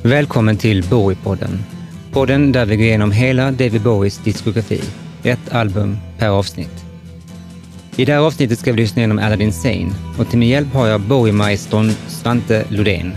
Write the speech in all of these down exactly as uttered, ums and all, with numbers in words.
Välkommen till Bowie-podden. Podden där vi går igenom hela David Bowies diskografi. Ett album per avsnitt. I det här avsnittet ska vi lyssna igenom Aladdin Sane och till min hjälp har jag Bowie-maestron Svante Lodén.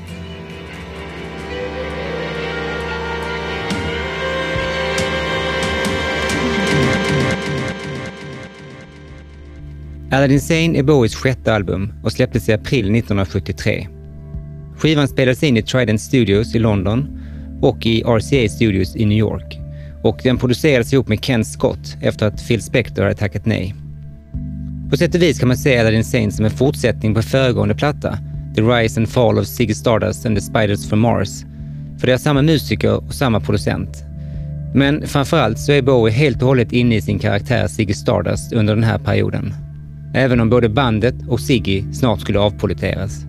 Aladdin Sane är Bowies sjätte album och släpptes i april nittonhundrasjuttiotre. Skivan spelades in i Trident Studios i London och i R C A Studios i New York. Och den producerades ihop med Ken Scott efter att Phil Spector hade tackat nej. På sätt och vis kan man se Aladdin Sane som en fortsättning på föregående platta, The Rise and Fall of Ziggy Stardust and the Spiders from Mars. För det är samma musiker och samma producent. Men framförallt så är Bowie helt och hållet inne i sin karaktär Ziggy Stardust under den här perioden. Även om både bandet och Ziggy snart skulle avpoliteras.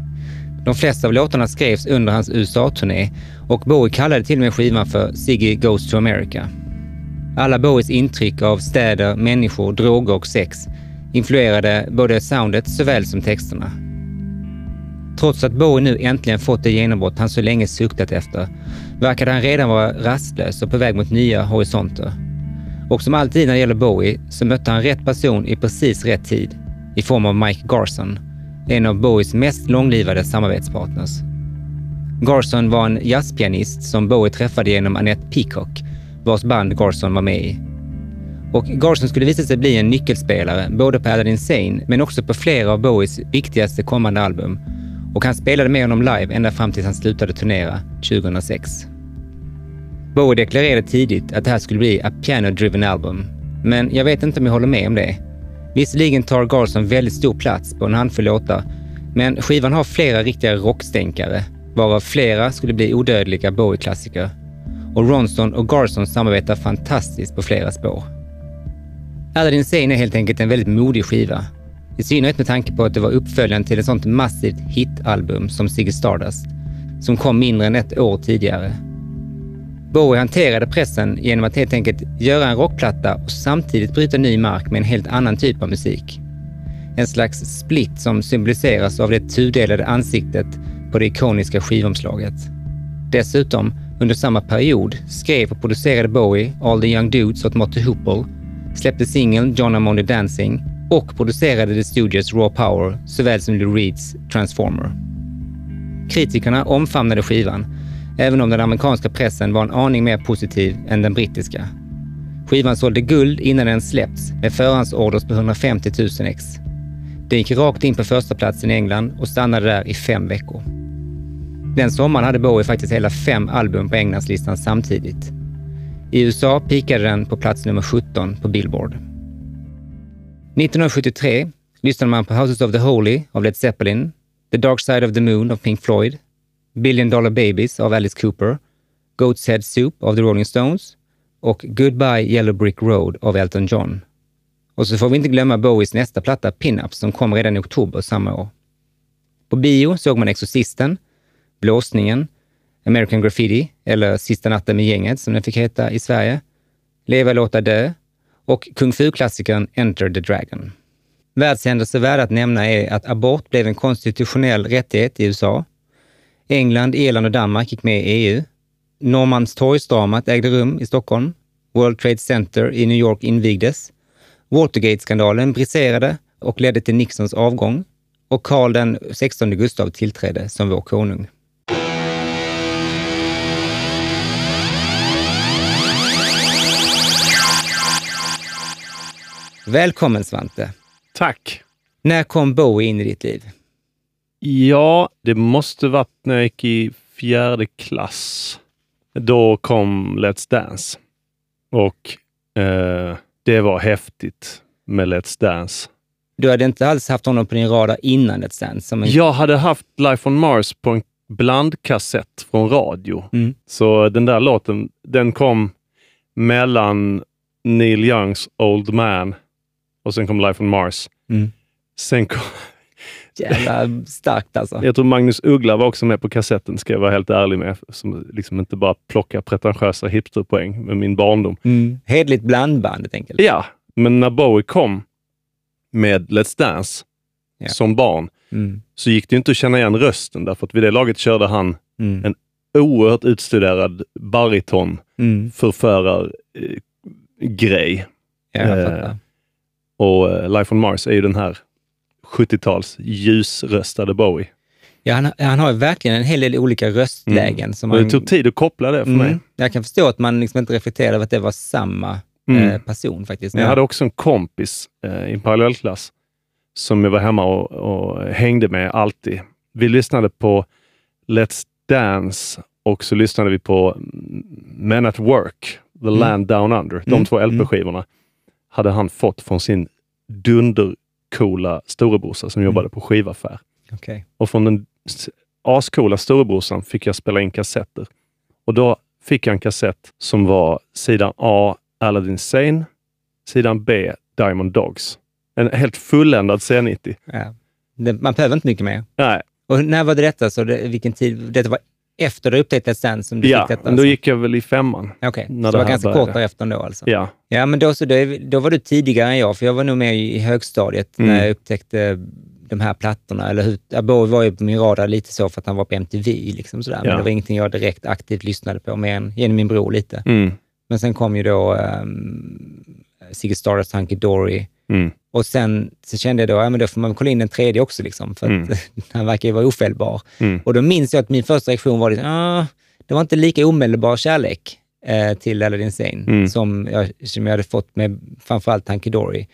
De flesta av låtarna skrevs under hans U S A-turné och Bowie kallade till och med skivan för Ziggy Goes to America. Alla Bowies intryck av städer, människor, droger och sex influerade både soundet såväl som texterna. Trots att Bowie nu äntligen fått det genombrott han så länge suktat efter, verkade han redan vara rastlös och på väg mot nya horisonter. Och som alltid när det gäller Bowie så mötte han rätt person i precis rätt tid, i form av Mike Garson, en av Bowies mest långlivade samarbetspartners. Garson var en jazzpianist som Bowie träffade genom Annette Peacock, vars band Garson var med i. Och Garson skulle visa sig bli en nyckelspelare både på Aladdin Sane men också på flera av Bowies viktigaste kommande album. Och han spelade med honom live ända fram tills han slutade turnera tjugohundrasex. Bowie deklarerade tidigt att det här skulle bli a piano-driven album. Men jag vet inte om jag håller med om det. Visserligen tar Garson väldigt stor plats på en handfull låtar, men skivan har flera riktiga rockstänkare, varav flera skulle bli odödliga Bowie-klassiker. Och Ronson och Garson samarbetar fantastiskt på flera spår. Aladdin Sane är helt enkelt en väldigt modig skiva. I synnerhet med tanke på att det var uppföljaren till ett sånt massivt hitalbum som Ziggy Stardust, som kom mindre än ett år tidigare. Bowie hanterade pressen genom att helt enkelt göra en rockplatta och samtidigt bryta ny mark med en helt annan typ av musik. En slags split som symboliseras av det tudelade ansiktet på det ikoniska skivomslaget. Dessutom, under samma period, skrev och producerade Bowie All the Young Dudes åt Mott Hoople, släppte singeln John I'm Only Dancing och producerade The Stooges Raw Power såväl som Lou Reeds Transformer. Kritikerna omfamnade skivan, även om den amerikanska pressen var en aning mer positiv än den brittiska. Skivan sålde guld innan den släppts med förhandsorders på hundrafemtio tusen ex. Det gick rakt in på första platsen i England och stannade där i fem veckor. Den sommaren hade Bowie faktiskt hela fem album på Englandslistan samtidigt. I U S A pikade den på plats nummer sjutton på Billboard. nittonhundrasjuttiotre lyssnade man på Houses of the Holy av Led Zeppelin, The Dark Side of the Moon av Pink Floyd, Billion Dollar Babies av Alice Cooper, Goat's Head Soup av The Rolling Stones och Goodbye Yellow Brick Road av Elton John. Och så får vi inte glömma Bowies nästa platta Pin-Ups som kom redan i oktober samma år. På bio såg man Exorcisten, Blåsningen, American Graffiti eller Sista natten med gänget som den fick heta i Sverige, Leva låta dö och kung fu-klassikern Enter the Dragon. Världshändelser värda att nämna är att abort blev en konstitutionell rättighet i U S A. England, Irland och Danmark gick med i E U. Norrmalmstorgsdramat ägde rum i Stockholm. World Trade Center i New York invigdes. Watergate-skandalen briserade och ledde till Nixons avgång. Och Karl den sextonde Gustav tillträdde som vår konung. Välkommen Svante. Tack. När kom Bowie in i ditt liv? Ja, det måste varit när jag gick i fjärde klass. Då kom Let's Dance. Och eh, det var häftigt med Let's Dance. Du hade inte alls haft honom på din radar innan Let's Dance? Som en... Jag hade haft Life on Mars på en blandkassett från radio. Mm. Så den där låten, den kom mellan Neil Youngs Old Man och sen kom Life on Mars. Mm. Sen kom... Jävla starkt alltså. Jag tror Magnus Uggla var också med på kassetten, ska jag vara helt ärlig med. Som liksom inte bara plocka pretentiösa hipsterpoäng med min barndom. Mm. Hedligt blandband, helt enkelt. Ja, men när Bowie kom med Let's Dance ja. som barn mm. så gick det inte att känna igen rösten. Därför att vid det laget körde han mm. en oerhört utstuderad bariton Mm. förförar eh, grej. Ja, jag Eh, fattar. och eh, Life on Mars är ju den här sjuttio-tals ljusröstade Bowie. Ja, han, han har ju verkligen en hel del olika röstlägen. Mm. Som Och man, det tog tid att koppla det för mm, mig. Jag kan förstå att man liksom inte reflekterade över att det var samma Mm. eh, person faktiskt. Men jag hade också en kompis eh, i en parallellklass som jag var hemma och, och hängde med alltid. Vi lyssnade på Let's Dance och så lyssnade vi på Men at Work, The Mm. Land Down Under. De Mm. två L P-skivorna hade han fått från sin dundercoola storebrorsa som jobbade på skivaffär. Okej. Och från den s- ascoola storebrorsan fick jag spela in kassetter. Och då fick jag en kassett som var sidan A, Aladdin Sane, sidan B, Diamond Dogs. En helt fulländad C nittio. Ja. Det, man behöver inte mycket mer. Nej, Och när var det detta? Så det, vilken tid? Detta var efter du upptäckte Let's Dance som du ja, fick detta? men då alltså? gick jag väl i femman. Okej, när så det det var här ganska började. kort därefter ändå alltså? Ja. Ja, men då, så då, då var du tidigare än jag, för jag var nog med i högstadiet Mm. när jag upptäckte de här plattorna. Eller hur, ja, Bowie var ju på min radar lite så för att han var på M T V. Liksom sådär. Men Ja. det var ingenting jag direkt aktivt lyssnade på, mer än genom min bror lite. Mm. Men sen kom ju då um, Ziggy Stardust, Hunky Dory. Mm. Och sen så kände jag då, ja men då får man kolla in den tredje också liksom, för att Mm. han verkar ju vara ofelbar. Mm. Och då minns jag att min första reaktion var liksom, ah, det var inte lika omedelbar kärlek eh, till Aladdin Sane Mm. som, jag, som jag hade fått med framförallt Hunky Dory.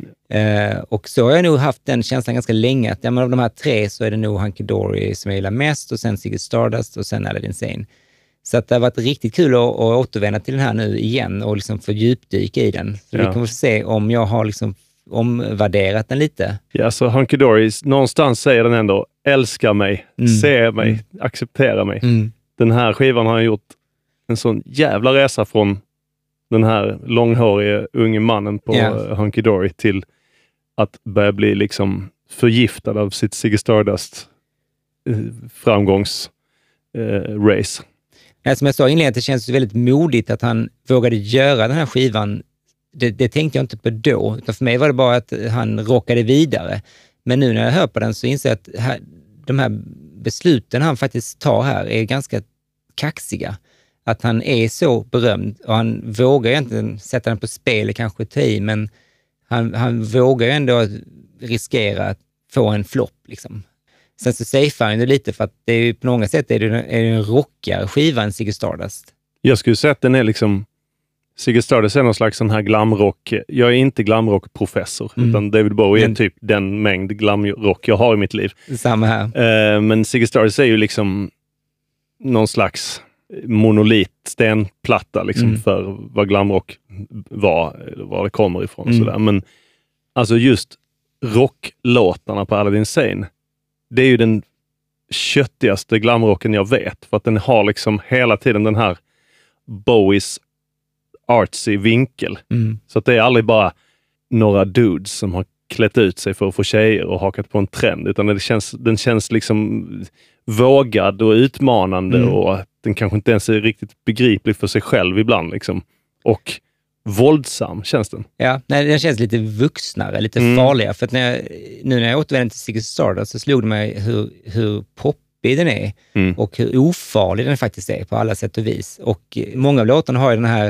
Eh, och så har jag nog haft den känslan ganska länge, att ja, men av de här tre så är det nog Hunky Dory som jag gillar mest, och sen Ziggy Stardust och sen Aladdin Sane. Så att det har varit riktigt kul att, att återvända till den här nu igen och liksom få djupdyka i den. Så Ja. vi kommer få se om jag har liksom omvärderat den lite. Ja, så Hunky Dory, någonstans säger den ändå, älska mig, Mm. se mig, Mm. acceptera mig. Mm. Den här skivan har gjort en sån jävla resa från den här långhårige unge mannen på Ja. yeah. Hunky Dory till att börja bli liksom förgiftad av sitt Ziggy Stardust eh, framgångs eh, race. Ja, som jag sa inledningsvis, det känns väldigt modigt att han vågade göra den här skivan. Det, det tänkte jag inte på då, utan för mig var det bara att han rockade vidare. Men nu när jag hör på den så inser jag att här, de här besluten han faktiskt tar här är ganska kaxiga. Att han är så berömd och han vågar ju inte sätta den på spel, kanske ta i, men han, han vågar ju ändå riskera att få en flopp. Liksom. Sen så safear han det lite för att det är ju, på många sätt är det, är det en rockigare skiva än Ziggy Stardust. Jag skulle säga att den är liksom Ziggy Stardust är någon slags sån här glamrock. Jag är inte glamrock-professor, mm. utan David Bowie men, är typ den mängd glamrock jag har i mitt liv. Samma här. Uh, men Ziggy Stardust är ju liksom någon slags monolit, stenplatta liksom, mm. för vad glamrock var, eller var det kommer ifrån. Mm. Och sådär. Men alltså just rocklåtarna på Aladdin Sane, det är ju den köttigaste glamrocken jag vet. För att den har liksom hela tiden den här Bowies artsy vinkel. Mm. Så att det är aldrig bara några dudes som har klätt ut sig för att få tjejer och hakat på en trend. Utan det känns, den känns liksom vågad och utmanande mm. och den kanske inte ens är riktigt begriplig för sig själv ibland. Liksom. Och våldsam känns den. Ja, nej, den känns lite vuxnare, lite mm. farligare. För att när jag, nu när jag återvände till Ziggy Stardust så slog det mig hur, hur poppig den är mm. och hur ofarlig den faktiskt är på alla sätt och vis. Och många av låtarna har ju den här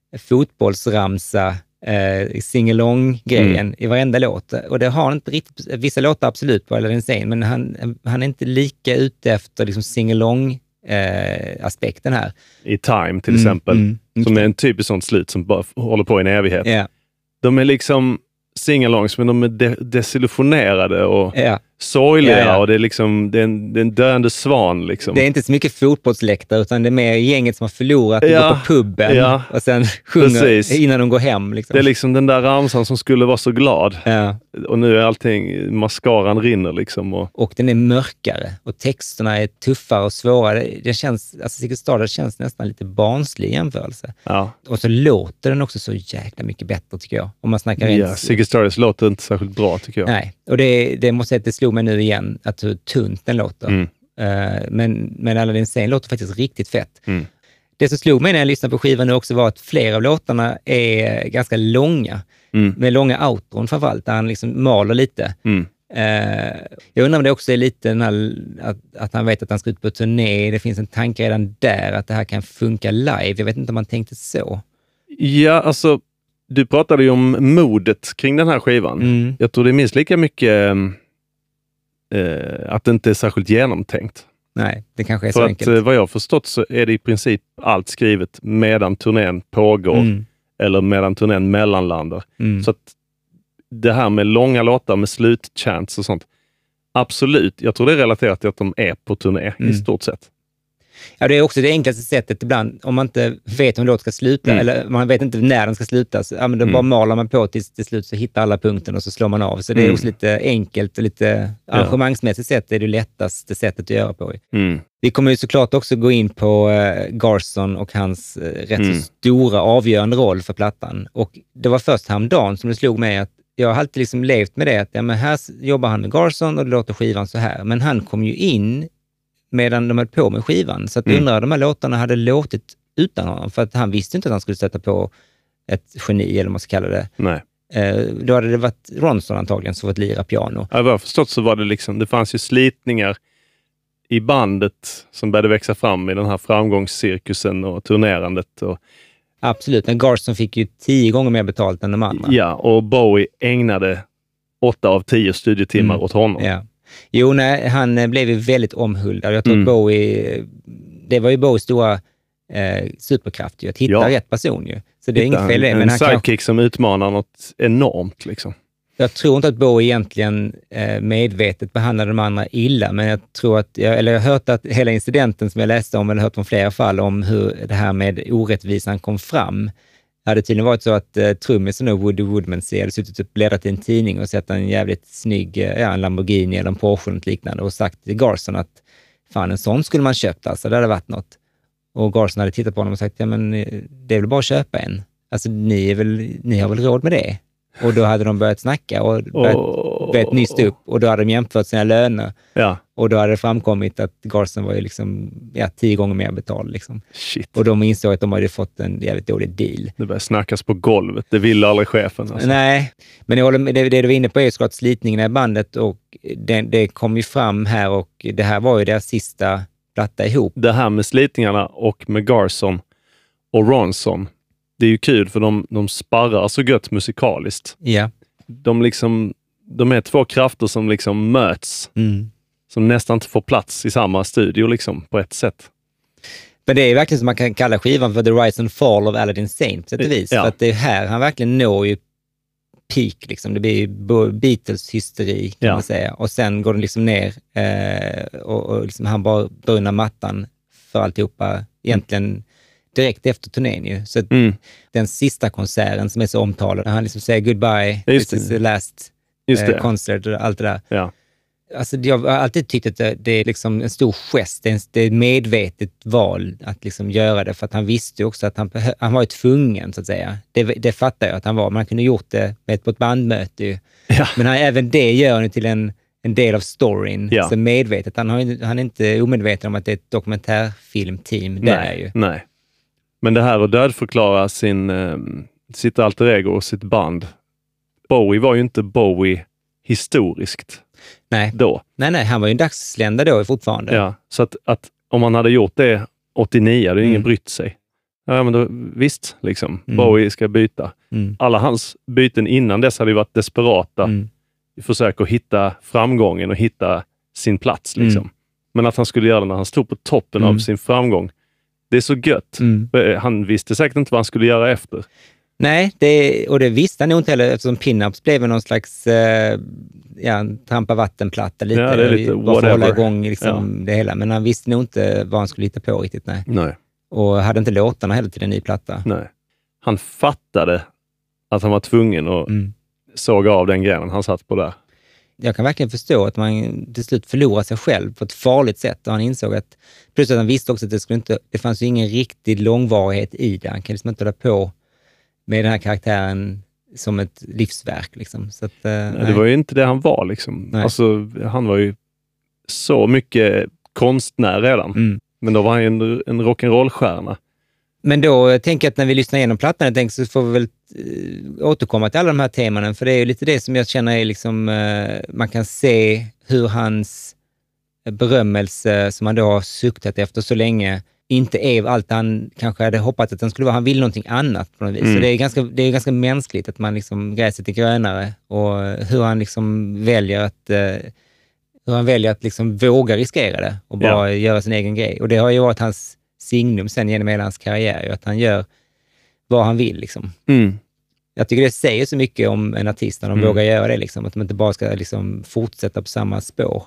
fotbollsramsa eh, sing-along-grejen mm. i varenda låt. Och det har han inte riktigt, vissa låtar absolut på Aladdin Sane, men han, han är inte lika ute efter liksom sing-along eh, aspekten här. I Time till mm, exempel, mm, som är en typisk sånt slut som bara håller på i en evighet. Yeah. De är liksom sing-alongs, men de är de- desillusionerade och yeah. sorgliga yeah, yeah. och det är liksom det är en, det är en döende svan. Liksom. Det är inte så mycket fotbollsläktare utan det är mer gänget som har förlorat och ja, går på puben ja, och sen sjunger precis. Innan de går hem. Liksom. Det är liksom den där ramsan som skulle vara så glad. Ja. Och nu är allting, mascaran rinner liksom. Och, och den är mörkare och texterna är tuffare och svårare. Det känns, alltså Ziggy Stardust känns nästan lite barnslig i jämförelse. Ja. Och så låter den också så jäkla mycket bättre tycker jag. Om man snackar ja, rent... Ziggy Stardust låter inte särskilt bra tycker jag. Nej, och det, det måste jag säga att det slog mig nu igen att hur tunt den låter. Mm. Uh, men, men Aladdin Sane låter faktiskt riktigt fett. Mm. Det som slog mig när jag lyssnade på skivan nu också var att flera av låtarna är ganska långa. Mm. Med långa outron framförallt, där han liksom maler lite. Mm. Uh, jag undrar om det också är lite den här, att, att han vet att han ska ut på turné. Det finns en tanke redan där att det här kan funka live. Jag vet inte om man tänkte så. Ja, alltså du pratade ju om modet kring den här skivan. Mm. Jag tror det är minst lika mycket eh, att det inte är särskilt genomtänkt. Nej, det kanske är För så att, enkelt. eh, vad jag har förstått så är det i princip allt skrivet medan turnén pågår. Mm. Eller medan turnén mellanlandar. Mm. Så att det här med långa låtar med slutchants och sånt. Absolut, jag tror det är relaterat till att de är på turné Mm. i stort sett. Ja, det är också det enklaste sättet ibland. Om man inte vet hur en låt ska sluta, Mm. eller man vet inte när den ska sluta, så ja, men då Mm. bara malar man på tills till slut så hittar alla punkten och så slår man av. Så det är Mm. också lite enkelt och lite arrangemangsmässigt sett är det lättaste sättet att göra på. Mm. Vi kommer ju såklart också gå in på uh, Garson och hans uh, rätt Mm. så stora avgörande roll för plattan. Och det var först häromdagen som det slog mig att jag har alltid liksom levt med det, att ja, men här jobbar han med Garson och det låter skivan så här. Men han kom ju in medan de höll på med skivan. Så att Mm. undrar de här låtarna hade låtit utan honom. För att han visste inte att han skulle sätta på ett geni, eller vad man ska kalla det. Nej. Eh, då hade det varit Ronson antagligen som fått lira piano. Ja, vad jag har förstått så var det liksom, det fanns ju slitningar i bandet som började växa fram i den här framgångscirkusen och turnerandet. Och, Absolut, men Garson fick ju tio gånger mer betalt än de andra. ja, och Bowie ägnade åtta av tio studietimmar Mm. åt honom. Ja. Jo, nej, han eh, blev ju väldigt omhuldad. Jag tror Mm. att Bowie, det var ju Bowies stora eh, superkraft ju, att hitta Ja. rätt person ju. Så det är Hitta inget fel i det. en, Men en han sidekick kanske, som utmanar något enormt liksom. jag tror inte att Bowie egentligen eh, medvetet behandlade de andra illa, men jag tror att, jag, eller jag har hört att hela incidenten som jag läste om, eller hört om flera fall, om hur det här med orättvisan kom fram. Det hade tydligen varit så att eh, trummisen och Woody Woodmansey hade suttit och bläddrat i en tidning och sett en jävligt snygg, eh, ja, en Lamborghini eller en Porsche eller något liknande och sagt till Garson att fan, en sån skulle man köpt, alltså det hade varit något. Och Garson hade tittat på honom och sagt, ja men eh, det är väl bara att köpa en. Alltså ni, är väl, ni har väl råd med det? Och då hade de börjat snacka och börjat, Oh. börjat nysta upp och då hade de jämfört sina löner. Ja, Och då hade det framkommit att Garson var ju liksom, ja, tio gånger mer betald. Liksom. shit. Och de insåg att de hade fått en jävligt dålig deal. Det började snackas på golvet. Det ville aldrig chefen. Alltså. Nej, men jag håller med, det, det du var inne på är såklart slitningen i bandet och det, det kom ju fram här och det här var ju deras sista platta ihop. Det här med slitningarna och med Garson och Ronson, det är ju kul för de, de sparrar så gött musikaliskt. Ja. De, liksom, de är två krafter som liksom möts. Mm. Som nästan inte får plats i samma studio liksom, på ett sätt. Men det är verkligen som man kan kalla skivan för The Rise and Fall of Aladdin Sane på sätt och vis. Ja. För att det är här han verkligen når ju peak. Liksom. Det blir ju Beatles-hysteri kan Ja. man säga. Och sen går den liksom ner eh, och, och liksom han bara brunnar mattan för alltihopa egentligen direkt efter turnén ju. Så Mm. den sista konserten som är så omtalad, när han liksom säger goodbye, Just this is det. the last Just eh, det. concert och allt det där. Ja. Alltså, jag har alltid tyckt att det, det är liksom en stor gest, det är, en, det är ett medvetet val att liksom göra det, för att han visste ju också att han, han var ju tvungen, så att säga. Det, det fattar jag att han var, men han kunde gjort det med ett, på ett bandmöte ju. Ja. Men han, även det gör han till en, en del av storyn, Ja. så medvetet. Han, har, ju- han är inte omedveten om att det är ett dokumentärfilmteam där Nej, ju. nej. Men det här att dödförklara sin, eh, sitt alter ego och sitt band. Bowie var ju inte Bowie historiskt Nej. då. nej, nej, han var ju en dagslända då fortfarande. Ja, så att, att om man hade gjort det åttionio, hade ingen Mm. brytt sig. Ja, men då, visst, liksom. Mm. Bowie ska byta. Mm. Alla hans byten innan dess hade ju varit desperata Mm. i försök att hitta framgången och hitta sin plats. Liksom. Mm. Men att han skulle göra det när han stod på toppen Mm. av sin framgång, det är så gött. Mm. Han visste säkert inte vad han skulle göra efter. Nej, det, och det visste han nog inte heller, eftersom Pinups blev någon slags eh, ja, trampa vattenplatta lite. Ja, det är lite bara för att hålla whatever. igång liksom det hela. Men han visste nog inte vad han skulle hitta på riktigt. Nej. Nej. Och hade inte låtarna heller till en ny platta. Nej. Han fattade att han var tvungen att Mm. såga av den grenen han satt på där. Jag kan verkligen förstå att man till slut förlorar sig själv på ett farligt sätt. Och han insåg att, plus att han visste också att det, skulle inte, det fanns ju ingen riktig långvarighet i det. Han kan liksom inte hålla på med den här karaktären som ett livsverk. Liksom. Så att, eh, Nej, det var ju inte det han var. Liksom. Nej. Alltså, han var ju så mycket konstnär redan. mm. Men då var han ju en, en rock'n'roll-stjärna. Men då tänker jag att när vi lyssnar igenom plattan, jag tänker så får vi väl äh, återkomma till alla de här teman, för det är ju lite det som jag känner är liksom, äh, man kan se hur hans berömmelse som han då har suktat efter så länge inte är allt han kanske hade hoppats att den skulle vara. Han vill någonting annat på något vis. Mm. Så det är ganska, det är ganska mänskligt att man liksom gräset är grönare, och hur han liksom väljer att äh, hur han väljer att liksom våga riskera det och bara ja. göra sin egen grej. Och det har ju varit hans signum sen genom hela hans karriär, att han gör vad han vill. Liksom. Mm. Jag tycker det säger så mycket om en artist när de mm. vågar göra det. Liksom, att de inte bara ska liksom fortsätta på samma spår.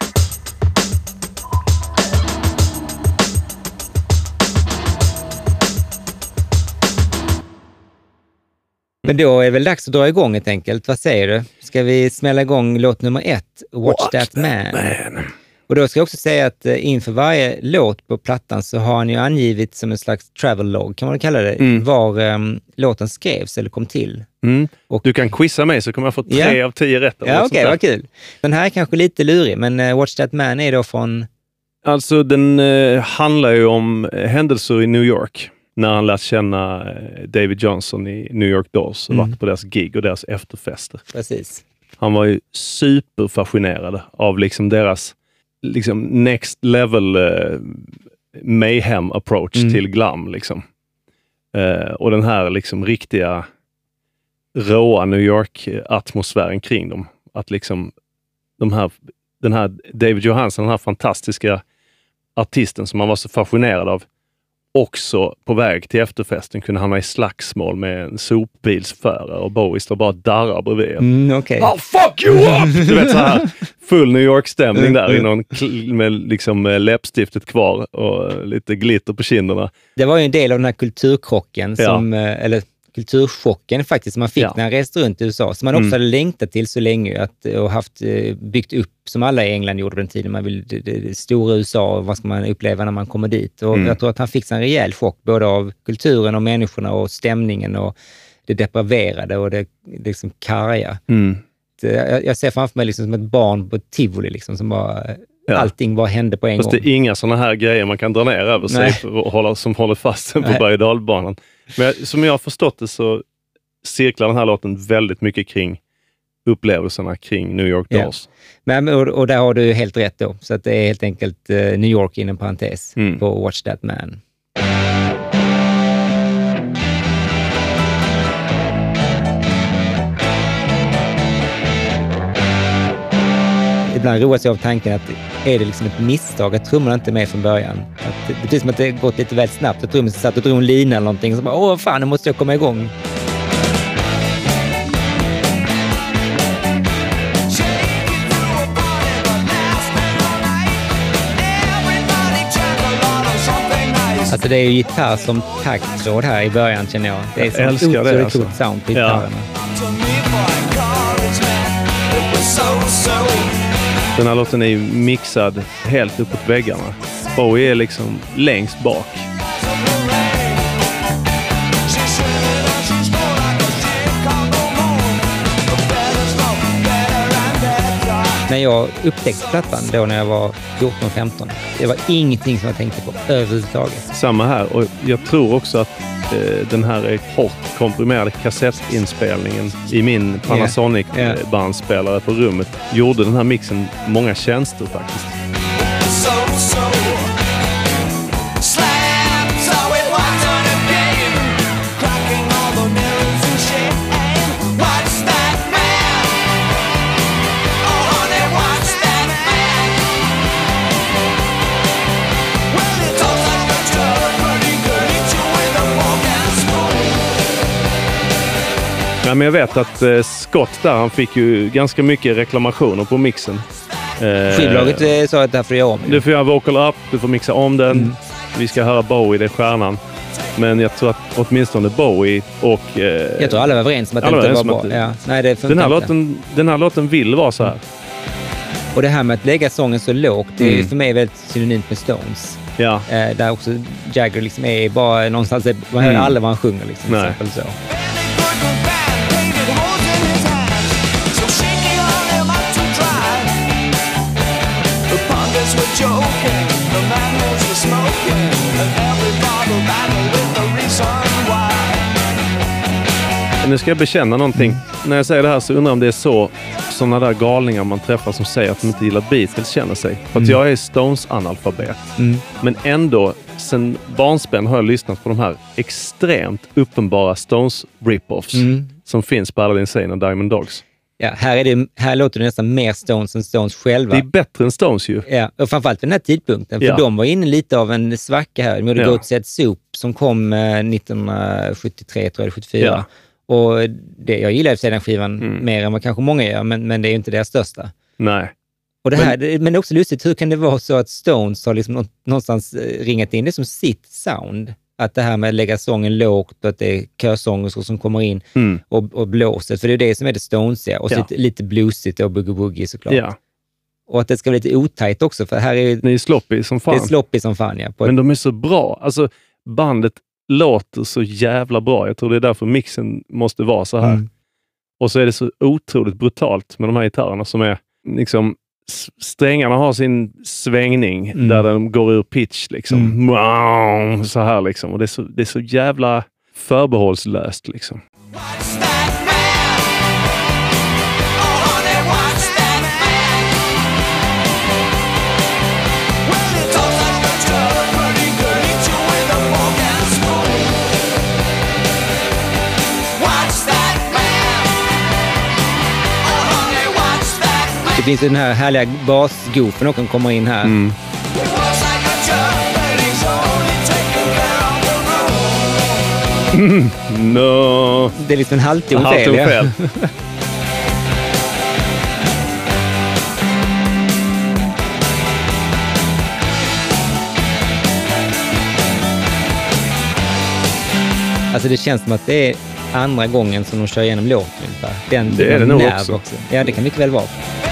Men då är det väl dags att dra igång helt enkelt. Vad säger du? Ska vi smälla igång låt nummer ett, Watch, Watch That, that man. man. Och då ska jag också säga att inför varje låt på plattan så har han ju angivit som en slags travel log, kan man kalla det, mm. var um, låten skrevs eller kom till. Mm. Och, du kan quizza mig så kommer jag få tre yeah. av tio rätt. Ja, okej, okay, vad kul. Den här är kanske lite lurig, men uh, Watch That Man är då från... Alltså den uh, handlar ju om händelser i New York. När han lärt känna David Johnson i New York Dolls och mm. varit på deras gig och deras efterfester. Precis. Han var ju superfascinerad av liksom deras liksom next level uh, mayhem approach mm. till glam liksom. Uh, och den här liksom riktiga råa New York-atmosfären kring dem. Att liksom de här, den här David Johansen, den här fantastiska artisten som man var så fascinerad av, också på väg till efterfesten kunde hamna i slagsmål med en sopbilsförare och Bowie står bara darrar bredvid. Mm, okay. I'll fuck you up! Du vet så här full New York-stämning där i någon med liksom läppstiftet kvar och lite glitter på kinderna. Det var ju en del av den här kulturkrocken som, ja. eller kulturchocken faktiskt som man fick ja. när han reste runt i U S A, som man också mm. hade längtat till så länge att, och haft byggt upp som alla i England gjorde på den tiden. Man vill det, det stora U S A och vad ska man uppleva när man kommer dit. Och mm. jag tror att han fick en rejäl chock både av kulturen och människorna och stämningen och det depraverade och det, det liksom karga. Mm. Jag, jag ser framför mig liksom som ett barn på tivoli liksom, som bara... Ja. Allting bara hände på en Fast gång. Fast det är inga sådana här grejer man kan dra ner över sig och hålla, som håller fast på berg- och dalbanan. Men jag, som jag har förstått det så cirklar den här låten väldigt mycket kring upplevelserna kring New York Dolls. Ja. Men, och, och där har du helt rätt då. Så att det är helt enkelt uh, New York inom parentes mm. på Watch That Man. Ibland roas jag av tanken att är det liksom ett misstag att trummorna inte är med från början. Att det, det är som att det gått lite väl snabbt och trummorna satt och drog en lina eller någonting. Så bara, åh fan, nu måste jag komma igång. Alltså det är ju gitarr som takttråd här i början känner jag. Det är jag som älskar det alltså. Coolt sound på gitarrerna. Ja. Den här låten är ju mixad helt uppåt väggarna. Bowie är liksom längst bak. När jag upptäckte plattan då när jag var fjorton femton, det var ingenting som jag tänkte på överhuvudtaget. Samma här, och jag tror också att eh, den här hårt komprimerade kassettinspelningen i min Panasonic-bandspelare yeah. yeah. på rummet gjorde den här mixen många tjänster faktiskt. So, so. Ja, men jag vet att eh, Scott där, han fick ju ganska mycket reklamationer på mixen. Eh, Skivbolaget eh, sa att det här får jag om. Du får göra vocal up, du får mixa om den. Mm. Vi ska höra Bowie, det är stjärnan. Men jag tror att åtminstone Bowie och... Eh, jag tror alla var överens om att det inte var bra. Det, ja. Nej, det den, här låten, den här låten vill vara så här. Mm. Och det här med att lägga sången så lågt, det är mm. för mig väldigt synonymt med Stones. Ja. Eh, där också Jagger liksom är bara någonstans, man hör mm. aldrig vad han sjunger liksom. Nej. Exempel så. Joking, the man was smoking, and every bottle battle with the nu ska jag bekänna någonting. Mm. När jag säger det här så undrar jag om det är så sådana där galningar man träffar som säger att de inte gillar Beatles känner sig. För att mm. jag är Stones-analfabet. Mm. Men ändå, sen barnsben har jag lyssnat på de här extremt uppenbara Stones-rip-offs mm. som finns på Aladdin Sane och Diamond Dogs. Ja, här, är det, här låter det nästan mer Stones än Stones själva. Det är bättre än Stones ju. Ja, och framförallt vid den här tidpunkten. För ja. de var inne lite av en svacka här. De gjorde ja. Goat Set Soup som kom eh, nittonhundrasjuttiotre, tror jag, sjuttiofyra. Ja. Och det, jag gillar ju den skivan mm. mer än vad kanske många gör, men, men det är ju inte deras största. Nej. Och det här, men, det, men det är också lustigt, hur kan det vara så att Stones har liksom någonstans ringat in det som sitt sound? Att det här med att lägga sången lågt och att det är körsångerskor som kommer in mm. och, och blåser. För det är det som är det Stonesiga. Och så ja. lite, lite bluesigt och boogie-woogie såklart. Ja. Och att det ska vara lite otajt också. För här är det är sloppy som fan. Det är sloppy som fan, ja. Men de är så bra. Alltså bandet låter så jävla bra. Jag tror det är därför mixen måste vara så här. Mm. Och så är det så otroligt brutalt med de här gitarrerna som är liksom... Strängarna har sin svängning mm. där de går ur pitch liksom. Mm. Wow, så här liksom. Och det är så, det är så jävla förbehållslöst liksom. Det finns den här härliga basgoofen och kan komma in här. Mm. Mm. No. Det är liksom en halvton fel. Halvton fel. Ja. Alltså det känns som att det är andra gången som de kör igenom låten. Den, det är det nog också. också. Ja, det kan mycket väl vara.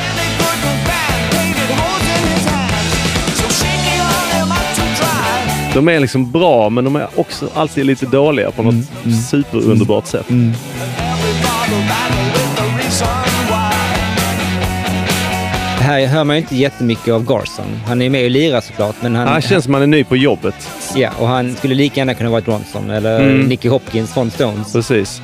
De är liksom bra, men de är också alltid lite dåliga på något mm, mm, superunderbart sätt. Mm. Här hör man ju inte jättemycket av Garson. Han är med och lirar såklart. Men han, han känns som han är ny på jobbet. Ja, och han skulle lika gärna kunna vara Ronson eller mm. Nicky Hopkins från Stones. Precis.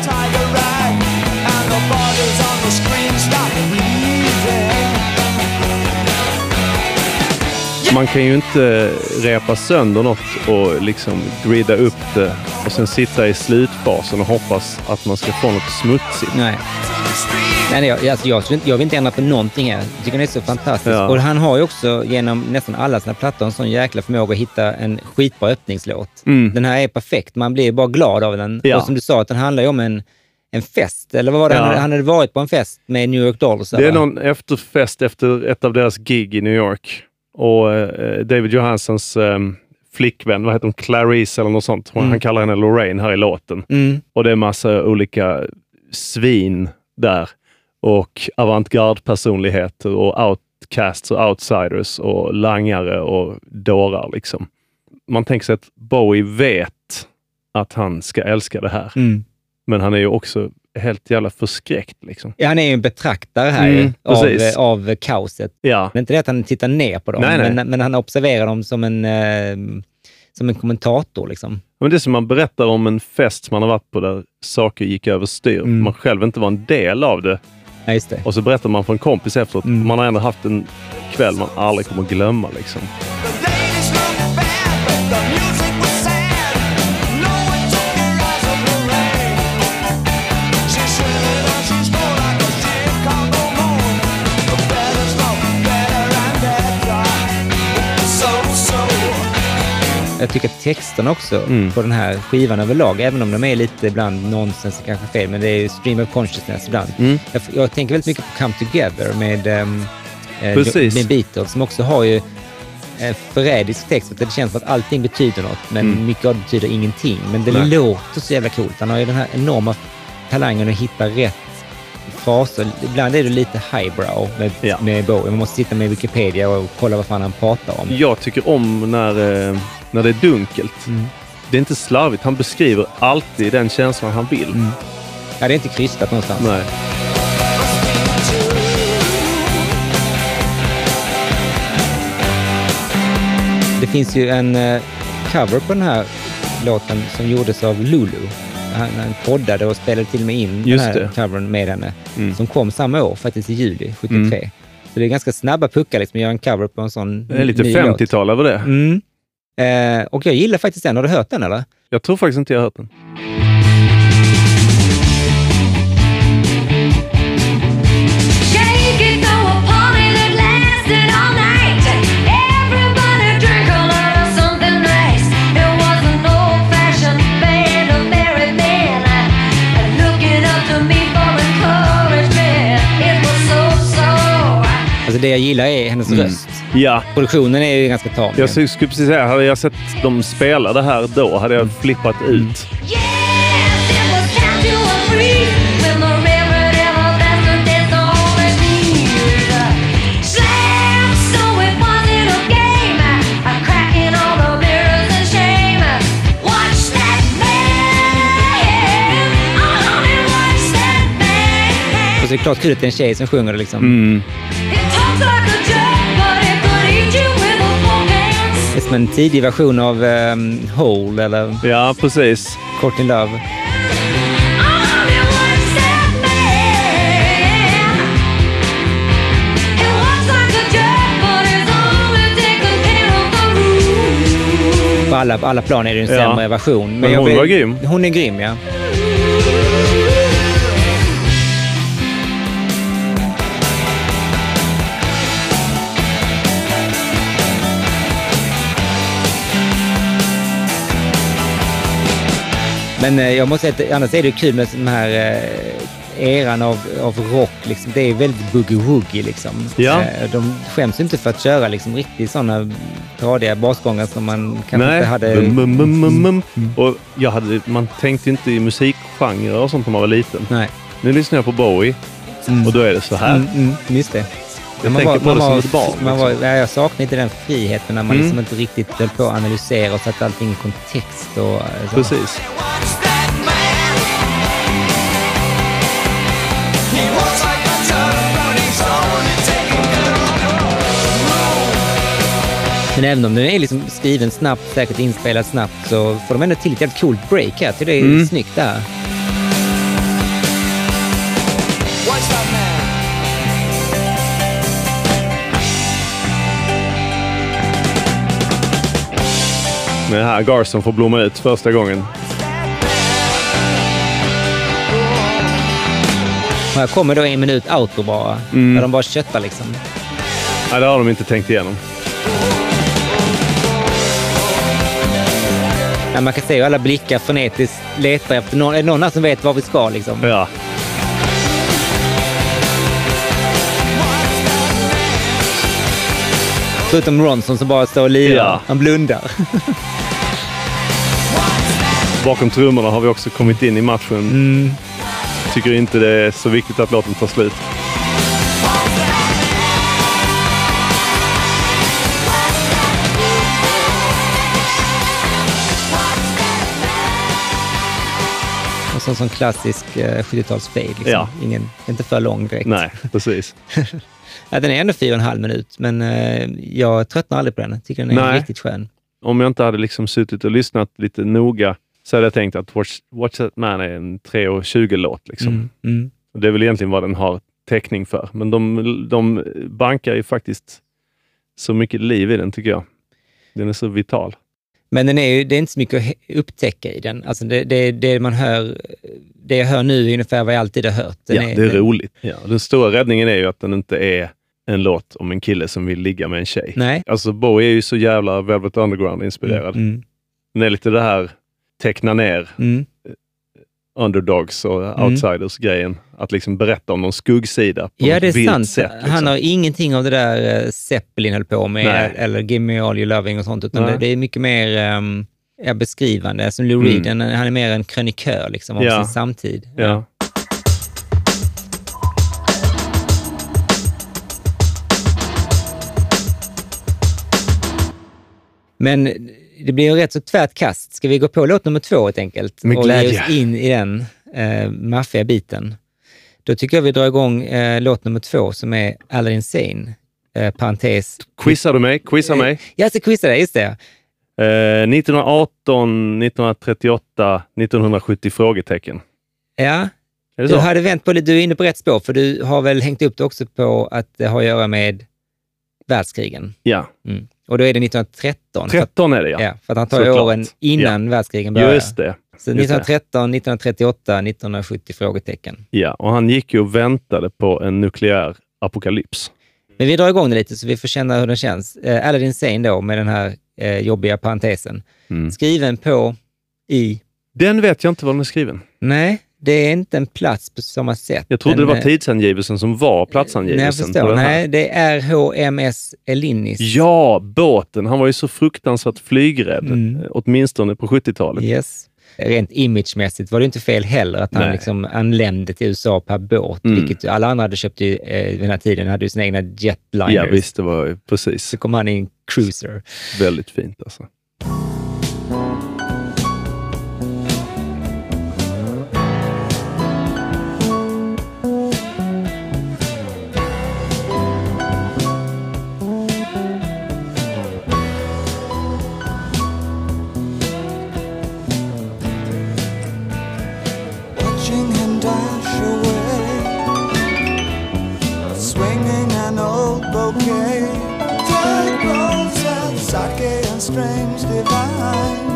Man kan ju inte repa sönder något och liksom grida upp det och sen sitta i slutfasen och hoppas att man ska få något smutsigt. Nej. Nej, jag, alltså jag, jag vill inte ändra på någonting här. Jag tycker det är så fantastiskt. Ja. Och han har ju också genom nästan alla sina plattor en sån jäkla förmåga att hitta en skitbra öppningslåt. Mm. Den här är perfekt. Man blir bara glad av den. Ja. Och som du sa, att den handlar ju om en, en fest. Eller vad var det? Ja. Han, han hade varit på en fest med New York Dolls. Det är någon efterfest efter ett av deras gig i New York. Och eh, David Johanssons eh, flickvän, vad heter hon? Clarice eller något sånt. Mm. Han kallar henne Lorraine här i låten. Mm. Och det är massa olika svin där. Och avantgarde-personligheter och outcasts och outsiders och langare och dårar liksom. Man tänker sig att Bowie vet att han ska älska det här. Mm. Men han är ju också helt jävla förskräckt liksom. Ja, han är ju en betraktare här mm, av, av kaoset. Ja. Det är inte det att han tittar ner på dem, nej, nej. Men, men han observerar dem som en, eh, som en kommentator liksom. Men det är som man berättar om en fest man har varit på där saker gick över styr. Mm. Man själv inte var en del av det. Ja, just det. Och så berättar man för en kompis efteråt. Mm. Man har ändå haft en kväll man aldrig kommer glömma liksom. Jag tycker att texten också mm. på den här skivan överlag, även om de är lite ibland nonsens och kanske fel, men det är ju stream of consciousness ibland. Mm. Jag, jag tänker väldigt mycket på Come Together med, um, med Beatles, som också har ju en förrädisk text, för det känns som att allting betyder något, men mm. mycket av det betyder ingenting. Men det Nej. låter så jävla coolt. Han har ju den här enorma talangen att hitta rätt fraser. Ibland är det lite highbrow med, ja. med Bowie. Man måste sitta med Wikipedia och kolla vad fan han pratar om. Jag tycker om när... Eh... när det är dunkelt. Mm. Det är inte slarvigt. Han beskriver alltid den känslan han vill. Mm. Ja, det är inte krystat någonstans. Nej. Det finns ju en uh, cover på den här låten som gjordes av Lulu. han, han poddade och spelade till och med in Just den här det. covern med henne. Mm. Som kom samma år, faktiskt i juli sjuttiotre. Mm. Så det är ganska snabba puckar liksom, att göra en cover på en sån. Det är lite femtiotal över det. Mm. Eh, och jag gillar faktiskt den. Har du hört den eller? Jag tror faktiskt inte jag har hört den. Alltså det jag gillar är hennes mm. röst. Ja. Produktionen är ju ganska tam. Jag skulle precis säga, hade jag sett dem spela det här då hade jag flippat ut. Så det är klart kul att det är en tjej som sjunger det liksom. Mm. Det är som en tidig version av um, Hole eller... Ja, precis. Courtney Love. På alla, alla plan är det en ja. sämre version. Men, Men hon vill, var grym. Hon är grym, ja. Men eh, jag måste säga att annars är det kul med den här eh, eran av, av rock. Liksom. Det är väldigt boogie-woogie. Liksom. Ja. Eh, de skäms inte för att köra liksom, riktigt sådana radiga basgångar som man kanske Nej. inte hade... Bum, bum, bum, bum, bum. Mm. Och jag hade, man tänkte inte i musikgenrer och sånt när man var liten. Nej. Nu lyssnar jag på Bowie mm. och då är det så här. Mm, mm, just det. Jag man tänker var, på man det var, som ett barn. Man var, liksom. jag saknar inte den friheten när man mm. liksom inte riktigt höll på att analysera och satte allting i kontext. Och, så. Precis. Men även om den är liksom skriven snabbt, säkert inspelad snabbt, så får de ändå till ett jävligt coolt break här. Till det är mm. snyggt där. Men här Garson får blomma ut första gången. Och här kommer då en minut outro bara. Mm. Där de bara köttar liksom. Nej, det har de inte tänkt igenom. Ja, man kan se hur alla blickar frenetiskt letar efter någon, är det någon som vet var vi ska liksom. Ja. Förutom Ronson som bara står och lirar. Ja. Han blundar. Bakom trummorna har vi också kommit in i matchen. Mm. Tycker inte det är så viktigt att låten tar slut. Och så en sån klassisk eh, sjuttio-tals-fade. Liksom. Ja. Ingen, inte för lång direkt. Nej, precis. Ja, den är ändå fyra och en halv minut, men eh, jag tröttnar aldrig på den. Jag tycker den är Nej. riktigt skön. Om jag inte hade liksom suttit och lyssnat lite noga så hade jag tänkt att Watch, Watch That Man är en tre och tjugo-låt. Liksom. Mm, mm. Och det är väl egentligen vad den har täckning för. Men de, de bankar ju faktiskt så mycket liv i den, tycker jag. Den är så vital. Men den är ju, det är inte så mycket att upptäcka i den. Alltså det, det, det man hör, det jag hör nu är ungefär vad jag alltid har hört. Den ja, är, det är den, roligt. Ja. Den stora räddningen är ju att den inte är en låt om en kille som vill ligga med en tjej. Nej. Alltså Bowie är ju så jävla Velvet Underground-inspirerad. Mm, mm. Den är lite det här teckna ner Mm. underdogs och outsiders-grejen. Mm. Att liksom berätta om någon skuggsida på ja, något det är vilt sant. sätt. Liksom. Han har ingenting av det där uh, Zeppelin höll på med. Nej. Eller Give Me All Your Loving och sånt. Utan det, det är mycket mer um, ja, beskrivande. Som Lou Reed, mm. han är mer en krönikör liksom, om ja. sin samtid. Ja. Ja. Men det blir ju rätt så tvärt kast. Ska vi gå på låt nummer två helt enkelt? Med glädje. Och ge oss in i den eh, maffiga biten. Då tycker jag vi drar igång eh, låt nummer två som är Alla Insane. Eh, parentes. Quizar du mig? Quizar mig? Jag ska quizza dig, just det. Eh, nittonhundraarton, nittonhundratrettioåtta, nittonhundrasjuttio frågetecken. Ja, Är det du så? hade vänt på det, du är inne på rätt spår, för du har väl hängt upp det också på att det har att göra med världskrigen. Ja. Mm. Och då är det nittonhundratretton. tretton är det, ja. Ja, för att han tar Såklart. åren innan världskrigen börjar. Just det. Så nittonhundratretton, nittonhundratrettioåtta, nittonhundrasjuttio frågetecken. Ja, och han gick ju och väntade på en nukleär apokalyps. Men vi drar igång det lite så vi får känna hur den känns. Eh, Aladdin Sane då, med den här eh, jobbiga parentesen. Mm. Skriven på i... Den vet jag inte vad den är skriven. Nej, det är inte en plats på samma sätt. Jag trodde men, det var eh, tidsangivelsen som var Nej, jag platsangivelsen. förstår. på den här. Nej, det är H M S Ellinis. Ja, båten. Han var ju så fruktansvärt flygrädd. Mm. Åtminstone på sjuttiotalet. Yes. Rent imagemässigt var det inte fel heller att han Nej. liksom anlände till U S A per båt, Mm. vilket ju alla andra hade köpt i eh, den här tiden, hade ju sina egna jetliners. Ja, visst. Det var ju precis. Så kom han i en cruiser. Väldigt fint alltså. Watching him dash away, swinging an old bouquet, dead roses, sake and strange divine.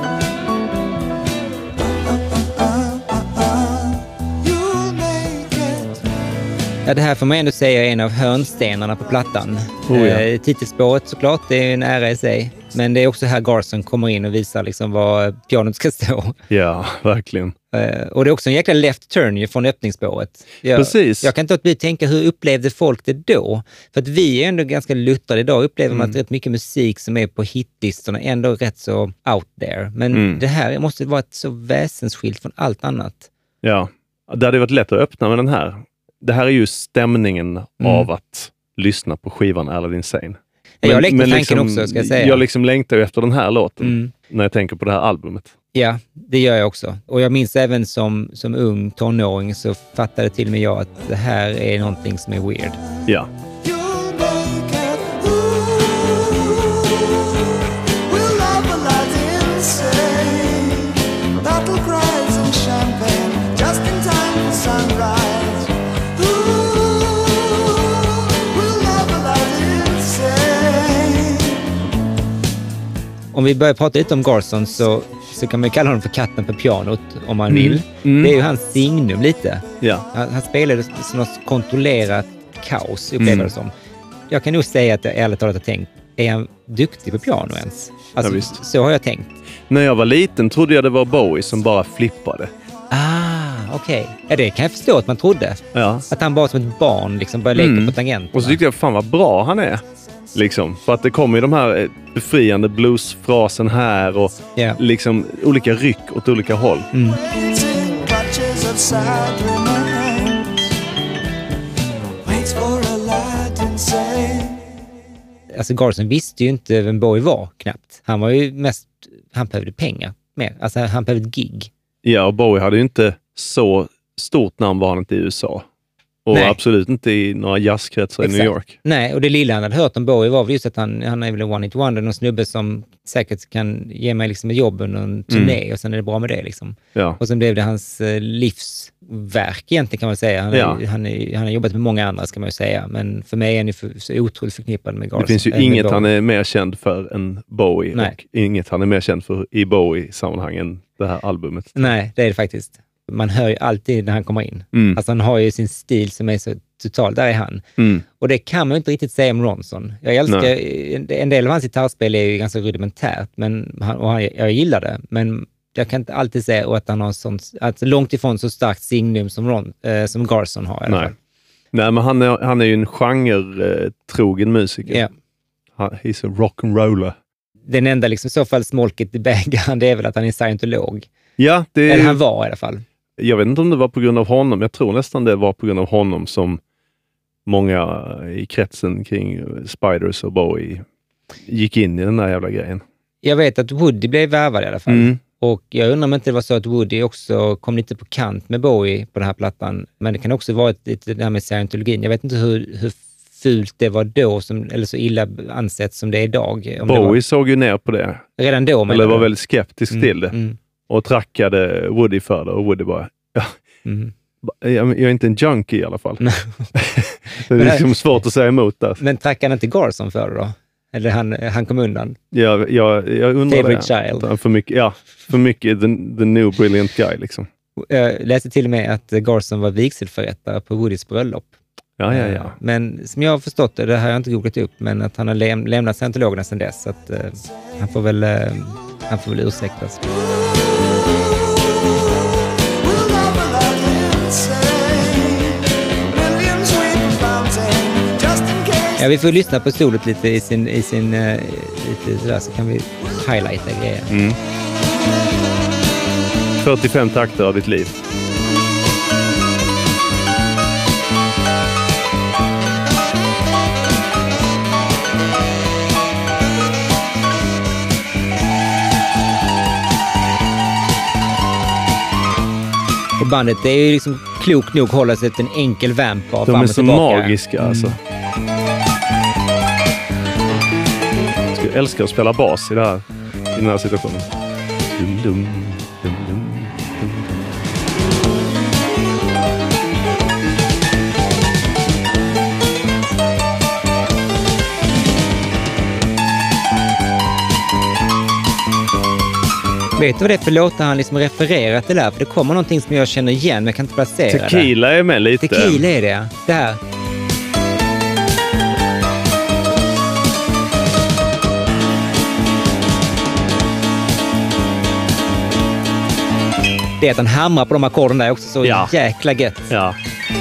Uh, uh, uh, uh, uh, you'll make it. Ja, det här får man ändå säga är en av hörnstenarna på plattan. Oh, ja. eh, titelspåret såklart, det är en ära i sig. Men det är också här Garson kommer in och visar liksom var pianot ska stå. Ja, verkligen. Eh, och det är också en jäkla left turn ju från öppningsspåret. Jag, Precis. Jag kan inte låta bli att tänka, hur upplevde folk det då? För att vi är ändå ganska luttrade idag. Upplever man Mm. att rätt mycket musik som är på hitlistorna är ändå rätt så out there. Men Mm. det här måste vara ett så väsensskilt från allt annat. Ja, det hade varit lätt att öppna med den här. Det här är ju stämningen Mm. av att lyssna på skivan Aladdin Sane. Jag lekte med tanken också, ska jag säga. Jag liksom längtar ju efter den här låten Mm. när jag tänker på det här albumet. Ja, det gör jag också. Och jag minns även som, som ung tonåring så fattade till och med jag att det här är någonting som är weird. Ja, You'll make it. Ooh, we'll love Aladdin Sane. Battle cries and champagne, just in time for sunrise. Ooh, we'll love Aladdin Sane. Om vi börjar prata lite om Garson så, så kan man kalla honom för katten på pianot om man vill. Mm. Det är ju hans signum lite. ja. Han, han spelade som något kontrollerat kaos, upplever Mm. det som. Jag kan nog säga att jag ärligt talat har tänkt, är han duktig på piano ens? Alltså, Ja, visst. så har jag tänkt. När jag var liten trodde jag det var Bowie som bara flippade. Ah, okej. Ja, det kan jag förstå att man trodde. Ja. Att han bara som ett barn liksom började leka Mm. på tangenterna. Och så tyckte jag, fan vad bra han är. Liksom. För att det kommer ju de här eh, befriande bluesfrasen här och Ja. liksom olika ryck åt olika håll. Mm. Waiting clutches of sad remains, waits for Aladdin Sane. Alltså Garson visste ju inte vem Bowie var knappt. Han var ju mest, han behövde pengar mer. Alltså han behövde ett gig. Ja, och Bowie hade ju inte så stort namn var han inte i U S A. Och Nej. absolut inte i några jazzkretsar i New Exakt. York. Nej, och det lilla han hade hört om Bowie var väl just att han, han är väl en one-hit wonder, någon snubbe som säkert kan ge mig liksom ett jobb under en turné och sen är det bra med det liksom. Ja. Och sen blev det hans eh, livsverk egentligen kan man säga. Han, är, Ja. han, är, han har jobbat med många andra ska man ju säga, men för mig är han ju för, så otroligt förknippad med Garson. Det finns ju äh, med inget Bowie. han är mer känd för än Bowie. Nej. Och inget han är mer känd för i Bowie-sammanhang än det här albumet. Nej, det är det faktiskt. Man hör ju alltid när han kommer in. Mm. Alltså han har ju sin stil som är så total, där är han. Mm. Och det kan man ju inte riktigt säga om Ronson. Jag älskar, en del av hans gitarrspel är ju ganska rudimentärt, men han, och han, jag gillar det, men jag kan inte alltid säga att han har sånt, att långt ifrån så starkt signum som, Ron, eh, som Garson har i alla Nej. fall. Nej, men han är, han är ju en genre-trogen musiker. Ja. Han, he's a rock'n'roller. Den enda liksom, i så fall smolket i bägaren, det är väl att han är scientolog. Ja, det Eller är, han var i alla fall. jag vet inte om det var på grund av honom. Jag tror nästan det var på grund av honom som många i kretsen kring Spiders och Bowie gick in i den där jävla grejen. Jag vet att Woody blev värvad i alla fall. Mm. Och jag undrar om inte det var så att Woody också kom lite på kant med Bowie på den här plattan. Men det kan också vara ett, lite det här med scientologin. Jag vet inte hur, hur fult det var då, som, eller så illa ansett som det är idag. Om Bowie det var, såg ju ner på det. redan då, Eller var väldigt skeptisk mm, till det. Mm, Och trackade Woody för det. Och Woody bara, ja, mm. jag, jag är inte en junkie i alla fall. Nej. Det är liksom svårt att säga emot det. Men trackade inte Garson för det då? Eller han, han kom undan? Jag, jag, jag undrar Favorite det. child. För mycket, ja, för mycket the, the new brilliant guy liksom. Jag läste till och med att Garson var vigselförrättare på Woodys bröllop. Ja, ja, ja. Men som jag har förstått det, det har jag inte googlat upp, men att han har läm- lämnat scientologerna sedan dess. Så att, uh, han, får väl, uh, han får väl ursäktas. Ja, vi får lyssna på solot lite i sin, i sin uh, lite sådär, så kan vi highlighta grejer. Mm. fyrtiofem takter av ditt liv. Och bandet, det är ju liksom klokt nog att hålla sig till en enkel vamp av. De är så magiska mm. alltså. Jag skulle älska att spela bas i, det här, i den här situationen. Dum, dum, dum, dum. Vet du vad det är för låtar han liksom refererar till där? För det kommer någonting som jag känner igen, men jag kan inte placera Tequila det. Tequila är med lite. Tequila är det, det här. Det är att han hamrar på de ackorden där också så ja. jäkla gött. Ja.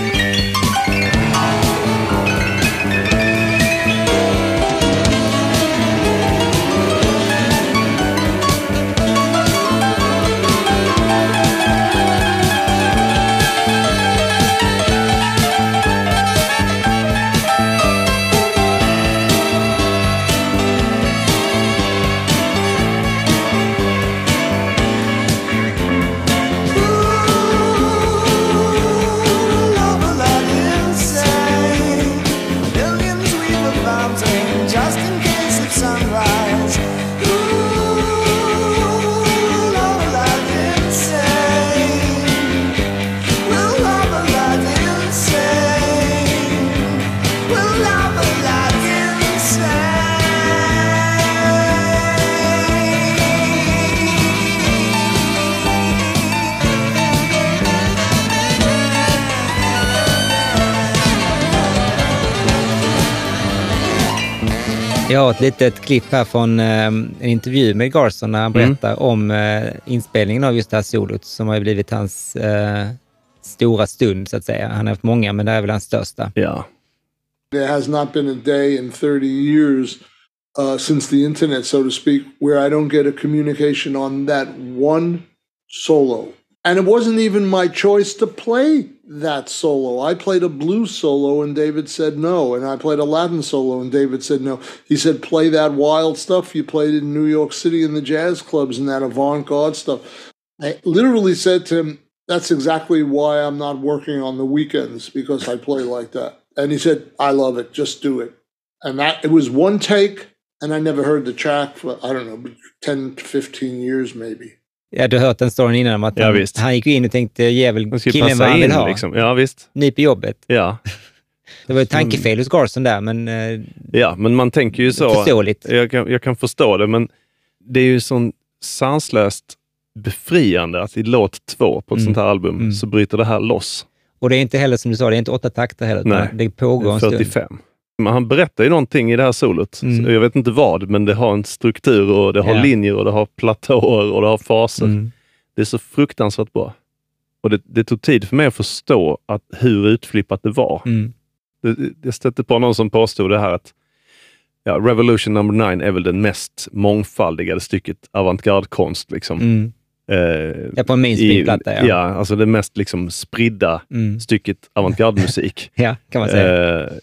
Jag har ett litet klipp här från eh, en intervju med Garson när han berättar mm. om eh, inspelningen av just det här solot som har blivit hans eh, stora stund så att säga. Han har haft många, men det är väl hans största. Ja. There has not been a day in thirty years uh, since the internet, so to speak, where I don't get a communication on that one solo. And it wasn't even my choice to play that solo. I played a blues solo and David said no. And I played a Latin solo and David said no. He said, play that wild stuff you played in New York City in the jazz clubs and that avant-garde stuff. I literally said to him, that's exactly why I'm not working on the weekends, because I play like that. And he said, I love it. Just do it. And that it was one take and I never heard the track for, I don't know, ten to fifteen years maybe. Ja, du har hört den storyn innan om att ja, han, visst. han gick in och tänkte, ge väl killen vad han vill ha. Liksom. Ja, visst. Ny på jobbet. Ja. Det var ett tankefel hos Garson där, men... Eh, ja, men man tänker ju så... Förståeligt. Jag kan, jag kan förstå det, men det är ju sån sanslöst befriande att i låt två på ett mm. sånt här album mm. så bryter det här loss. Och det är inte heller, som du sa, det är inte åtta takter heller. Nej, det pågår en fyrtiofem. Stund. Men han berättar ju någonting i det här solot. Mm. Jag vet inte vad, men det har en struktur och det har ja. linjer och det har platåer och det har faser. Mm. Det är så fruktansvärt bra. Och det, det tog tid för mig att förstå att hur utflippat det var. Mm. Det, jag stötte på någon som påstod det här att ja, Revolution number nine är väl den mest mångfaldigade stycket avantgarde-konst. Liksom. Mm. Eh, ja, på en mainstream-platta. Ja. ja, alltså det mest liksom spridda mm. stycket avantgarde-musik. ja, kan man säga. Eh,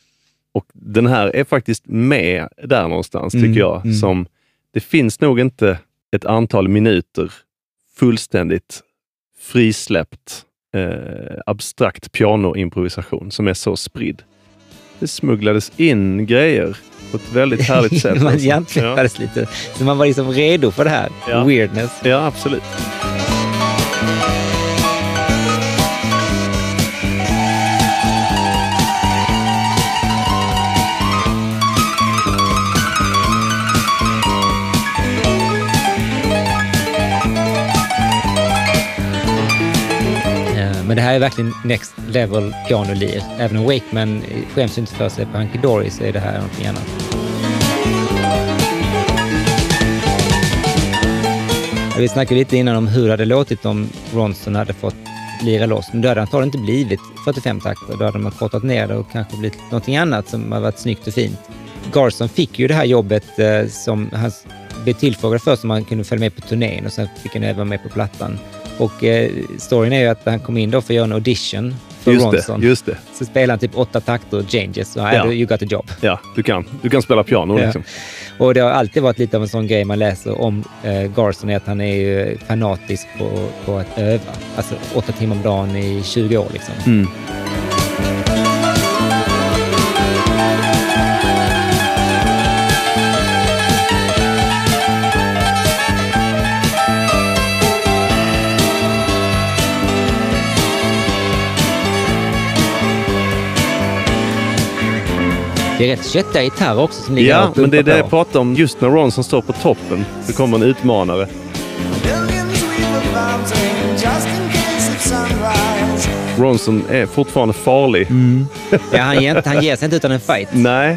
och den här är faktiskt med där någonstans, mm. tycker jag. Mm. Som, det finns nog inte ett antal minuter fullständigt frisläppt eh, abstrakt pianoimprovisation som är så spridd. det smugglades in grejer på ett väldigt härligt sätt. man alltså. hjärntvättades ja. lite. Så man var liksom redo för det här. Ja. Weirdness. Ja, absolut. Men det här är verkligen next level pianolir. Även om Wakeman skäms inte för sig på Hunky Dory så är det här någonting annat. Vi snackade lite innan om hur det hade låtit om Ronson hade fått lira loss. Men då hade antagligen inte blivit fyrtiofem takter. Då hade man kortat ner det och kanske blivit någonting annat som har varit snyggt och fint. Garson fick ju det här jobbet eh, som han blev tillfrågad för, som han kunde följa med på turnén, och sen fick han även vara med på plattan. Och eh, storyn är ju att han kom in då för att göra en audition för just Ronson. Det, just det. Så spelade han typ åtta takter och changes. Så ja. you got a job. Ja, du kan. Du kan spela piano ja. liksom. Och det har alltid varit lite av en sån grej man läser om eh, Garson, är att han är ju fanatisk på, på att öva. Alltså åtta timmar om dagen i tjugo år liksom. Mm. Det är rätt köttiga gitarrer också som ligger ja, och men det är det på. jag pratar om. Just när Ronson står på toppen så kommer en utmanare. Ronson är fortfarande farlig. Mm. Ja, han, ger, han ger sig inte utan en fight. Nej.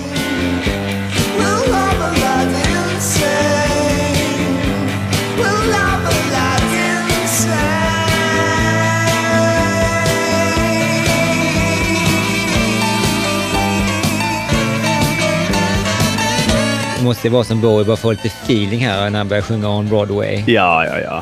Det måste vara som Bowie, bara få lite feeling här när han börjar sjunga On Broadway. Ja, ja, ja.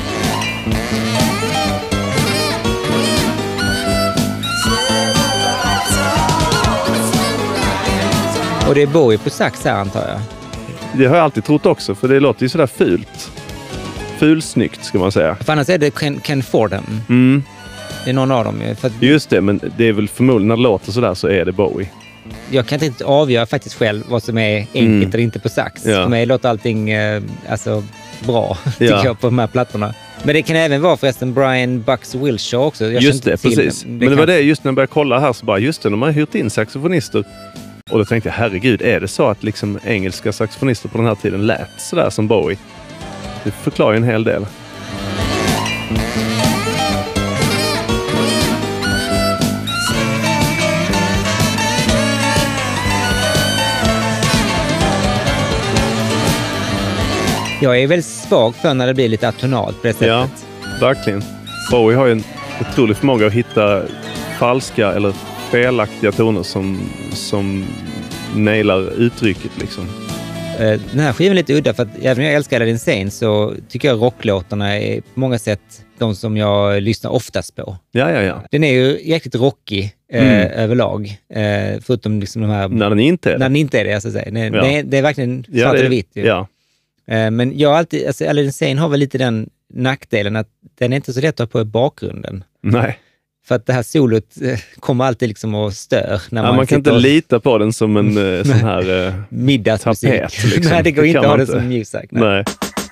Och det är Bowie på sax här, antar jag. Det har jag alltid trott också, för det låter ju sådär fult. Fulsnyggt, ska man säga. För annars är det Ken, Ken Fordham. Mm. Det är någon av dem. För att just det, men det är väl förmodligen när det låter sådär så är det Bowie. Jag kan inte riktigt avgöra faktiskt själv vad som är enkelt mm. eller inte på sax. Ja. För mig låter allting eh, alltså, bra, tycker ja. jag, på de här plattorna. Men det kan även vara förresten Brian Bucks Wilshire också. Jag just det, till. precis. Det men det kan... var det just när jag började kolla här så bara, just det, de har hyrt in saxofonister. Och då tänkte jag, herregud, är det så att liksom engelska saxofonister på den här tiden lät sådär som Bowie? Det förklarar ju en hel del. Jag är väldigt svag för när det blir lite atonalt på det sättet. Ja, verkligen. Bowie har ju en otrolig förmåga att hitta falska eller felaktiga toner som, som nailar uttrycket liksom. Den här skivan är lite udda, för att även om jag älskar Aladdin Sane så tycker jag rocklåtarna är på många sätt de som jag lyssnar oftast på. Ja, ja, ja. Den är ju jäkligt rockig eh, mm. överlag. Eh, förutom liksom de här... När den inte är det. När den inte är det, jag ska säga. Nej, ja. det, är, det är verkligen svart ja, det, eller vitt. Ju. Ja. Eh, men jag har alltid... Alltså, Aladdin Sane har väl lite den nackdelen att den är inte så lätt att ha på i bakgrunden. Nej. För att det här solot eh, kommer alltid liksom och stör. När ja, man man kan inte och... lita på den som en eh, sån här eh, middagsmusik. Tapet, liksom. Nej, det går det inte att ha den inte. som music. Nej. Nej.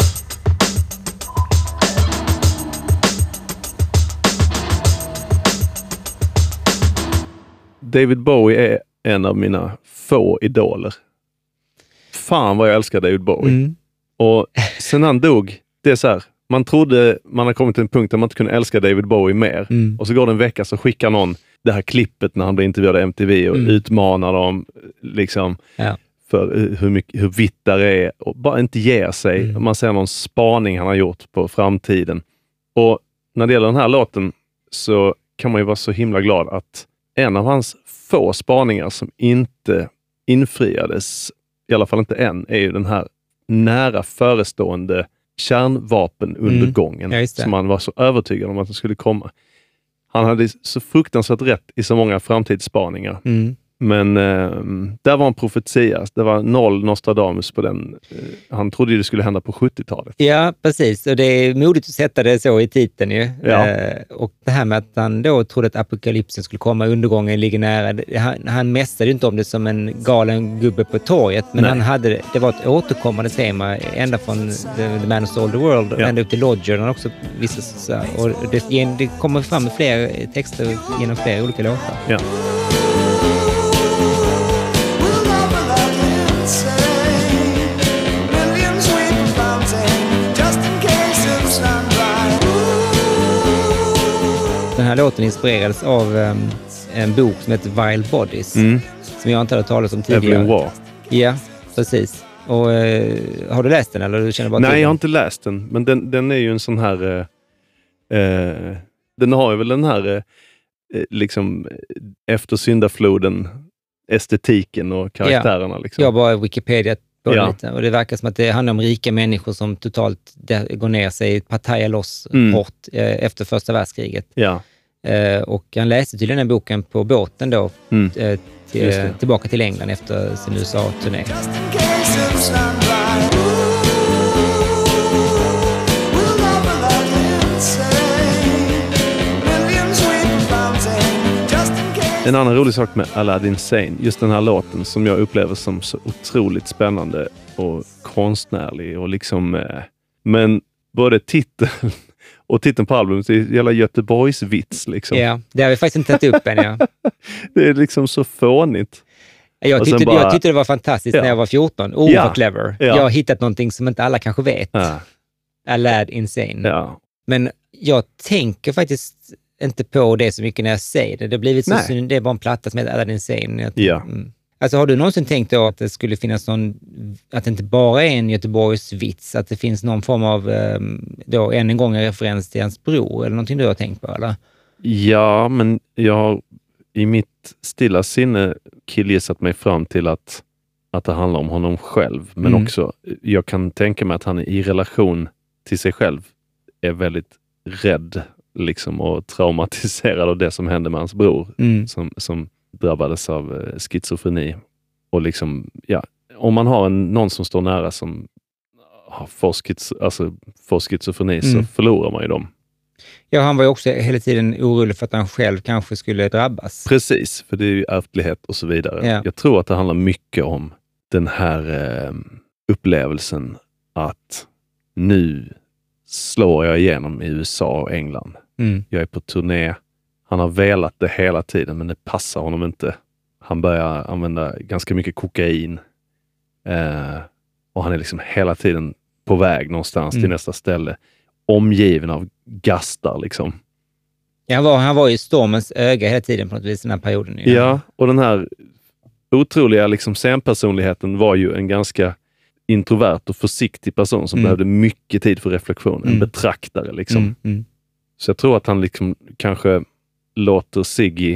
David Bowie är en av mina få idoler. Fan vad jag älskar David Bowie. Mm. Och sen han dog, det är så här, man trodde man har kommit till en punkt där man inte kunde älska David Bowie mer. Mm. Och så går det en vecka så skickar någon det här klippet när han blir intervjuad av M T V och mm. utmanar dem liksom ja. för hur, mycket, hur vitt det är och bara inte ger sig. Mm. Man ser någon spaning han har gjort på framtiden. Och när det gäller den här låten så kan man ju vara så himla glad att en av hans få spaningar som inte infriades, i alla fall inte än, är ju den här nära förestående kärnvapenundergången mm. ja, som han var så övertygad om att det skulle komma. Han hade så fruktansvärt rätt i så många framtidsspaningar. Mm. Men eh, där var en profetia. Det var noll Nostradamus på den. Eh, han trodde ju det skulle hända på sjuttiotalet. Ja, precis. Och det är modigt att sätta det så i titeln ju. Ja. Eh, och det här med att han då trodde att apokalypsen skulle komma, undergången ligger nära. Det, han, han mässade ju inte om det som en galen gubbe på torget, men Nej. han hade, det var ett återkommande tema ända från The, the Man Who Sold the World Ja. ända upp till Lodger. Han också visade så här. Och det, det kommer fram med fler texter genom flera olika låtar. Ja. Den här låten inspirerades av um, en bok som heter Vile Bodies, Mm. som jag inte hade talat om tidigare. Evelyn Waugh. Ja, precis. Och eh, har du läst den eller du känner bara Nej, till jag har den? inte läst den. Men den, den är ju en sån här... Eh, eh, den har ju väl den här eh, liksom efter syndafloden estetiken och karaktärerna. Liksom. Jag har bara Wikipedia på Ja. lite. Och det verkar som att det handlar om rika människor som totalt där, går ner sig, partajar loss Mm. hårt eh, efter första världskriget. Ja. Eh, och han läste tydligen den boken på båten då Mm. eh, Just till, det. tillbaka till England efter sin U S A-turné. En annan rolig sak med Aladdin Sane, just den här låten som jag upplever som så otroligt spännande och konstnärlig och liksom, eh, men både titeln och titeln på albumet är jävla Göteborgs vits liksom. Ja, det har vi faktiskt inte tagit upp än. Ja. Det är liksom så fånigt. Jag Och sen tyckte, bara- jag tyckte det var fantastiskt Ja. när jag var fjorton. Oh, Ja. vad clever. Ja. Jag har hittat någonting som inte alla kanske vet. Ja. Aladdin Insane. Ja. Men jag tänker faktiskt inte på det så mycket när jag säger det. Det har blivit så Nej. syn- det är bara en platta som heter Aladdin Insane. Jag, Ja. mm. Alltså har du någonsin tänkt då att det skulle finnas någon, att det inte bara är en Göteborgs vits, att det finns någon form av, um, då än en gång en referens till hans bror eller någonting du har tänkt på, eller? Ja, men jag har i mitt stilla sinne killgissat mig fram till att, att det handlar om honom själv. Men Mm. också, jag kan tänka mig att han i relation till sig själv är väldigt rädd liksom, och traumatiserad av det som hände med hans bror Mm. som, som drabbades av eh, schizofreni. Och liksom, ja, om man har en, någon som står nära som har får, schiz, alltså, får schizofreni Mm. så förlorar man ju dem. Ja, han var ju också hela tiden orolig för att han själv kanske skulle drabbas. Precis, för det är ju ärftlighet och så vidare. Ja. Jag tror att det handlar mycket om den här eh, upplevelsen att nu slår jag igenom i U S A och England. Mm. Jag är på turné. Han har velat det hela tiden, men det passar honom inte. Han börjar använda ganska mycket kokain. Eh, och han är liksom hela tiden på väg någonstans Mm. till nästa ställe. Omgiven av gastar liksom. Ja, han, var, han var ju stormens öga hela tiden på något vis den här perioden. ju. Ja, och den här otroliga liksom scenpersonligheten var ju en ganska introvert och försiktig person som Mm. behövde mycket tid för reflektion. En Mm. betraktare liksom. Mm. Mm. Så jag tror att han liksom kanske låter Ziggy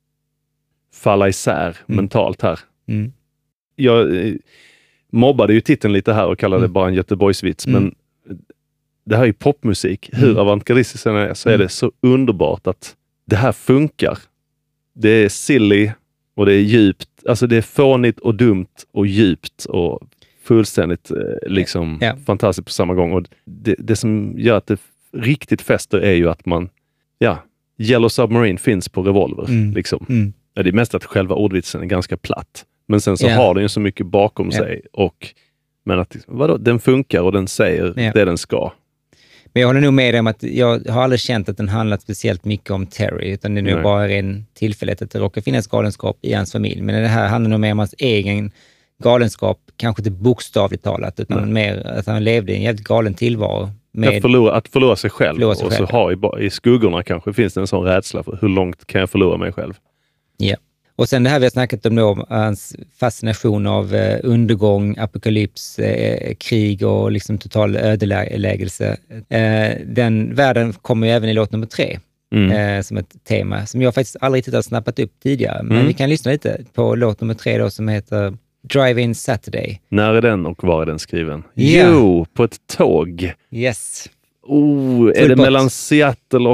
falla isär Mm. mentalt här. Mm. Jag eh, mobbade ju titeln lite här och kallade Mm. det bara en Göteborgsvits, Mm. men det här är ju popmusik. Hur Mm. avantgardistiskt den är så är Mm. det så underbart att det här funkar. Det är silly och det är djupt. Alltså det är fånigt och dumt och djupt och fullständigt eh, liksom Ja. fantastiskt på samma gång. Och det, det som gör att det riktigt fäster är ju att man, ja, Yellow Submarine finns på Revolver. Mm. Liksom. Mm. Ja, det är mest att själva ordvitsen är ganska platt. Men sen så Ja. har den ju så mycket bakom Ja. sig. Och, men att vadå, den funkar och den säger Ja. det den ska. Men jag håller nog med dig om att jag har aldrig känt att den handlat speciellt mycket om Terry, utan det är nog Nej. bara en tillfällighet att det råkar finnas galenskap i hans familj. Men det här handlar nog mer om hans egen galenskap, kanske inte bokstavligt talat, utan Nej. mer att han levde i en jävligt galen tillvaro. Med, Att, förlora, att förlora sig själv. Förlora sig och själv. så har i, ba- i skuggorna kanske finns det en sån rädsla för hur långt kan jag förlora mig själv. Ja. Och sen det här vi har snackat om då, hans fascination av eh, undergång, apokalyps, eh, krig och liksom total ödeläggelse. Eh, den världen kommer ju även i låt nummer tre. Mm. Eh, som ett tema som jag faktiskt aldrig riktigt har snappat upp tidigare. Men Mm. vi kan lyssna lite på låt nummer tre då som heter Drive-In Saturday. När är den och var är den skriven? Ja. Jo, på ett tåg. Yes. Oh, är Full det pott. mellan Seattle och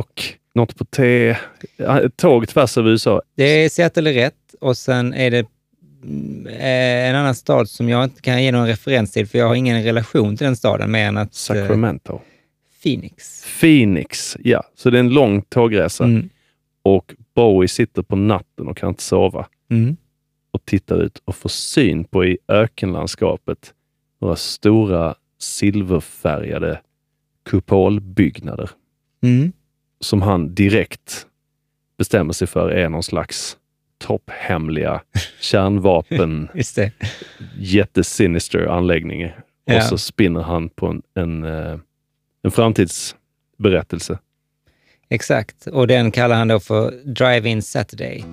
något på T. Ett tåg tvärs över U S A. Det är Seattle rätt och sen är det en annan stad som jag inte kan ge någon referens till för jag har ingen relation till den staden mer än att... Sacramento. Phoenix. Phoenix, ja. Så det är en lång tågresa. Mm. Och Bowie sitter på natten och kan inte sova. Mm. Och tittar ut och får syn på i ökenlandskapet några stora silverfärgade kupolbyggnader. Mm. Som han direkt bestämmer sig för är någon slags topphemliga kärnvapen Just det. jättesinister anläggning. Ja. Och så spinner han på en, en, en framtidsberättelse. Exakt. Och den kallar han då för Drive-In Saturday.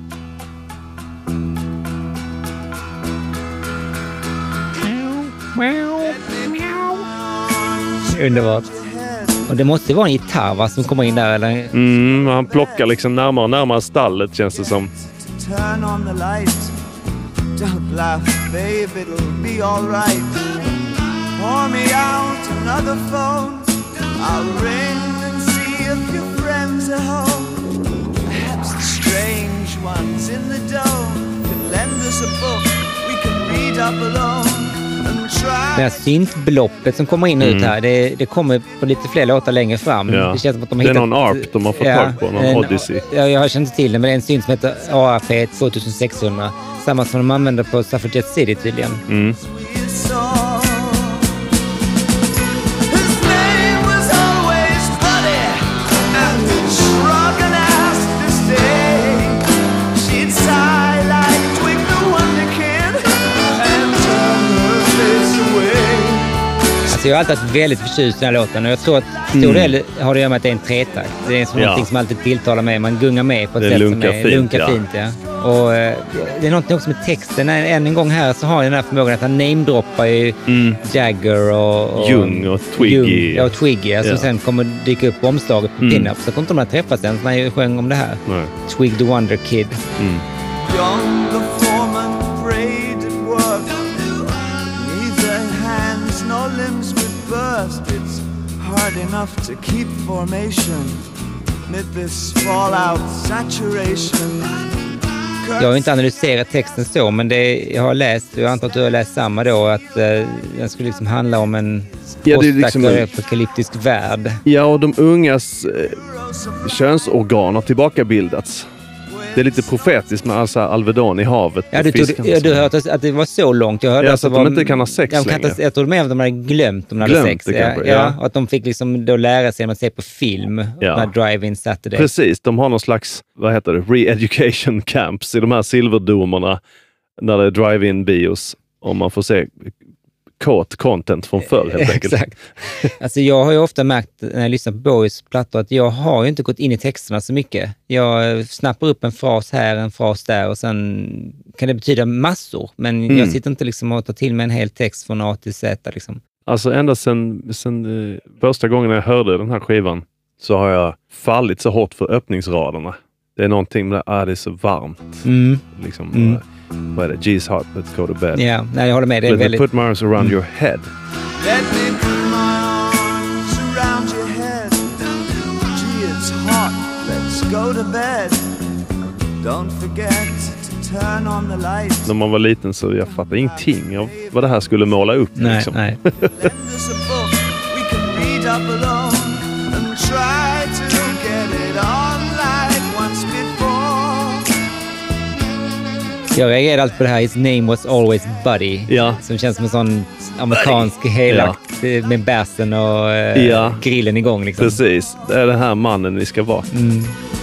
Underbart. Och det måste vara en gitarr va, som kommer in där eller? Mm, han plockar liksom närmare och närmare stallet känns det som. Turn on the light. Don't laugh, babe, it'll be all right. Pour me out another phone. I'll ring and see if your friends are home. Perhaps the strange ones in the dome could lend us a book we can read up alone. Det här syntbloppet som kommer in mm. ut här, det, det kommer på lite fler låtar längre fram. Ja. Det känns som att de har det är hittat... någon A R P de har fått ja, tag på, någon en, Odyssey. Ja, jag har känt till det, men det är en synt som heter A R P tjugosexhundra. Samma som de använder på Suffragette City tydligen. Mm. Jag har alltid varit väldigt förtjust i den här låten och jag tror att stor mm. del har det att göra med att det är en tretakt. Det är ja. någonting som alltid tilltalar mig. Man gungar med på ett det sätt lunkar som är fint, lunkar ja. fint. Ja. Och eh, det är någonting också med texten. Än en gång här så har jag den här förmågan att han namedroppar ju mm. Jagger och, och... Jung och Twiggy. Jung, ja, och Twiggy. Ja. Som sen kommer dyka upp på omslaget på mm. Pin-Up. Så jag tror inte de har träffats än när jag sjöng om det här. Nej. Twig the Wonder Kid. Mm. Young the foreman prayed at work. Neither hands nor limbs would burst. It's hard enough to keep formation mid this fallout saturation. Jag har inte analyserat texten så, men det jag har läst, jag antar att du har läst samma då, att eh, den skulle liksom handla om en ja, liksom postapokalyptisk värld. Ja, och de ungas eh, könsorgan har tillbakabildats. Det är lite profetiskt med alltså Alvedon i havet. Ja, du, tog, ja, du har hört att det var så långt. Jag hörde ja, att så att var, de inte kan ha sex jag, längre. Kan, jag tror mer att de hade glömt om de hade sex. Det ja, kanske, ja. ja. Och att de fick liksom då lära sig att se på film. Ja. Drive-In Saturday. Precis, de har någon slags, vad heter det, re-education camps i de här silverdomarna när det är drive-in bios. Om man får se kort content från förr helt enkelt. Exakt. Alltså jag har ju ofta märkt när jag lyssnar på Bowies plattor att jag har ju inte gått in i texterna så mycket. Jag snappar upp en fras här, en fras där och sen kan det betyda massor. Men mm. jag sitter inte liksom och tar till mig en hel text från A till Z liksom. Alltså ända sen, sen eh, första gången jag hörde den här skivan så har jag fallit så hårt för öppningsraderna. Det är någonting med det, ah, det är så varmt. Mm. Liksom, mm. vad är det? G's heart, let's go to bed. Ja, yeah, nej, jag håller med. Det är Let väldigt... put my arms around mm. your head. Let me put my arms around your head. Gee, it's hot, let's go to bed. Don't forget to turn on the light. När man var liten så jag fattade ingenting av vad det här skulle måla upp. Nej, liksom. nej. Lend us a book we can read up alone and try to get it on like once before. Jag reagerade alltid på det här His name was always Buddy. Ja. Som känns som en sån amerikansk helakt ja. med bässen och uh, ja. grillen igång. Liksom. Precis, det är den här mannen vi ska vara. Mm.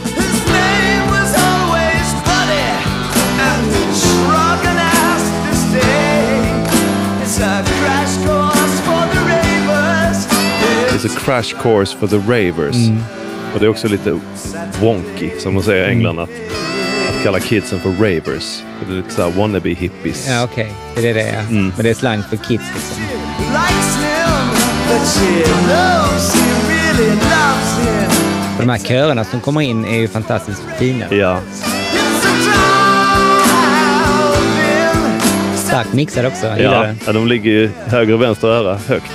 It's a crash course for the ravers. Mm. Och det är också lite wonky, som man säger i England, att, att kalla kidsen för ravers. Det är lite såhär wannabe hippies. Ja, okej. Okay. Det är det, ja. Mm. Men det är slang för kids, liksom. Och de här körerna som kommer in är ju fantastiskt fina. Ja. Starkt mixade också. Ja, ja, de ligger ju höger och vänster öra högt.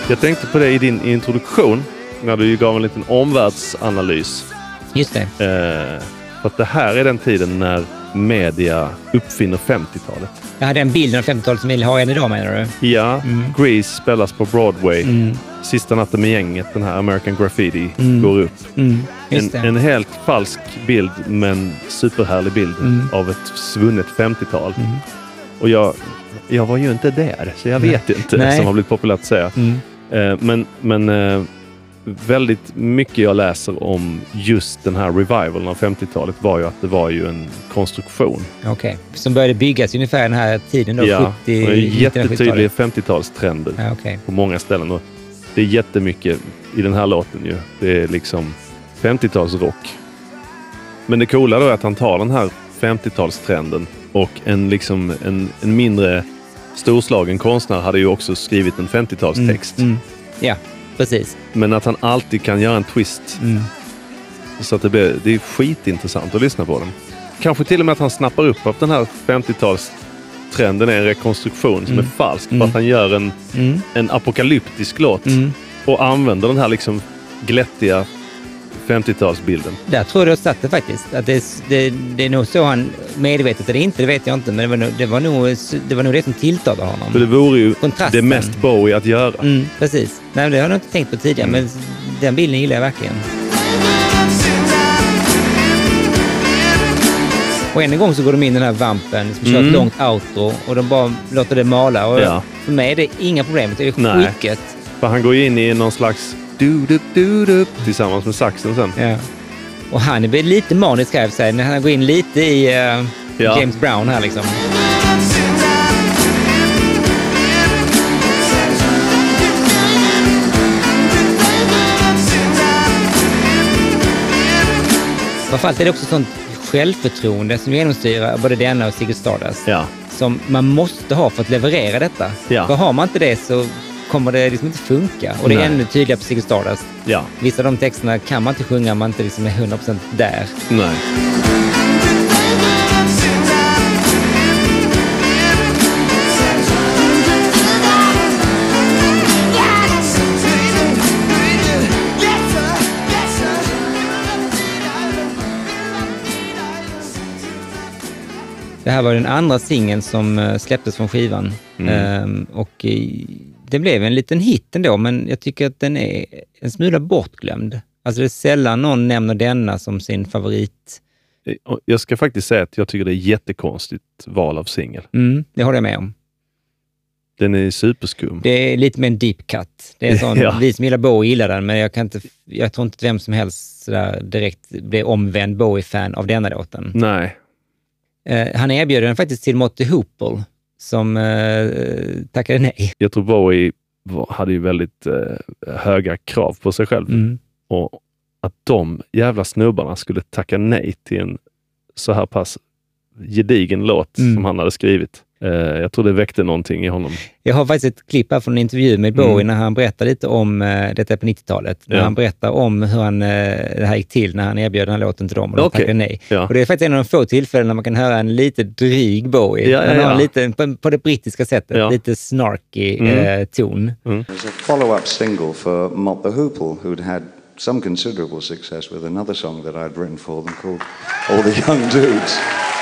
Jag tänkte på det i din introduktion när du gav en liten omvärldsanalys. Just det. Eh, för att det här är den tiden när media uppfinner femtiotalet. Jag hade en bild av femtiotalet som vi har än idag, menar du? Ja, mm. Grease spelas på Broadway. Mm. Sista natten med gänget, den här American Graffiti, mm. går upp. Mm. En, en helt falsk bild, men superhärlig bild mm. av ett svunnet femtiotal. Mm. Och jag, jag var ju inte där, så jag vet Nej. inte, Nej. som har blivit populärt att säga. Mm. Eh, men men eh, väldigt mycket jag läser om just den här revivalen av femtiotalet var ju att det var ju en konstruktion. Okej, okay. Som började byggas ungefär den här tiden då? Ja, sjuttio, det är jättetydliga femtiotalstrender ja, okay. på många ställen. Och det är jättemycket i den här låten ju. Det är liksom femtiotalsrock. Men det coola då är att han tar den här femtiotalstrenden och en, liksom, en, en mindre storslagen konstnär hade ju också skrivit en femtiotalstext. Mm, mm. Ja, precis. Men att han alltid kan göra en twist. Mm. Så att det, blir, det är skitintressant att lyssna på den. Kanske till och med att han snappar upp att den här femtiotalstrenden är en rekonstruktion som mm. är falsk. Mm. För att han gör en, mm. en apokalyptisk låt. Mm. Och använder den här liksom glättiga femtiotalsbilden. Där tror jag du har satt det faktiskt. Att det, det, det är nog så han medvetet eller inte, det vet jag inte. Men det var nog det, var nog, det, var nog det som tilltalade honom. För det vore ju Kontrasten. det mest Bowie att göra. Mm, precis. Nej, det har jag inte tänkt på tidigare, mm. men den bilden gillar jag verkligen. Och en gång så går de in i den här vampen som kör mm. ett långt outro och de bara låter det mala. Och ja. För mig är det inga problem. Det är skicket. För han går in i någon slags du-du, du-du, tillsammans med saxen sen. Ja. Och han är lite manisk här, så här, när han går in lite i uh, ja. James Brown här liksom. Framförallt är det också sånt självförtroende som genomstyrar både denna och Ziggy Stardust. Ja. Som man måste ha för att leverera detta. Ja. För har man inte det så kommer det liksom inte funka. Och det är Nej. ännu tydligare på Ziggy Stardust. Ja. Vissa av de texterna kan man inte sjunga om man inte liksom är hundra procent där. Nej. Det här var den andra singeln som släpptes från skivan. Mm. Ehm, och det blev en liten hit ändå, men jag tycker att den är en smula bortglömd. Alltså det är sällan någon nämner denna som sin favorit. Jag ska faktiskt säga att jag tycker det är jättekonstigt val av singel. Mm, det håller jag med om. Den är superskum. Det är lite mer en deep cut. Det är en sån, ja. Vi som gillar Bowie gillar den, men jag, kan inte, jag tror inte att vem som helst sådär direkt blir omvänd Bowie-fan av denna låten. Nej. Uh, han erbjöd den faktiskt till Mott the Hoople som uh, tackade nej. Jag tror Bowie var, hade ju väldigt uh, höga krav på sig själv. Mm. Och att de jävla snubbarna skulle tacka nej till en så här pass gedigen låt mm. som han hade skrivit. Uh, jag tror det väckte någonting i honom. Jag har faktiskt ett klipp här från en intervju med Bowie mm. när han berättar lite om uh, detta på nittiotalet. När ja. han berättar om hur han, uh, det här gick till när han erbjöd den här låten till dem och de okay. tackade nej. Ja. Och det är faktiskt en av de få tillfällen när man kan höra en lite dryg Bowie. Ja, ja, han har ja. lite, på, på det brittiska sättet, ja. lite snarky mm. uh, ton. Mm. There's a follow-up single for Mott the Hoople who'd had some considerable success with another song that I'd written for them called All the Young Dudes.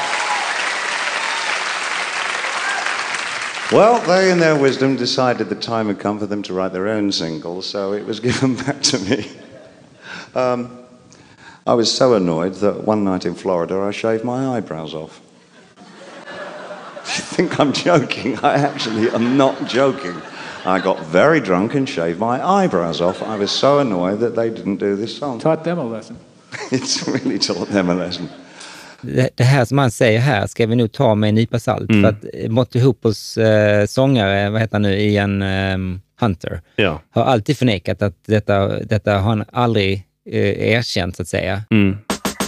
Well, they in their wisdom decided the time had come for them to write their own single, so it was given back to me. Um, I was so annoyed that one night in Florida I shaved my eyebrows off. You think I'm joking? I actually am not joking. I got very drunk and shaved my eyebrows off. I was so annoyed that they didn't do this song. Taught them a lesson. It's really taught them a lesson. Det här som han säger här ska vi nog ta med en nypa salt. Mm. För att Mott the Hooples eh, sångare, vad heter han nu, Ian eh, Hunter, ja. har alltid förnekat att detta, detta har han aldrig eh, erkänt så att säga. Mm.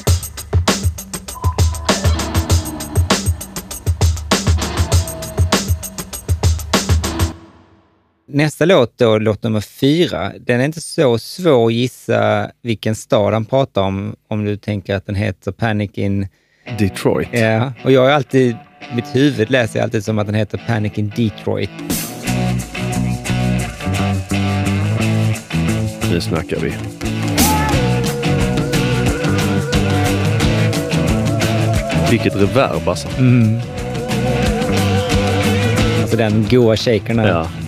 Nästa låt då, låt nummer fyra, den är inte så svår att gissa vilken stad han pratar om, om du tänker att den heter Panic in Detroit. Ja, och jag har alltid, mitt huvud läser jag alltid som att den heter Panic in Detroit. Nu snackar vi. Vilket reverb alltså. Mm. Alltså den goa shaken här. Ja.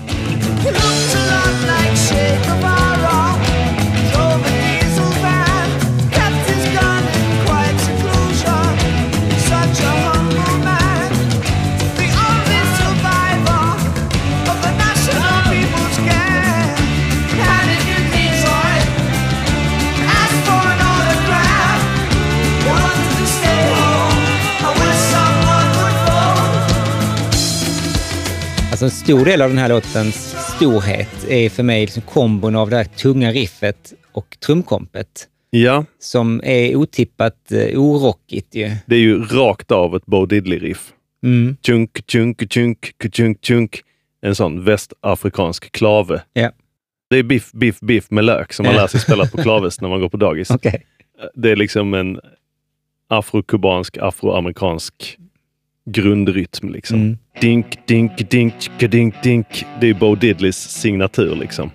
Alltså en stor del av den här låtens storhet är för mig liksom kombon av det här tunga riffet och trumkompet. Ja. Som är otippat uh, orockigt ju. Det är ju rakt av ett Bo Diddley-riff. Mm. Chunk, chunk, chunk, chunk, chunk. En sån västafrikansk klave. Ja. Det är biff, biff, biff med lök som man lär sig spela på klaves när man går på dagis. Okay. Det är liksom en afrokubansk, afroamerikansk grundrytm liksom. Mm. Dink, dink, dink, dink, dink. Det är Bo Diddleys signatur liksom.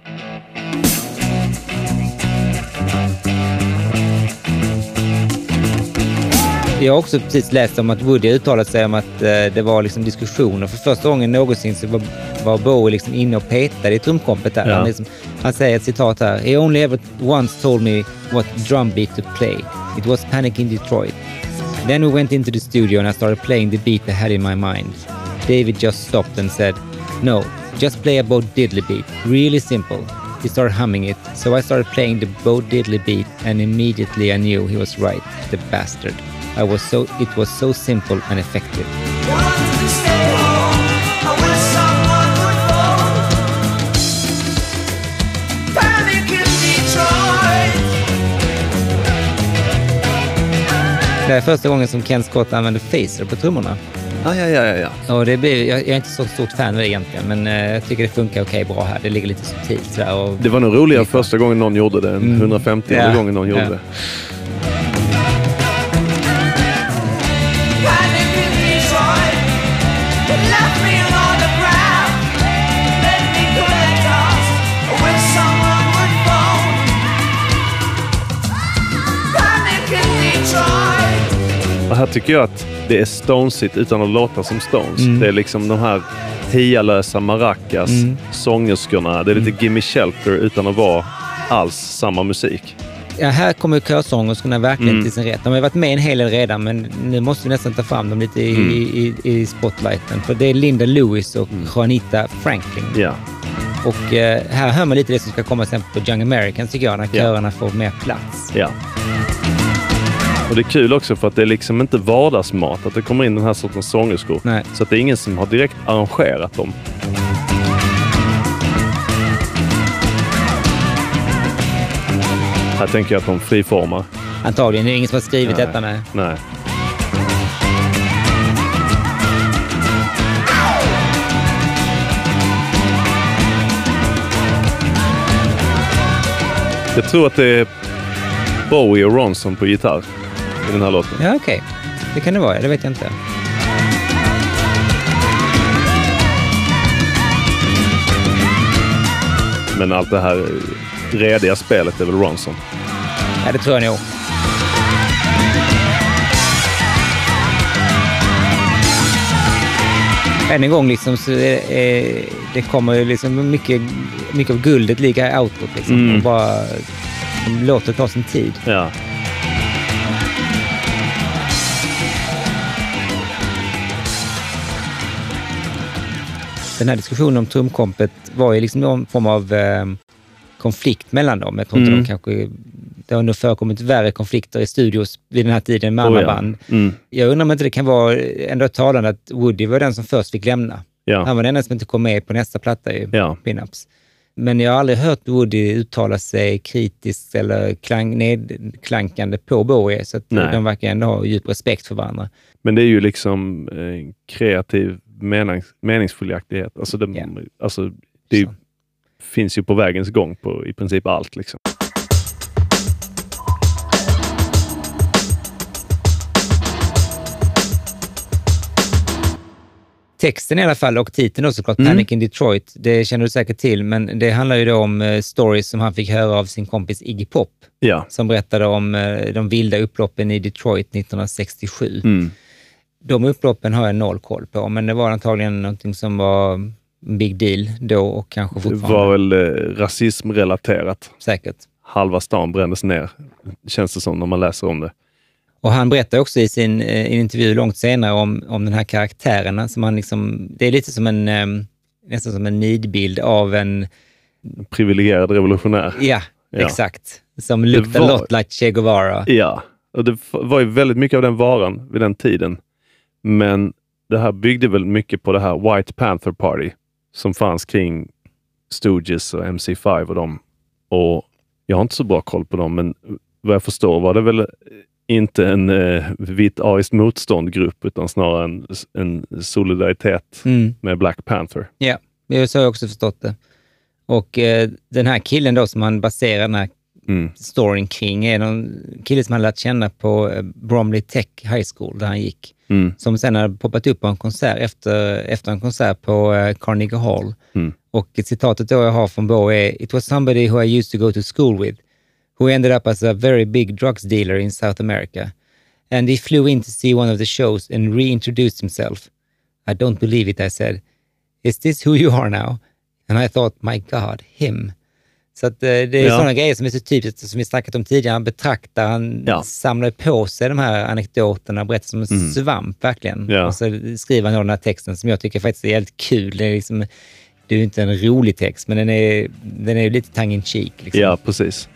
Jag har också precis läst om att Woody uttalat sig om att eh, det var liksom diskussioner. För första gången någonsin så var, var Bowie liksom inne och petade i trumkompet där. Ja. Han, liksom, han säger ett citat här. He only ever once told me what drum beat to play. It was Panic in Detroit. Then we went into the studio and I started playing the beat I had in my mind. David just stopped and said, no, just play a Bo Diddley beat. Really simple. He started humming it. So I started playing the Bo Diddley beat and immediately I knew he was right, the bastard. I was so it was so simple and effective. Det är första gången som Ken Scott använder phaser på trummorna. Ah, ja, ja, ja, ja. Och det blir, jag, jag är inte så stort fan av det egentligen, men eh, jag tycker det funkar okej bra här. Det ligger lite subtilt sådär. Och Det var nog roligare första gången någon gjorde det än Mm. hundrafemtio Ja. gången någon gjorde Ja. det. Och här tycker jag att det är Stonesigt utan att låta som Stones. Mm. Det är liksom de här hialösa maracas, Mm. sångerskorna. Det är lite Gimme Shelter utan att vara alls samma musik. Ja, här kommer körsångerskorna verkligen Mm. till sin rätt. De har varit med en hel del redan, men nu måste vi nästan ta fram dem lite i, Mm. i, i spotlighten. För det är Linda Lewis och Mm. Juanita Franklin. Ja. Och eh, här hör man lite det som ska komma sen på Young Americans tycker jag, när Ja. körerna får mer plats. Ja. Och det är kul också för att det är liksom inte vardagsmat att det kommer in den här sortens sångerskor. Nej. Så att det är ingen som har direkt arrangerat dem. Här tänker jag att de friformar. Antagligen, det är ingen som har skrivit Nej. detta. Nej. Nej. Jag tror att det är Bowie och Ronson på gitarr i den här låten. Ja, okej. Det kan det vara, det vet jag inte. Men allt det här rediga spelet är väl Ronson. Ja, det tror jag nog. Än en gång liksom så är, är, det kommer ju liksom mycket, mycket av guldet ligger i outrot liksom. Mm. Och bara låter ta sin tid. Ja. Den här diskussionen om trumkompet var ju liksom någon form av eh, konflikt mellan dem. Jag tror inte Mm. de kanske... Det har nog förekommit värre konflikter i studios vid den här tiden med Oh, andra ja. band. Mm. Jag undrar om inte det kan vara ändå talande att Woody var den som först fick lämna. Ja. Han var den enda som inte kom med på nästa platta i Ja. Pin-Ups. Men jag har aldrig hört Woody uttala sig kritiskt eller klang, nedklankande på Bowie. Så att Nej. de verkar ändå ha djup respekt för varandra. Men det är ju liksom eh, kreativ menings, meningsfullaktighet. Alltså det, Ja. alltså det är ju, Så. finns ju på vägens gång på i princip allt liksom. texten i alla fall och titeln också såklart, Mm. Panic in Detroit, det känner du säkert till, men det handlar ju då om uh, stories som han fick höra av sin kompis Iggy Pop, Ja. som berättade om uh, de vilda upploppen i Detroit nittonhundrasextiosju. Mm. De upploppen har jag noll koll på, men det var antagligen någonting som var en big deal då och kanske Det fortfarande. var väl eh, rasismrelaterat. Säkert. Halva stan brändes ner, känns det som när man läser om det. Och han berättar också i sin eh, i en intervju långt senare om, om den här karaktären som han liksom, det är lite som en eh, nästan som en nidbild av en, Privilegierad revolutionär. ja, Ja. exakt, som luktar var- lot like Che Guevara. Ja, och det f- var ju väldigt mycket av den varan vid den tiden. Men det här byggde väl mycket på det här White Panther Party som fanns kring Stooges och M C fem och dem. Och jag har inte så bra koll på dem, men vad jag förstår var det väl inte en eh, vitt ariskt motståndgrupp utan snarare en, en solidaritet Mm. med Black Panther. Ja, det är så jag också förstått det. Och eh, den här killen då som han baserar den här Mm. storyn kring är någon kille som han lärt känna på eh, Bromley Tech High School där han gick. Mm. Som sen har poppat upp på en konsert efter, efter en konsert på eh, Carnegie Hall. Mm. Och citatet då jag har från Bo är "It was somebody who I used to go to school with, who ended up as a very big drugs dealer in South America. And he flew in to see one of the shows and reintroduced himself. I don't believe it, I said. Is this who you are now? And I thought, my God, him." Så att, eh, det är Ja. sådana grejer som är så typiskt, som vi snackat om tidigare. Han betraktar, han Ja. samlar på sig de här anekdoterna, berättar som en Mm. svamp verkligen. Ja. Och så skriver han då den här texten som jag tycker faktiskt är jävligt kul. Det är, liksom, det är ju inte en rolig text, men den är, den är ju lite tongue in cheek. Liksom. Ja, precis.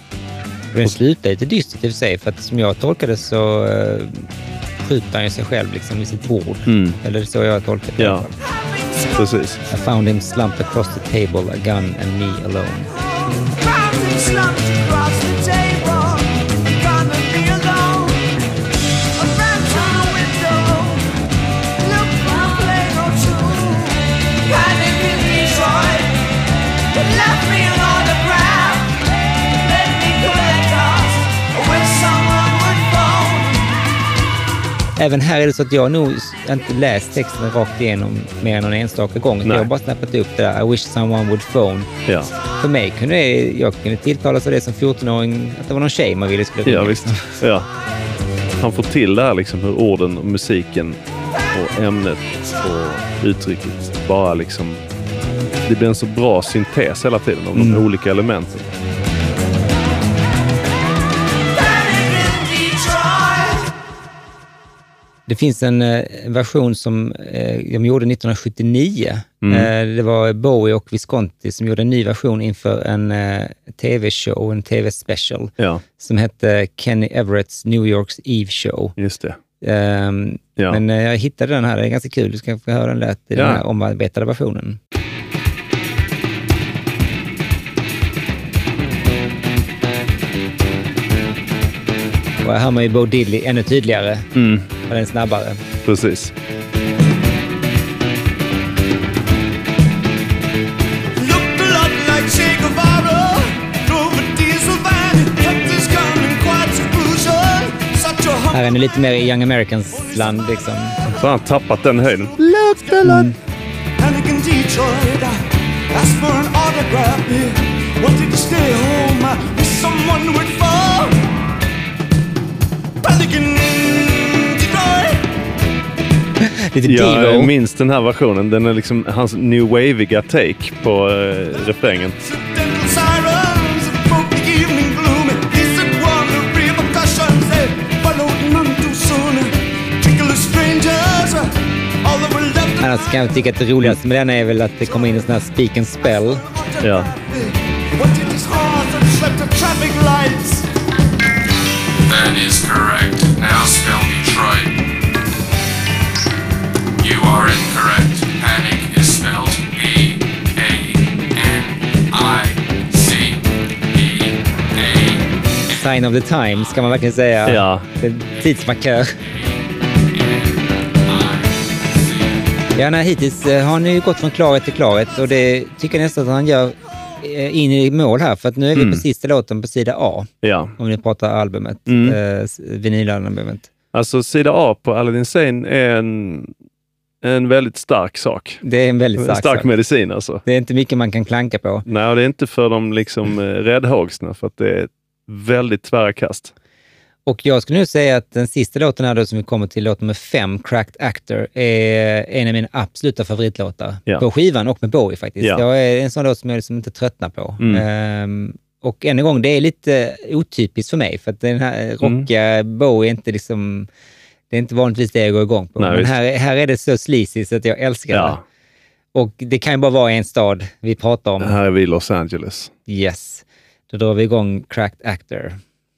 Och den slutar lite dystert i och för sig, för att som jag tolkade så uh, skjuter han ju sig själv liksom, i sitt bord. Mm. Eller så jag har tolkat det i alla Ja, fall. precis. I found him slumped across the table, a gun and me alone. Found him slumped across the table, gonna be alone. I ran to the window, looked for a plane or two. Panic in Detroit, they left me an autograph. Let me collect us when someone would phone. Även här är det så att jag nog inte läst texten rakt igenom mer än någon enstaka gång. Nej. Jag har bara snappat upp det där, I wish someone would phone. Ja, För mig kunde det, jag kunde tilltalas av det som fjortonåring, att det var någon tjej man ville skulle ja ringa. visst. Ja. Han får till det här liksom hur orden och musiken och ämnet och uttrycket bara liksom... Det blir en så bra syntes hela tiden av de Mm. olika elementen. Panic in Detroit. Det finns en eh, version som eh, de gjorde nittonhundrasjuttionio. Mm. Eh, det var Bowie och Visconti som gjorde en ny version inför en eh, tv-show, en tv-special, Ja, som hette Kenny Everett's New York's Eve Show. just det. Ehm, Ja. Men eh, jag hittade den här, det är ganska kul. Du ska få höra den lät i den Ja. här omarbetade versionen. Och här hör man ju Bo Diddley ännu tydligare, Mm, och den snabbare. precis. Looked a lot like Che Guevara. Drove a diesel van, kept his gun in quiet seclusion. Such a Här är den lite mer i Young Americans-land liksom. Så har han tappat den höjden. Looked a lot. Panic in Detroit. I asked for an autograph. Yeah. Wanted to stay home. I wish someone would fall. Panic in Detroit. Lite Jag divo. minns den här versionen. Den är liksom hans new waveiga take på uh, refrängen. Accidental sirens broke the evening gloom. He said, "One the repercussions they followed none too soon. Tickle strangers, all that were left." Annars kan jag tycka att det roligaste med den är väl att det kommer in en sån här speak and spell. Ja. What did his heart and slept the traffic lights? That is correct. Now spell Detroit. You are incorrect. Panic is spelled E A N I C E A. Sign of the times kan man verkligen säga. Ja. Det är tidsmarkör. Ja, nej, hittills eh, har han ju gått från klarhet till klarhet och det tycker jag nästan att han gör eh, in i mål här, för att nu är vi Mm. på sista låten på sida A, Ja. om ni pratar albumet, Mm. eh, vinylalbumet. Alltså sida A på Aladdin Sane är en en väldigt stark sak. Det är en väldigt stark, stark sak. medicin alltså. Det är inte mycket man kan klanka på. Nej, det är inte för de liksom räddhågsna, för att det är väldigt tvära kast. Och jag skulle nu säga att den sista låten här då, som vi kommer till, låt nummer fem, Cracked Actor, är en av mina absoluta favoritlåtar. Ja. På skivan och med Bowie faktiskt. Ja. Jag är en sån låt som jag liksom inte tröttnar på. Mm. Um, och än en gång, det är lite otypiskt för mig, för att den här rockiga mm. Bowie är inte liksom, det är inte vanligtvis det jag går igång på. Nej, men här, här är det så sleazy så att jag älskar ja. det. Och det kan ju bara vara en stad vi pratar om. Här är vi i Los Angeles. Yes. Då drar vi igång Cracked Actor.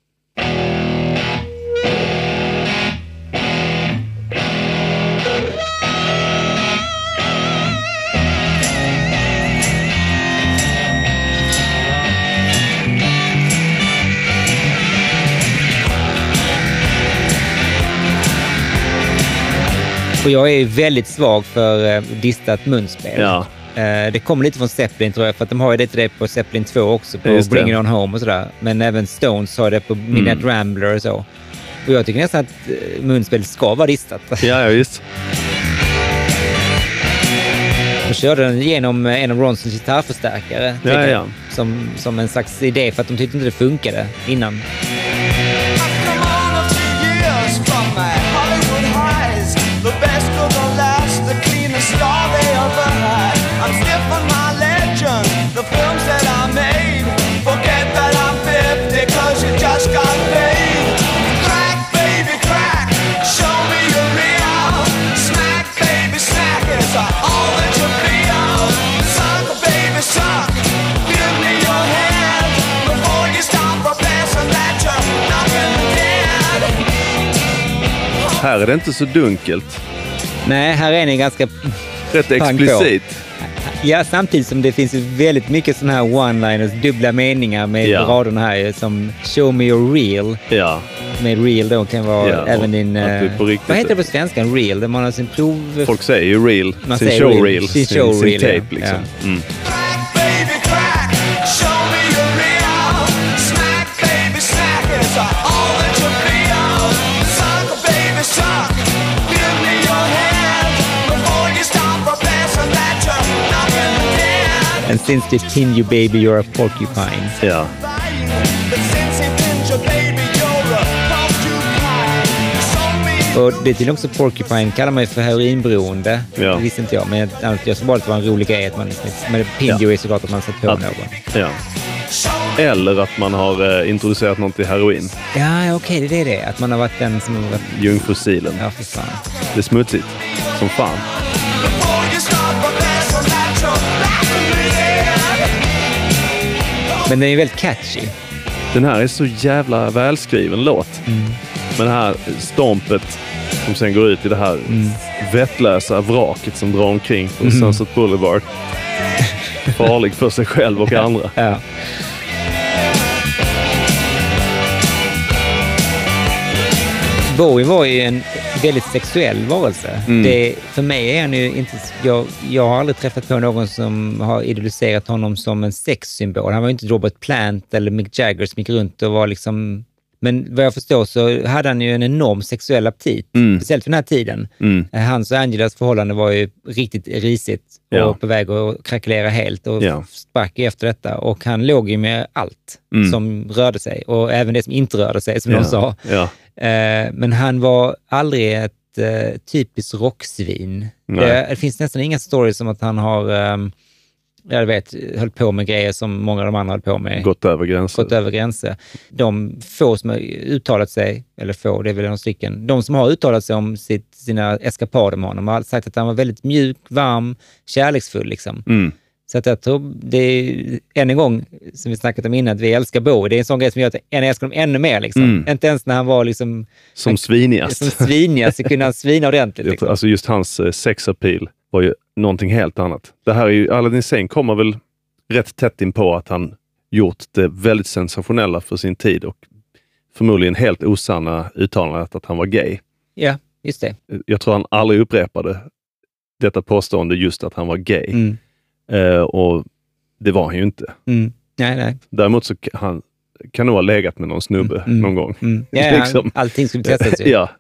Och jag är väldigt svag för eh, distat munspel. Ja. Eh, det kommer lite från Zeppelin tror jag, för att de har ju det till det på Zeppelin två också, på Bring It On Home och sådär. Men även Stones har det på Midnight mm. Rambler och så. Och jag tycker nästan att eh, munspel ska vara distat. Ja, ja visst. De körde den genom en av Ronsons gitarrförstärkare. Ja, ja. Som, som en slags idé, för att de tyckte inte det funkade innan. The best of the last, the cleanest star they ever had. I'm stiff on my legend, the films that I made. Forget that I'm fifty, cause you just got paid. Crack, baby, crack, show me you're real. Smack, baby, smack, it's all that you feel. Suck, baby, suck, give me your hand. Before you stop professing that you're knocking dead. Här är det inte så dunkelt. Nej, här är ni ganska rätt explicit. Ja, samtidigt som det finns väldigt mycket sådana här one-liners, dubbla meningar med ja. raderna här som show me your real. Ja. Med real då kan vara ja, även din... Uh, vad heter det på svenska? Real? Där man har sin prov... Folk säger ju real. Man sin säger show real. real. Sin, sin show sin real. tape Ja. liksom. Ja. Mm. And since they pin you baby, you're a porcupine. Ja. Och det är till också porcupine kallar man ju för heroinberoende. Ja. Det visste inte jag, men jag, jag såg bara att det var en rolig grej. Att man, men pin you ja. är såklart att man sätter på att, någon. Ja. Eller att man har eh, introducerat något till heroin. Ja, okej, okay, det är det. Att man har varit den som har varit... Jungfrusilen. Ja, för fan. Det är smutsigt. Som fan. Men den är väldigt catchy. Den här är så jävla välskriven låt. Mm. Men det här stompet som sen går ut i det här mm. vettlösa vraket som drar omkring på mm. Sunset Boulevard. Farlig för sig själv och andra. Ja. Bowie var ju en väldigt sexuell varelse. Mm. Det, för mig är han ju inte... Jag, jag har aldrig träffat på någon som har idoliserat honom som en sexsymbol. Han var ju inte Robert Plant eller Mick Jagger som gick runt och var liksom... Men vad jag förstår så hade han ju en enorm sexuell aptit. Mm. Speciellt för den här tiden. Mm. Hans och Angelas förhållande var ju riktigt risigt. Ja. Och på väg att krackelera helt. Och ja. sprack efter detta. Och han låg ju med allt mm. som rörde sig. Och även det som inte rörde sig, som ja. de sa. Ja. Eh, men han var aldrig ett eh, typiskt rocksvin. Det, det finns nästan inga stories om att han har... Um, jag vet, höll på med grejer som många av de andra höll på med. Gått över gränser. Gått över gränser. De få som har uttalat sig, eller få, det är väl någon stycken, de som har uttalat sig om sitt, sina eskapader med honom har sagt att han var väldigt mjuk, varm, kärleksfull liksom. Mm. Så att jag tror, det är än en gång, som vi snackat om innan, att vi älskar Bowie. Det är en sån grej som gör att jag älskar dem ännu mer liksom. Mm. Inte ens när han var liksom... Som han, svinigast. Som svinigast, så kunde han svina ordentligt. Liksom. Alltså just hans eh, sexappeal var ju någonting helt annat. Det här är ju, Aladdin Sane kommer väl rätt tätt in på att han gjort det väldigt sensationella för sin tid och förmodligen helt osanna uttalandet att han var gay. Ja, just det. Jag tror han aldrig upprepade detta påstående just att han var gay. Mm. Uh, och det var han ju inte. Mm. Nej, nej. Däremot så han kan nog ha legat med någon snubbe mm. någon gång. Mm. Ja, liksom. Allting skulle testas ju. Ja.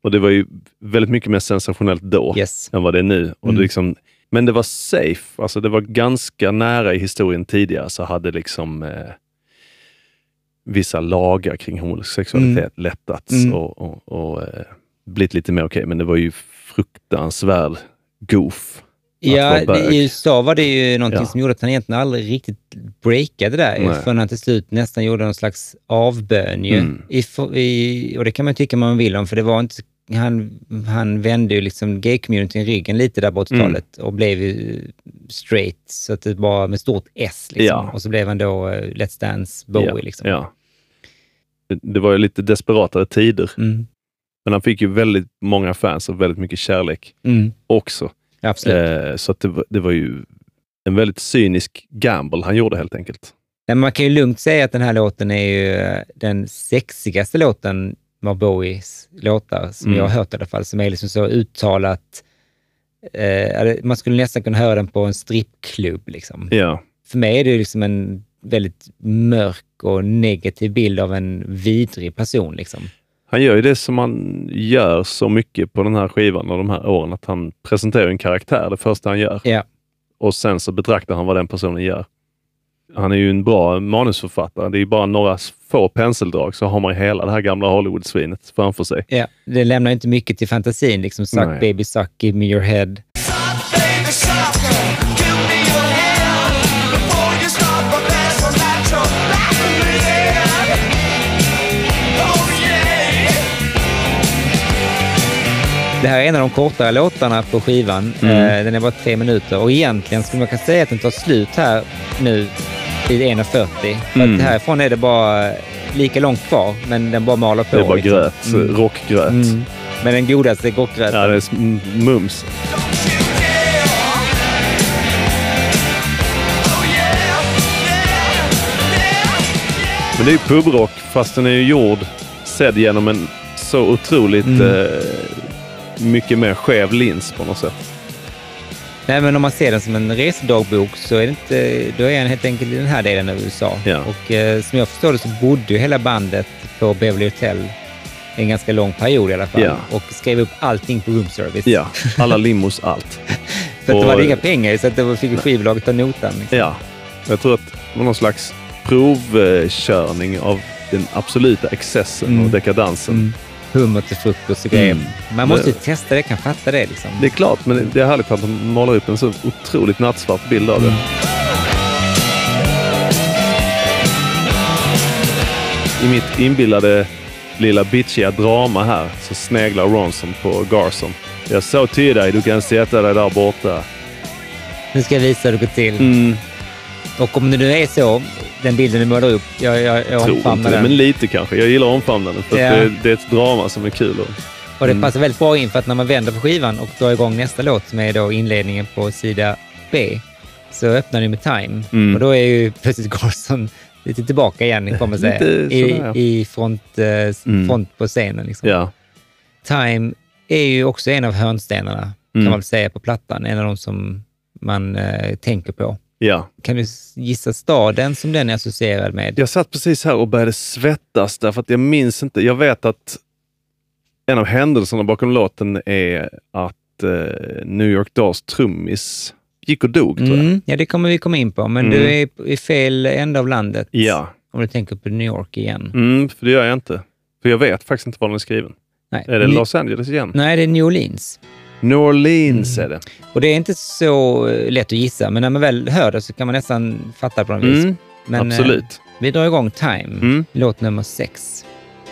Och det var ju väldigt mycket mer sensationellt då Yes. än vad det är nu. Och Mm. det liksom, men det var safe. Alltså det var ganska nära i historien tidigare så hade liksom eh, vissa lagar kring homosexualitet Mm. lättats Mm. och, och, och eh, blivit lite mer okej. Okay. Men det var ju fruktansvärd goof. Ja, att vara det, bög. i U S A var det ju någonting Ja. som gjorde att han egentligen aldrig riktigt breakade där. Nej. Förrän han till slut nästan gjorde någon slags avbön ju. Mm. I, i, och det kan man tycka man vill om, för det var inte... Han, han vände ju liksom gay-communityn ryggen lite där på åttiotalet och blev ju straight, så att det var med stort S liksom. Ja. Och så blev han då uh, Let's Dance Bowie ja, liksom. Ja. Det, det var ju lite desperatare tider. Mm. Men han fick ju väldigt många fans och väldigt mycket kärlek Mm. också. Absolut. Eh, så att det, var- det var ju en väldigt cynisk gamble han gjorde helt enkelt. Men man kan ju lugnt säga att den här låten är ju uh, den sexigaste låten av Bowies låtar som Mm. jag har hört i alla fall, som är liksom så uttalat. Eh, man skulle nästan kunna höra den på en strippklubb liksom. Ja, För mig är det liksom en väldigt mörk och negativ bild av en vidrig person liksom. han gör ju det som han gör så mycket på den här skivan och de här åren, att han presenterar en karaktär det första han gör. Ja. Och sen så betraktar han vad den personen gör. Han är ju en bra manusförfattare. Det är ju bara några få penseldrag så har man hela det här gamla Hollywood-svinet framför sig. Ja, det lämnar inte mycket till fantasin liksom. Suck Nej. baby suck, give me your head. Baby sucker, give me your hand before you start my best on that your back of the head. Oh yeah. Det här är en av de kortare låtarna på skivan. Mm. Eh, den är bara tre minuter och egentligen skulle man kunna säga att den tar slut här nu vid en fyrtio. För Mm. att härifrån är det bara lika långt kvar, men den bara maler på. Det är bara liksom. gröt, Mm. rockgröt. Mm. Men den godaste är gottgröten. Ja, det är s- m- mums. Men det är ju pubrock, fast den är ju gjord, sedd genom en så otroligt Mm. eh, mycket mer skev lins på något sätt. Nej, men om man ser den som en resedagbok så är det inte, då är den helt enkelt i den här delen av U S A. Ja. Och eh, som jag förstår det så bodde ju hela bandet på Beverly Hotel en ganska lång period i alla fall. Ja. Och skrev upp allting på room service. Ja, alla limos, allt. För att det Och- var inga pengar så att det fick skivbolaget ta notan. Liksom. Ja, jag tror att det var någon slags provkörning av den absoluta excessen Mm. och dekadansen. Mm. Hummer till frukost och grejer. Mm. Man måste ju Det- testa det, kan fatta det liksom. Det är klart, men det är härligt att de målar upp en så otroligt nattsvart bild av det. Mm. I mitt inbillade lilla bitchiga drama här så sneglar Ronson på Garson. Jag sa till dig, du kan sätta dig där borta. Nu ska jag visa hur det går till. Mm, Och om det nu är så, den bilden du målar upp, jag, jag, jag tror omfamnar inte det, den. men lite kanske. Jag gillar omfamnanden för Ja. att det, det är ett drama som är kul. Och, Och det Mm. passar väldigt bra in för att när man vänder på skivan och drar igång nästa låt som är då inledningen på sida B, så öppnar ni med Time. Mm. Och då är ju plötsligt Garson lite tillbaka igen, får man säga. Lite I, sådär, ja. i front, eh, Mm. front på scenen. Liksom. ja. Time är ju också en av hörnstenarna, Mm. kan man väl säga, på plattan. En av de som man eh, tänker på. ja. Kan du gissa staden som den är associerad med? Jag satt precis här och började svettas därför att jag minns inte. Jag vet att en av händelserna bakom låten är att eh, New York Dolls trummis gick och dog, tror jag. Mm, ja, det kommer vi komma in på, men Mm. du är i fel ände av landet. Ja, Om du tänker på New York igen. mm, för det gör jag inte. För jag vet faktiskt inte var den är skriven. Nej. Är det Ni- Los Angeles igen? Nej, det är New Orleans. New Orleans Mm. är det. Och det är inte så eh, lätt att gissa, men när man väl hör det så kan man nästan fatta på något vis. Mm, Men, eh, absolut. vi drar igång Time, Mm. låt nummer sex.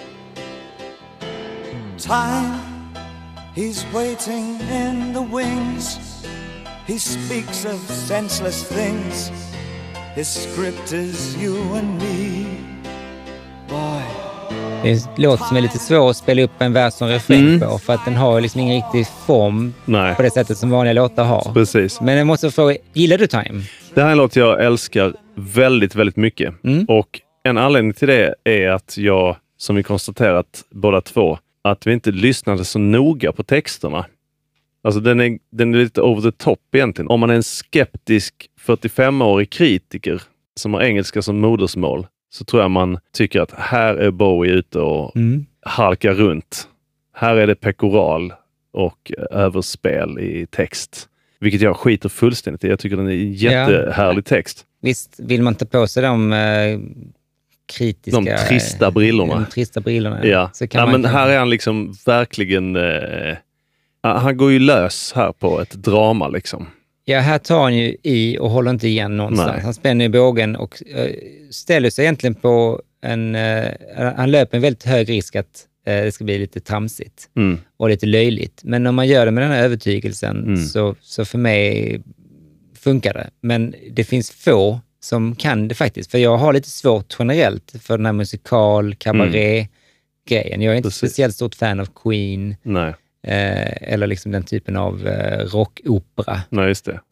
Time, he's waiting in the wings. He speaks of senseless things. His script is you and me. Boy, Det är en låt som är lite svår att spela upp en vers som refräng Mm. på, för att den har liksom ingen riktig form Nej, på det sättet som vanliga låtar har. precis. Men jag måste fråga, gillar du Time? Det här är en låt jag älskar väldigt, väldigt mycket. Mm. Och en anledning till det är att jag, som vi konstaterat båda två, att vi inte lyssnade så noga på texterna. Alltså den är, den är lite over the top egentligen. Om man är en skeptisk fyrtiofemårig kritiker som har engelska som modersmål, så tror jag man tycker att här är Bowie ute och Mm. halkar runt. Här är det pekoral och överspel i text. Vilket jag skiter fullständigt i. Jag tycker den är en jättehärlig text. Visst vill man ta på sig de eh, kritiska... De trista brillorna. De trista brillorna. Ja, Så kan ja man men här är han liksom verkligen... Eh, han går ju lös här på ett drama liksom. Ja, här tar han ju i och håller inte igen någonstans. Nej. Han spänner i bågen och eh, ställer sig egentligen på en... Eh, han löper en väldigt hög risk att eh, det ska bli lite tramsigt Mm. och lite löjligt. Men om man gör det med den här övertygelsen Mm. så, så för mig funkar det. Men det finns få som kan det faktiskt. För jag har lite svårt generellt för den här musikal, cabaret-grejen. Jag är inte Precis. speciellt stort fan av Queen Nej, eh, eller liksom den typen av eh, rockopera. nej just det.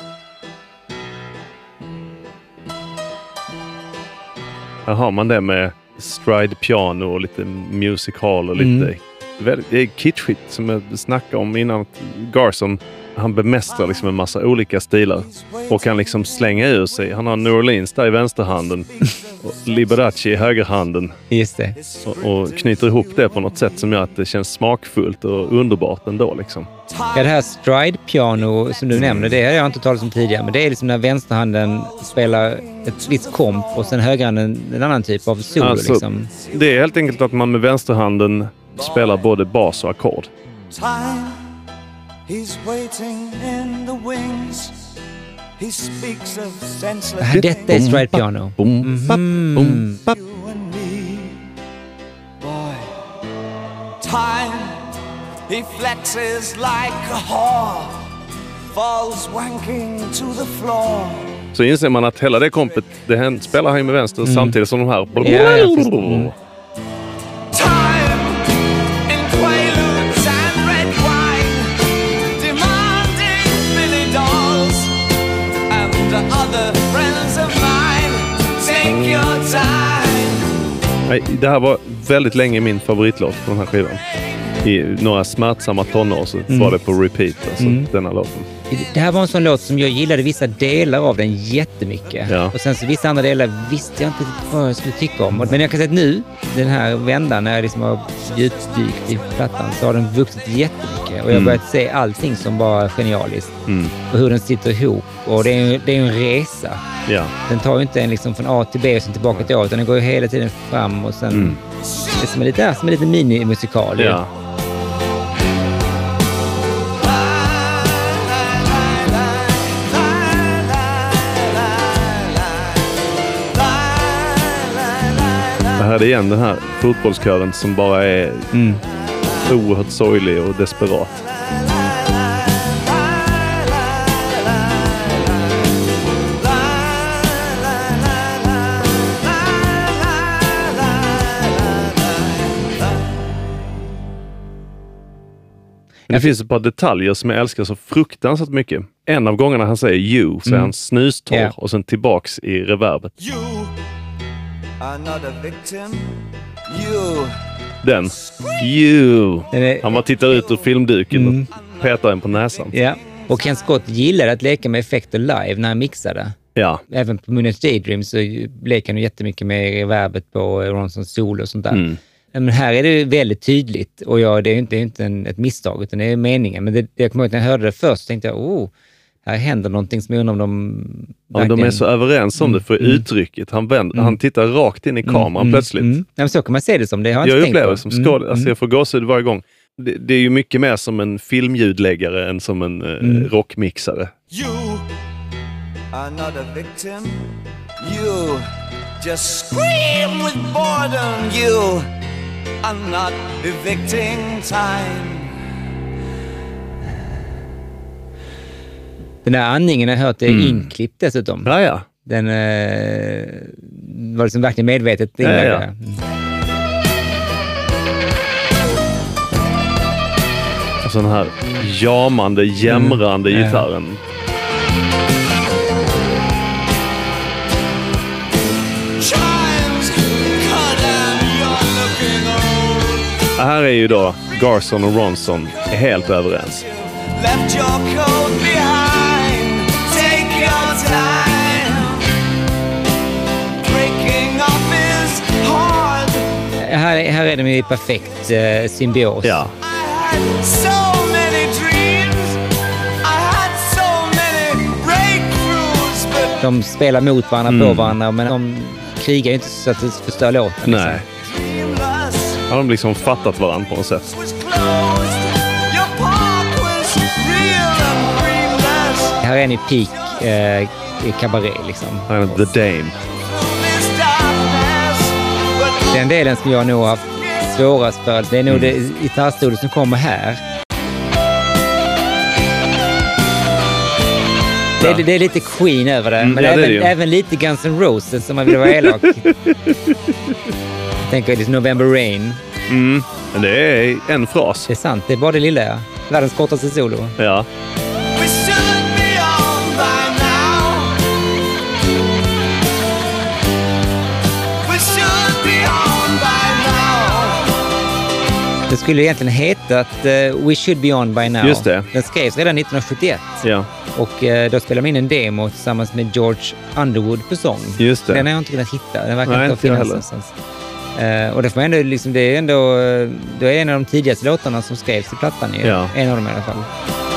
Här har man det med stride piano och lite music hall och lite... Mm. Väldigt, det är kitschigt som jag snackade om innan. Garson, han bemästrar liksom en massa olika stilar och kan liksom slänga ur sig. Han har New Orleans där i vänsterhanden och Liberace i högerhanden Just det. och, och knyter ihop det på något sätt som gör att det känns smakfullt och underbart ändå liksom. Ja, det här stride-piano som du nämnde, det har jag inte talat om tidigare, men det är liksom när vänsterhanden spelar ett visst komp och sen högerhanden en annan typ av solo. Alltså, liksom. det är helt enkelt att man med vänsterhanden spelar både bas och ackord. Time, he's waiting in the wings. He speaks of senseless Det här, detta är stride-piano. Boom, bap, boom, bap. you and me. Boy, time, he flexes like a whore, falls wanking to the floor. Så inser man att hela det kompet, det händer, spelar han ju med vänster samtidigt som de här... Ja, jag förstår. Mm. Time, in quaaludes and red wine, demanding Billy dolls and other friends of mine. Take your time. Nej, det här var väldigt länge min favoritlåt på den här skivan. I några smärtsamma tonår så var det på repeat, alltså, denna låten. Det här var en sån låt som jag gillade vissa delar av den jättemycket. Ja. Och sen så vissa andra delar visste jag inte vad jag skulle tycka om. Men jag kan säga att nu, den här vändan när jag liksom har djupdykt i plattan, så har den vuxit jättemycket. Och jag har Mm. börjat se allting som bara genialiskt. Mm. Och hur den sitter ihop. Och det är ju det är ju en resa. Ja. Den tar ju inte en liksom från A till B och sen tillbaka till A, utan den går ju hela tiden fram och sen... Mm. Det är som en lite, som en liten mini-musikal. Ja. Det här är igen den här fotbollskören som bara är Mm. oerhört sorglig och desperat. Men det finns ett par detaljer som jag älskar så fruktansvärt mycket. En av gångerna han säger you så är han snustorr Ja. och sen tillbaks i reverbet. You are not a victim. You Den. You. Den är- Han bara tittar ut ur filmduken och petar en på näsan. Ja. Och Ken Scott gillar att leka med effekter live när han mixade. Ja. Även på Moonage Daydream så leker han jättemycket med reverbet på Ronsons solo och sånt där. Mm. Men här är det väldigt tydligt och ja, det är ju inte, det är inte en, ett misstag utan det är meningen. Men det, det jag kommer ihåg när jag hörde det först tänkte jag, oh, här händer någonting som jag undrar om de... Ja, men de är så överens om det för uttrycket. Han, vänder, han tittar rakt in i kameran plötsligt. Mm. Ja, men så kan man se det som, det har jag Jag inte tänkt upplever på. det som skåd... Mm. Alltså jag får gåshud varje gång. Det, det är ju mycket mer som en filmljudläggare än som en eh, rockmixare. You are not a victim. You just scream with boredom. You are not evicting time. Den där andningen har jag hört är Mm. inklippt dessutom. Ja, ja. Den eh, var liksom verkligen medvetet Ja, ja. inlagda. Mm. Och så den här jamande, jämrande Mm. Ja. gitarren. Chimes cut and you're looking old. Det här är ju då Garson och Ronson är helt överens. Left your coat behind. Take your time. Breaking up is hard. Här, här är de ju i perfekt eh, symbios. Ja. I had so many dreams, I had so many breakthroughs, but De spelar mot varandra, Mm. på varandra, men de krigar ju inte så att det förstör låten. Nej. dreamless Har de liksom fattat varandra på något sätt? was closed. Your park was real and greenless. Här är ni peak eh, i cabaret liksom. Han är The Dame. Through this darkness, but Den delen som jag nog har haft svårast för, det är nog det gitarrstolet som kommer här. Det är, det är lite Queen över det, Mm, men ja, det är även, det ju. även lite Guns N' Roses som man vill vara elak. Jag tänker liksom November Rain. Mm. Men det är en fras. Det är sant, det är bara det lilla. Ja. Världens kortaste solo. Ja. we should be on by now. We should be on by now. Det skulle egentligen heta att uh, We Should Be On By Now. Just det. Den skrevs redan nittonhundrasjuttioett. Ja. Och uh, då spelade man in en demo tillsammans med George Underwood på sång. Just det. Den har jag inte kunnat hitta. Den verkar Nej, inte inte jag finnas heller. någonstans. Uh, och det får ändå, liksom, det är ändå uh, då är det en av de tidigaste låtarna som skrevs i plattan. Ju. Ja. En av dem i alla fall.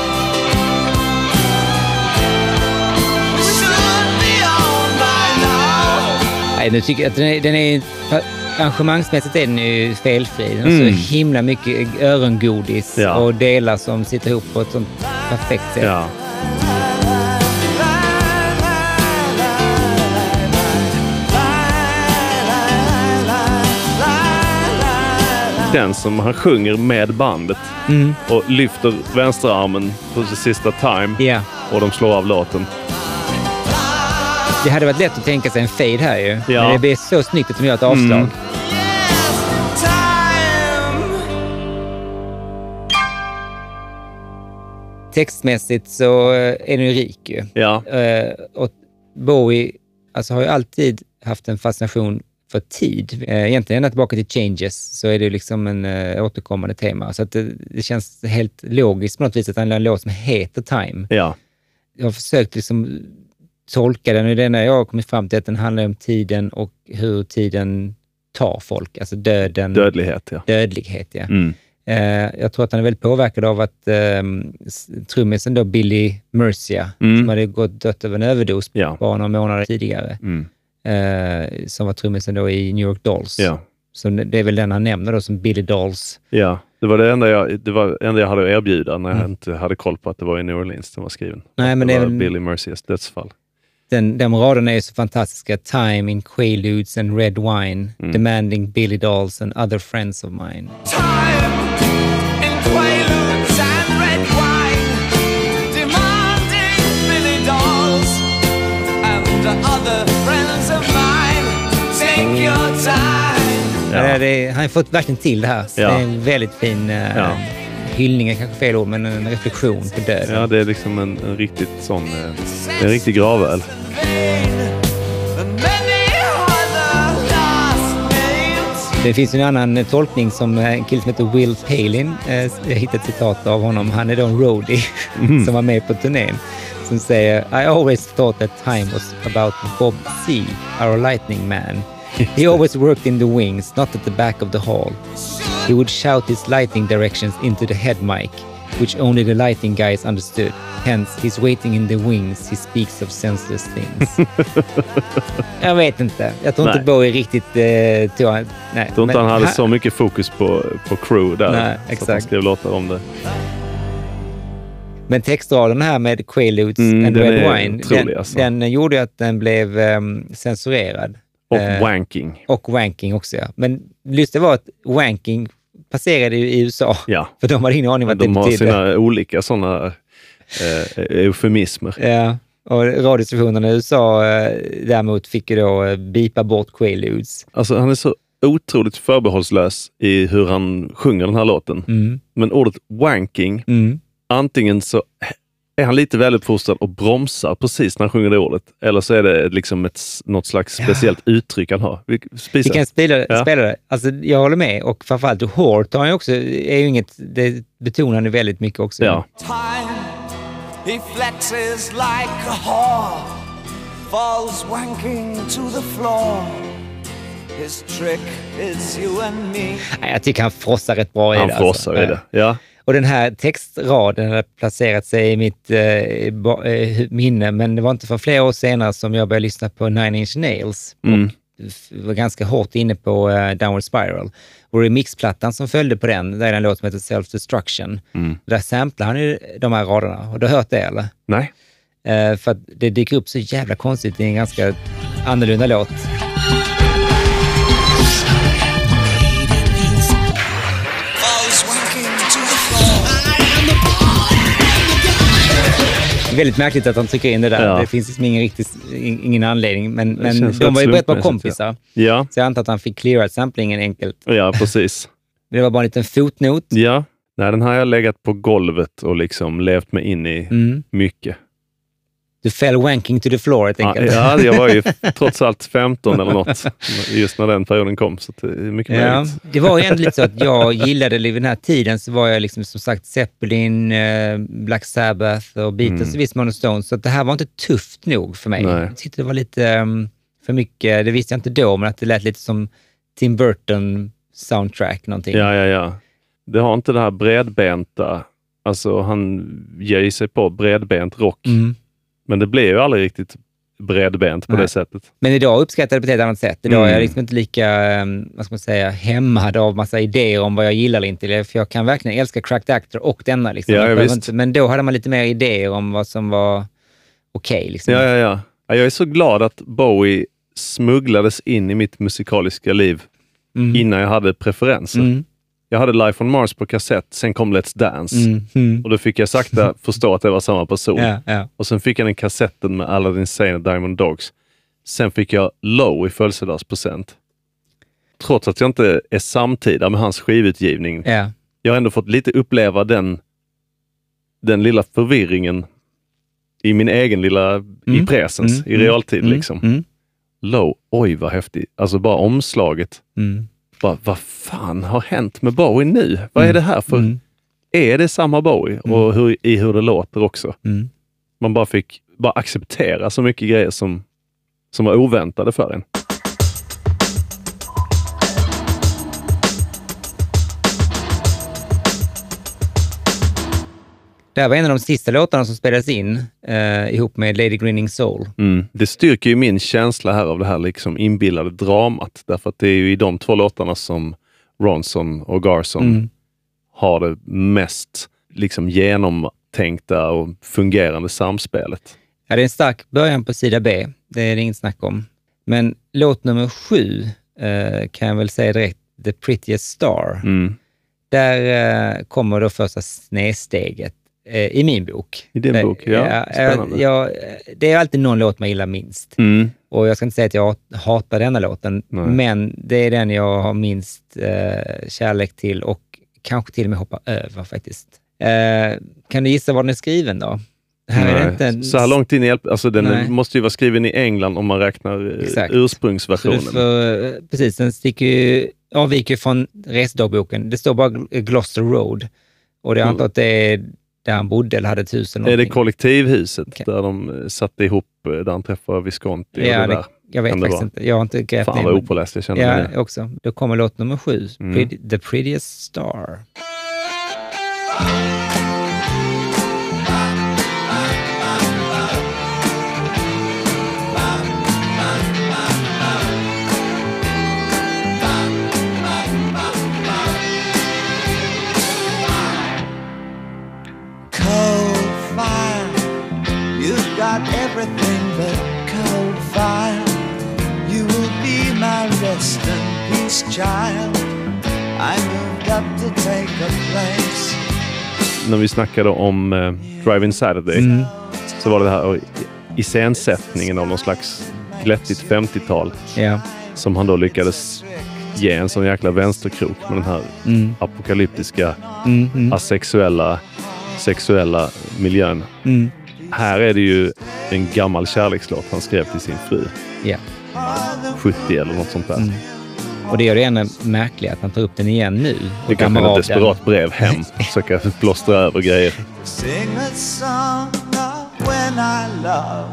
We should be on by now. Nej, nu tycker jag att den är, den är arrangemangsmässigt är den ju felfri. Den har Mm. så himla mycket örongodis Ja. och delar som sitter ihop på ett sånt perfekt sätt. Ja. Den som han sjunger med bandet Mm. och lyfter vänsterarmen på det sista time Ja. och de slår av låten. Det hade varit lätt att tänka sig en fade här ju. Ja. Men det blir så snyggt att de gör ett avslag. Mm. Time. Textmässigt så eh, är den ju rik ju. Ja. Eh, och Bowie alltså, har ju alltid haft en fascination för tid. Eh, egentligen ända tillbaka till Changes så är det liksom en eh, återkommande tema. Så att det, det känns helt logiskt på något vis att han har en låt som heter Time. Ja. Jag har försökt liksom tolka den och det enda jag har kommit fram till att den handlar om tiden och hur tiden tar folk. Alltså döden. Dödlighet, ja. Dödlighet, ja. Mm. Eh, jag tror att han är väldigt påverkad av att eh, trummisen då Billy Murcia, Mm. som hade gått dött av en överdos Ja. bara några månader tidigare, Mm. eh, som var trummisen då i New York Dolls. Ja. Så det är väl den han nämner då som Billy Dolls. Ja, det var det enda jag, det var det enda jag hade att erbjuda när jag Mm. inte hade koll på att det var i New Orleans den var skriven. Nej, men det det är var väl- Billy Murcias dödsfall. Den, de raderna är ju så fantastiska. Time in Quaaludes and red wine, Mm. demanding Billy Dolls and other friends of mine. Time in Quaaludes and red wine, demanding Billy Dolls and other friends of mine. Take your time. Ja. Ja. Det är, han har fått verkligen till det här. Så Ja. Det är en väldigt fin eh, Ja. hyllning, är kanske fel ord, men en reflektion på döden. Ja, det är liksom en, en riktigt sån, eh, en riktig gravöl. And many other last names. Det finns ju en annan eh, tolkning som eh, en kille som heter Will Palin. Eh, jag hittade ett citat av honom. Han är då en roadie som var med på turnén. Som säger I always thought that time was about Bob C, our lightning man. He always worked in the wings, not at the back of the hall. He would shout his lighting directions into the head mic, which only the lighting guys understood. Hence, he's waiting in the wings. He speaks of senseless things. Jag vet inte. Jag tror inte Nej. Bowie riktigt eh, tog... Nej. Jag tror inte Men han hade så mycket fokus på, på crew där. Nej, Så att exakt. han skrev låtar om det. Men textraden här med Quaaludes Mm, and den Red är Wine, otrolig, den, alltså. den gjorde ju att den blev um, censurerad. Och Eh, wanking. Och wanking också, ja. Men just det var att wanking passerade ju i U S A. Ja. För de hade ingen aning vad De det har betydde. sina olika sådana eh, eufemismer. Ja. Och radiostationerna i U S A eh, däremot fick ju då eh, bipa bort Quaaludes. Alltså han är så otroligt förbehållslös i hur han sjunger den här låten. Mm. Men ordet wanking, Mm. antingen så är han lite väluppfostrad och bromsar precis när han sjunger det ordet. Eller så är det liksom ett, något slags speciellt uttryck han har. Vi, Vi spisa. kan spela, Ja. spela det. Alltså, jag håller med. Och framförallt Hort har ju också, är ju inget, det betonar han ju väldigt mycket också. Ja. Time, he flexes like a whore, falls wanking to the floor. His trick is you and me. Nej, jag tycker han frossar rätt bra i Han det. frossar alltså. i det. Ja. Och den här textraden hade placerat sig i mitt eh, ba, eh, minne, men det var inte för flera år senare som jag började lyssna på Nine Inch Nails. Mm. Och var ganska hårt inne på uh, Downward Spiral. Och remixplattan som följde på den, där är en låt som heter Self-Destruction. Mm. Där samplar han ju de här raderna. Har du hört det eller? Nej. Uh, för att det dyker upp så jävla konstigt i en ganska annorlunda låt. Väldigt märkligt att de trycker in det där. Ja. Det finns liksom ingen, riktigt, ingen anledning. Men, men de var ju rätt bra kompisar. Ja. Så jag antar att han fick cleara samplingen enkelt. Ja, precis. Det var bara en liten fotnot. Ja. Nej, den här har jag legat på golvet och liksom levt mig in i mm. mycket. Du fell wanking to the floor helt enkelt. Ja, jag var ju trots allt femton eller något just när den perioden kom. Så det är mycket ja, möjligt. Det var ju ändå lite så att jag gillade i den här tiden så var jag liksom som sagt Zeppelin, eh, Black Sabbath och Beatles mm. och viss mån och Stones. Så att det här var inte tufft nog för mig. Nej. Jag tyckte det var lite um, för mycket, det visste jag inte då, men att det lät lite som Tim Burton soundtrack någonting. Ja, ja, ja. Det har inte det här bredbenta, alltså han ger sig på bredbent rock. Mm. Men det blev ju aldrig riktigt bredbent på Nej. det sättet. Men idag uppskattar jag det på ett annat sätt. Idag mm. är jag liksom inte lika, vad ska man säga, hämmad av massa idéer om vad jag gillar eller inte. För jag kan verkligen älska Cracked Actor och denna. Liksom. Ja, ja, inte, men då hade man lite mer idéer om vad som var okej. Okay, liksom. Ja, ja, ja. Jag är så glad att Bowie smugglades in i mitt musikaliska liv mm. innan jag hade preferenser. Mm. Jag hade Life on Mars på kassett, sen kom Let's Dance. Mm, mm. Och då fick jag sakta förstå att det var samma person. Ja, ja. Och sen fick jag den kassetten med Aladdin Sane och Diamond Dogs. Sen fick jag Low i födelsedagspresent. Trots att jag inte är samtida med hans skivutgivning. Ja. Jag har ändå fått lite uppleva den, den lilla förvirringen i min egen lilla mm. i presens, mm, i realtid mm, liksom. Mm. Low, oj vad häftigt. Alltså bara omslaget. Mm. Bara, vad fan har hänt med Bowie nu? Vad är det här för... Mm. Är det samma Bowie? Mm. Och hur, i hur det låter också. Mm. Man bara fick bara acceptera så mycket grejer som, som var oväntade för en. Det här var en av de sista låtarna som spelades in eh, ihop med Lady Grinning Soul. Mm. Det styrker ju min känsla här av det här liksom inbillade dramat. Därför att det är ju i de två låtarna som Ronson och Garson mm. har det mest liksom genomtänkta och fungerande samspelet. Ja, det är en stark början på sida B. Det är det inget snack om. Men låt nummer sju eh, kan jag väl säga direkt, The Prettiest Star. Mm. Där eh, kommer då första snedsteget. I min bok. I din bok, ja. ja Spännande. Jag, det är alltid någon låt man gillar minst. Mm. Och jag ska inte säga att jag hatar denna låten, Nej. men det är den jag har minst eh, kärlek till och kanske till och med hoppar över faktiskt. Eh, kan du gissa var den är skriven då? Här är det inte en... Så här långt in i hjälp, alltså den Nej. måste ju vara skriven i England om man räknar Exakt. ursprungsversionen. För, precis, den sticker ju, avviker från resedagboken. Det står bara Gloucester Road. Och det är antar att det är där han bodde eller hade ett hus eller någonting. Är det kollektivhuset okay. där de satte ihop, där han träffade Visconti? Ja, och det det, jag vet faktiskt inte. Jag har inte grävt ner. Fan vad opåläst, jag känner ja, det. också. Då kommer låt nummer sju. Mm. Pretty, The Prettiest Star. Everything but cold fire. You will be my rest and peace child. I moved up to take a place. När vi snackade om uh, Drive-In Saturday mm. så var det här iscensättningen av någon slags glättigt femtiotal yeah. som han då lyckades ge en sån jäkla vänsterkrok med den här mm. apokalyptiska mm, mm. asexuella sexuella miljön. Mm. Här är det ju en gammal kärlekslåt han skrev till sin fru. Ja. sjuttio eller något sånt där. Mm. Och det gör det ännu märkligt att han tar upp den igen nu. Det kan vara ett desperat brev hem. Försöka plåstra över grejer. Sing a song of when I love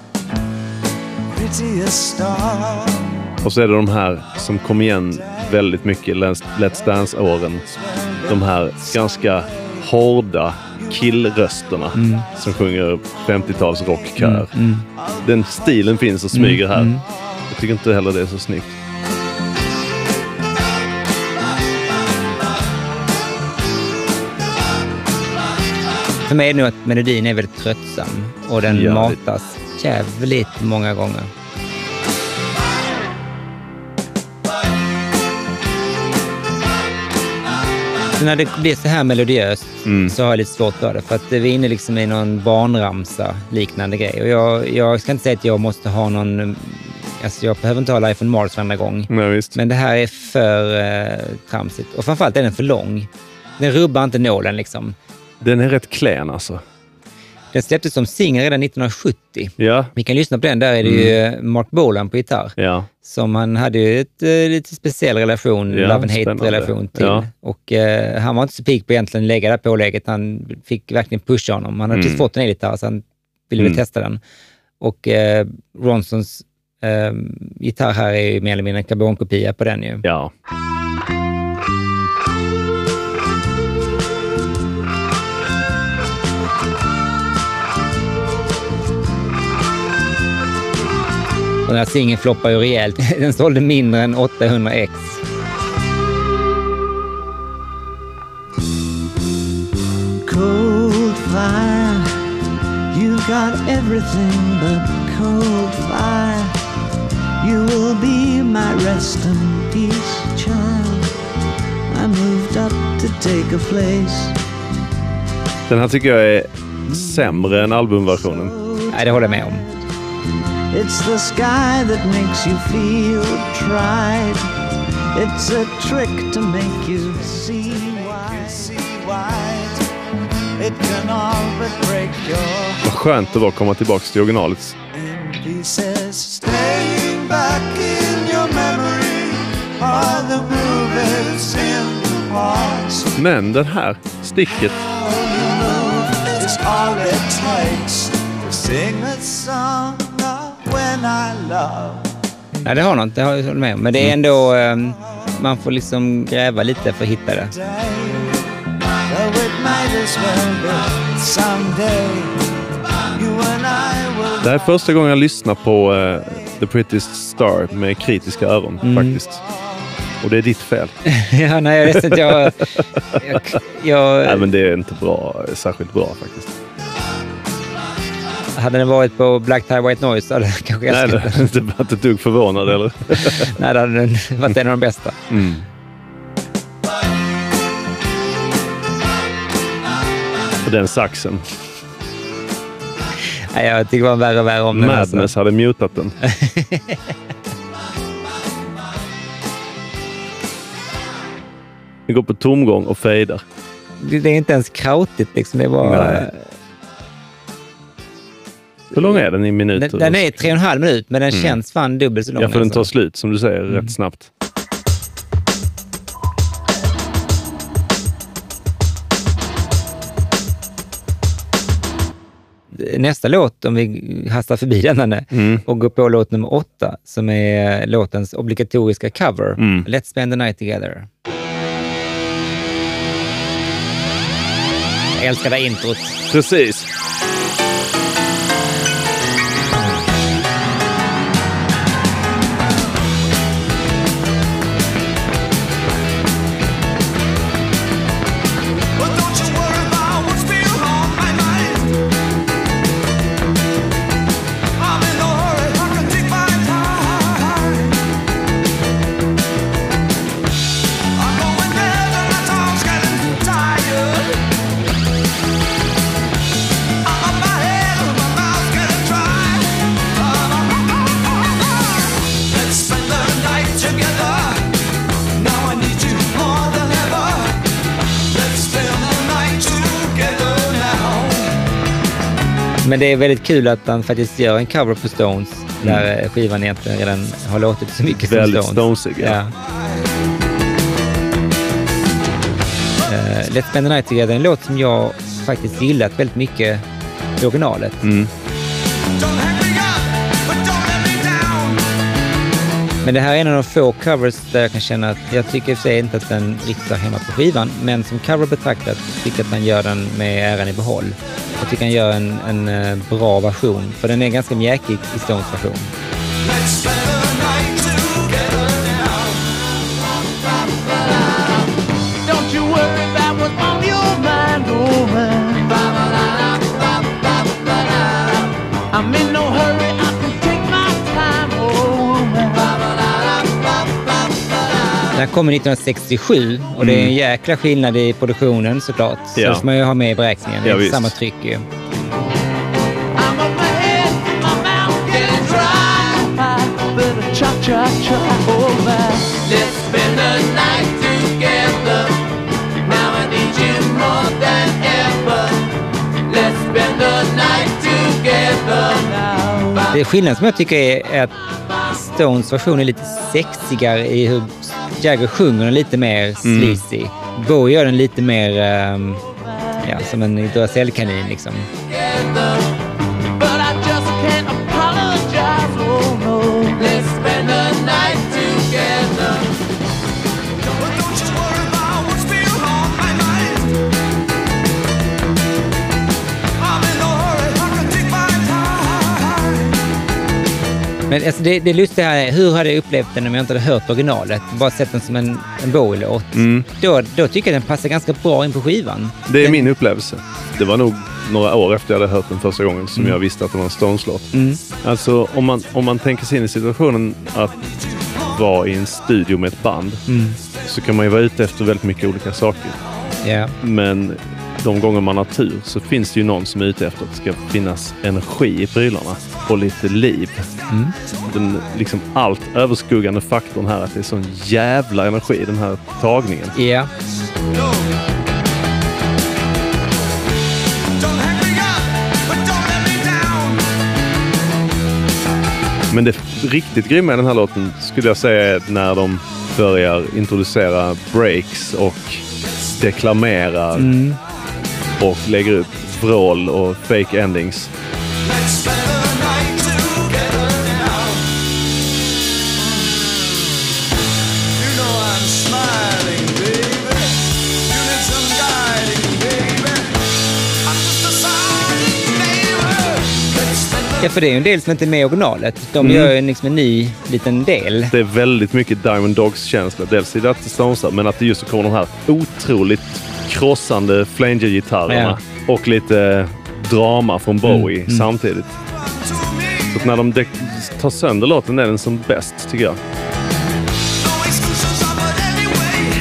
prettiest star. Och så är det de här som kom igen väldigt mycket i Let's Dance-åren. De här ganska hårda killrösterna Mm. som sjunger femtio-tals rockkör. Mm. Mm. Den stilen finns och smyger Mm. här. Mm. Jag tycker inte heller det är så snyggt. För mig är det nog att melodin är väldigt tröttsam och den Ja, matas jävligt många gånger. Så när det blir så här melodiöst Mm. så har jag lite svårt för det. För att vi är inne liksom i någon barnramsa liknande grej. Och jag, jag ska inte säga att jag måste ha någon... Alltså jag behöver inte ha Life on Mars varenda gång. Nej, visst. Men det här är för eh, tramsigt. Och framförallt är den för lång. Den rubbar inte nålen liksom. Den är rätt klän alltså. Den släpptes som singel redan nittonhundrasjuttio. Ja, Vi kan lyssna på den. Där är det ju Mark Bolan på gitarr. ja. Som han hade ju ett eh, lite speciell relation, Ja, love and spännande. hate-relation till. Ja. Och eh, han var inte så pigg på egentligen att lägga det här pålägget. Han fick verkligen pusha honom. Han hade Mm. precis fått en elgitarr så han ville väl Mm. testa den. Och eh, Ronsons eh, gitarr här är ju mer eller mindre en karbonkopia på den ju. Ja. Och den här singeln floppar ju rejält. Den sålde mindre än åttahundra ex. Cold fire, you got everything but cold fire. You will be my rest and peace, child. I moved up to take a place. Den här tycker jag är sämre än albumversionen. Nej, det håller jag med om. It's the sky that makes you feel tried. It's a trick to make you see why. See why it can all but break your Vad skönt det var att komma tillbaka till originalet. in pieces. Staying back in your memory are the movies in the past. Men den här sticket, All you know is all it takes to sing a song of when I love. Nej, det har något. Det har jag hållit med om. Men det är ändå... Eh, man får liksom gräva lite för att hitta det. Though it might as well be someday. You and I will. det här är första gången jag lyssnar på uh, The Prettiest Star med kritiska öron faktiskt. Och det är ditt fel. Ja, nej, jag vet inte. Jag, jag, jag, Nej, men det är inte bra, särskilt bra faktiskt. hade den varit på Black Tie White Noise så hade den kanske jag Nej, skrivit det är inte, inte ett dugg förvånad eller? Nej, det hade den varit en av de bästa. Mm. Och den saxen. Nej, jag tycker det var värre och värre om den. Madness Alltså. hade mutat den. Det går på tomgång och fejdar. Det, det är inte ens krautigt liksom. Det var... Nej. Hur lång är den i minuter? Den, den är tre och en halv minut, men den Mm. känns fan dubbelt så lång. Ja, för den alltså. tar slut som du säger Mm. rätt snabbt. Nästa låt, om vi hastar förbi den här, Mm. och går på låt nummer åtta, som är låtens obligatoriska cover. Mm. Let's spend the night together. Jag älskar det introt. Precis. But don't you worry about what's still on my mind. I'm in no hurry, I can take my time. I'm going there, and my tongue's getting tired. I'm up my head, and my mouth's getting dry. Let's spend the night together. Now I need you more than ever. Let's spend the night together now. Men det är väldigt kul att han faktiskt gör en cover på Stones, där mm. skivan egentligen redan har låtit så mycket Väldigt som Stones. Stonesig, ja. Ja. Uh, Let's spend the night together är en låt som jag faktiskt gillat väldigt mycket i originalet. Mm. Don't hang me up, but don't let me down. Men det här är en av de få covers där jag kan känna att jag tycker i och för sig inte att den riktar hemma på skivan, men som cover betraktat tycker jag att han gör den med äran i behåll. Jag tycker han gör en, en uh, bra version, för den är ganska mjäkig i Stones version. Don't you worry about what's on your mind, oh man. I'm in no hurry, I can take my time, oh man. Den kommer nittonhundrasextiosju och det är en jäkla skillnad i produktionen såklart. Så Ja. det ska man ju ha med i beräkningen. Det är Ja, inte visst. samma tryck ju. I'm on my head, my mouth getting dry. Better cha cha cha, oh man. Let's spend the night together. Now I need you more than ever. Let's spend the night together now. Det är skillnaden som jag tycker är, är att Stones version är lite sexigare i hur Jagger sjunger den lite mer sleazy. Bowie gör den lite mer um, ja, som en Duracell-kanin liksom. But I just can't apologize, oh no. Let's spend the night together. But don't you worry about what's still on my mind. I'm in no hurry, I can take my time. Men alltså det, det lustiga här är, hur hade jag upplevt den om jag inte hade hört originalet? Bara sett den som en, en Bowie-låt. Mm. Då, då tycker jag den passar ganska bra in på skivan. Det är den, min upplevelse. Det var nog några år efter jag hade hört den första gången som Mm. jag visste att det var en Stones-låt. Mm. Alltså om man, om man tänker sig in i situationen att vara i en studio med ett band Mm. så kan man ju vara ute efter väldigt mycket olika saker. Ja. Men de gånger man har tur så finns det ju någon som är ute efter att det ska finnas energi i prylarna och lite liv. Mm. Den liksom allt överskuggande faktorn här att det är sån jävla energi i den här tagningen. Ja. Don't hang me up, but don't let me down. Men det riktigt grymma i den här låten skulle jag säga är när de börjar introducera breaks och deklamera Mm. och lägger ut vrål och fake endings. Let's spend the night together now. You know I'm smiling, baby. You need some guiding, baby. I'm just a silent neighbor. Let's spend the Ja, för det är ju en del som inte är med i originalet. De Mm. gör ju liksom en ny liten del. Det är väldigt mycket Diamond Dogs-känsla. Dels i det att det Stonesar, men att det just kommer de här otroligt krossande flanger-gitarrerna och lite drama från Bowie Mm, mm. samtidigt. Så att när de de- tar sönder låten är den som bäst, tycker jag. no excuses, but anyway,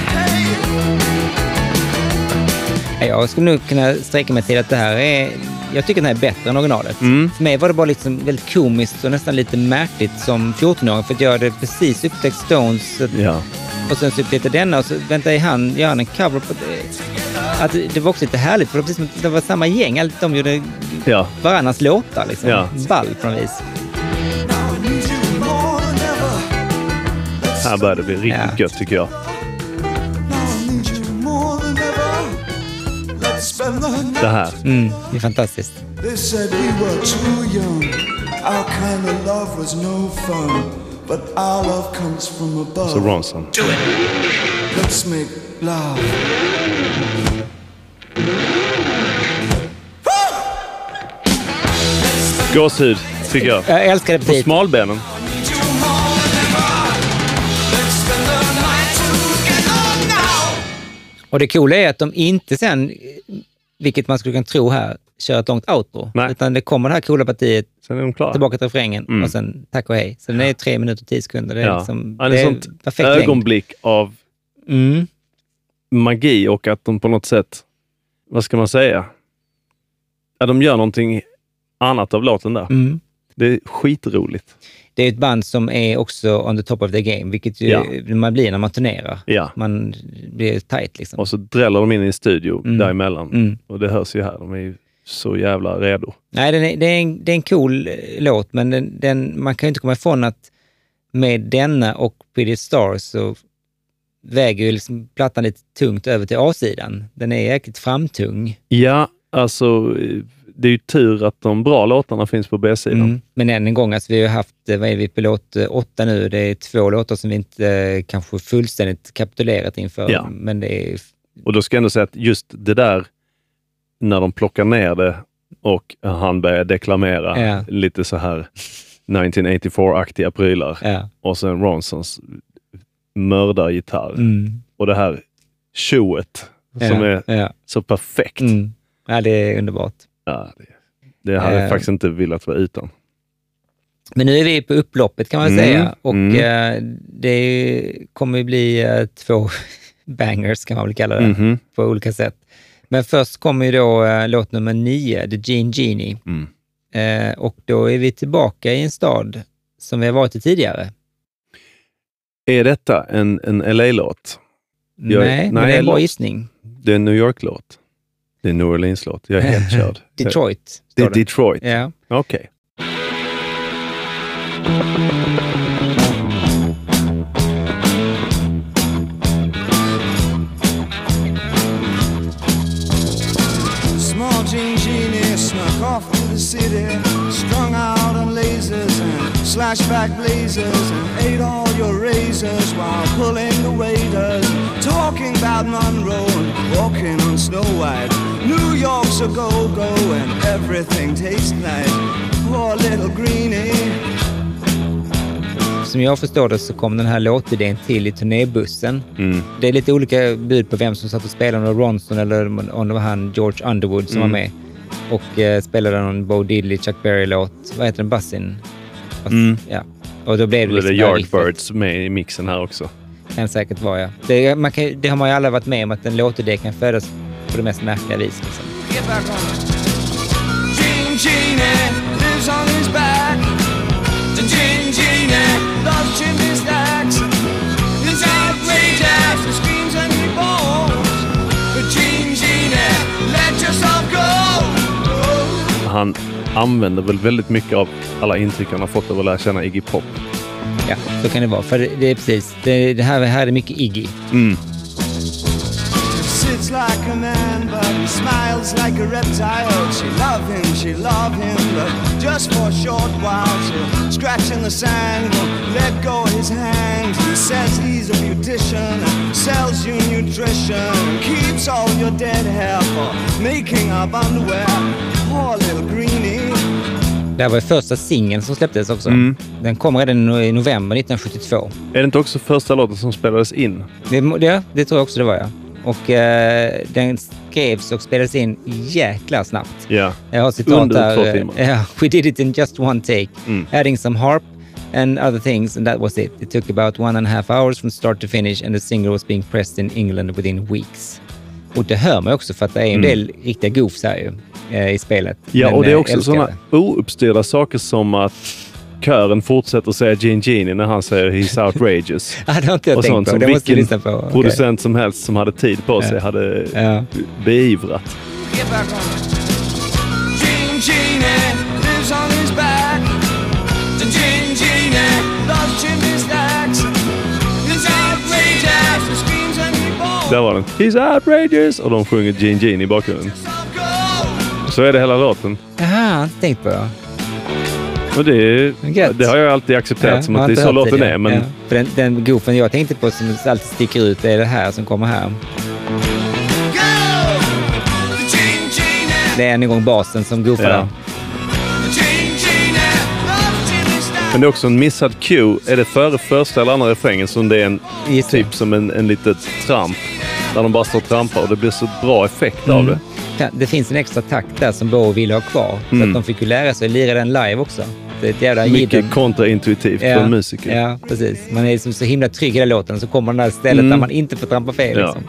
hey. Jag skulle nog kunna sträcka mig till att det här är... Jag tycker den här är bättre än originalet. Mm. För mig var det bara liksom väldigt komiskt och nästan lite märkligt som fjortonåring. För att jag hade precis upptäckt Stones att, Ja. och sen så upptäckte denna och så väntade jag han gör han en cover på det. Att det var också lite härligt för det var, precis som att det var samma gäng. Allt de gjorde Ja. varannans låtar liksom. Ja. Ball på något vis. Now I need you more than ever. Let's Här börjar det bli riktigt Ja. gött, tycker jag. Now I need you more than ever. Let's spend the night. Det här. Mm, det är fantastiskt. They said we were too young. Our kind of love was no fun. But our love comes from above. Så Ronson. Let's make love. Gåshud, tycker jag. Jag älskar det På precis. smalbenen. Och det coola är att de inte sen, vilket man skulle kunna tro här, kör ett långt outro. Nej. Utan det kommer det här coola partiet Sen är de klara. tillbaka till refrängen Mm. och sen tack och hej. Så den är tre minuter och tio sekunder. Det är, Ja. liksom, Ja, det det är är sånt perfekt längd. ögonblick av Mm. magi och att de på något sätt, vad ska man säga? Ja, de gör någonting annat av låten där. Mm. Det är skitroligt. Det är ett band som är också on the top of the game, vilket ju Ja. man blir när man turnerar. Ja. Man blir tight liksom. Och så dräller de in i en studio Mm. däremellan. Mm. Och det hörs ju här. De är ju så jävla redo. Nej, den är, det, är en, det är en cool eh, låt, men den, den, man kan ju inte komma ifrån att med denna och Pretty Stars så väger ju liksom plattan lite tungt över till A-sidan. Den är jäkligt framtung. Ja, alltså det är ju tur att de bra låtarna finns på B-sidan. Mm. Men än en gång, alltså, vi har haft, vad är vi på låt åtta nu? Det är två låtar som vi inte eh, kanske fullständigt kapitulerat inför. Ja. Men det är... Och då ska jag ändå säga att just det där, när de plockar ner det och han börjar deklamera Ja. lite så här nittonhundraåttiofyra-aktiga prylar. Ja. Och sen Ronsons mördargitarr. Mm. Och det här tjoet som Ja. är Ja. så perfekt. Mm. Ja, det är underbart. Ja, det, det hade jag Eh. faktiskt inte velat vara utan. Men nu är vi på upploppet kan man Mm, säga. Och mm. eh, det kommer ju bli eh, två bangers kan man väl kalla det, Mhm. på olika sätt. Men först kommer ju då eh, låt nummer nio, The Gene Genie. Mm. Eh, och då är vi tillbaka i en stad som vi har varit i tidigare. Är detta en, en L A-låt? Jag- nej, men nej, det är en bra låt. gissning. Det är en New York-låt. Det är en New Orleans-låt. Jag är helt körd. Detroit. Det står är Detroit. Ja. Okej. Small Gene Genie snuck off to the city, strung out on lasers and slashback blazers, and ate all your razors while pulling the waiters, talking about Monroe and walking on Snow White. New York's a go-go and everything tastes nice. Poor little greenie. Som jag förstår det så kom den här låtidén till i turnébussen. Mm. Det är lite olika bud på vem som satt och spelade, om det var Ronson eller om det var han George Underwood som Mm. var med. Och eh, spelade någon Bo Diddley, Chuck Berry-låt. Vad heter den? Bussin? Fast, Mm. Ja. Och då blev det Och det är liksom bara riffet. Yardbirds med i mixen här också. Kan säkert vara, ja. Det, man kan, det har man ju alla varit med om, att en låtidé kan födas på det mest märkliga vis. Liksom. Get back on it. Gene Genie lives on his back. The Gene Genie loves chimney stacks. It's outrageous, he screams and he balls. But Gene Genie, let yourself go. Oh. Han använder väl väldigt mycket av alla intryck han har fått av att lära känna Iggy Pop. Ja, så kan det vara. För det, det är precis, det, det här, här är mycket Iggy. Mm. Sits like a man, but he smiles like a reptile. She love him, she love him, but just for a short while. She'll scratch in the sand, won't let go of his hand. He says he's a beautician, and sells you nutrition, and keeps all your dead hair for making up underwear. Poor little greenie. Det här var ju första singeln som släpptes också. Mm. Den kom redan i november nittonhundrasjuttiotvå. Är det inte också första låten som spelades in? Det, det, det tror jag också det var, ja. Och eh, den skrevs och spelades in jäkla snabbt. Ja. Jag har citat Under två där. timmar. Ja, we did it in just one take. Mm. Adding some harp and other things, and that was it. It took about one and a half hours from start to finish, and the single was being pressed in England within weeks. Och det hör man också, för att det är en Mm. del riktiga goofs här ju, eh, i spelet. Ja, Men, och det är eh, också älskar sådana det. ouppstyrda saker som att kören fortsätter säga Gene Genie när han säger he's outrageous. Ja, det har inte jag Och tänkt sånt på. som Det måste vi vilken lyssna på. Okej. producent som helst som hade tid på sig Ja. hade Ja. beivrat. Get back on it. Gene Genie lives on his back. The Gene Genie loves chimney stacks. It's outrageous, he screams and he balls. Där var den. He's outrageous! Och de sjunger Gene Genie i bakgrunden. Go! Så är det hela låten. Jaha, jag har inte tänkt på det. Och det, Gött. det har jag alltid accepterat Ja, som jag att har det är inte så hört låten tidigare. är. Men Ja. För den, den goofen jag tänkte på som alltid sticker ut är det här som kommer här. Go! The Gene Genie, Det är en gång basen som goofar Ja. där. the Gene Genie loves chimney stacks. Men det är också en missad cue. Är det före första eller andra refrängen som det är en Just det. typ som en, en litet tramp. Där de bara står och trampar och det blir så bra effekt av det. Ja, det finns en extra takt där som Bo ville ha kvar. Så Mm. att de fick ju lära sig att lira den live också. Det är ett jävla Mycket jidden. kontraintuitivt för en musiker. Ja, precis. Man är liksom så himla trygg i den låten, så kommer den där stället Mm. där man inte får trampa fel. Ja. Liksom.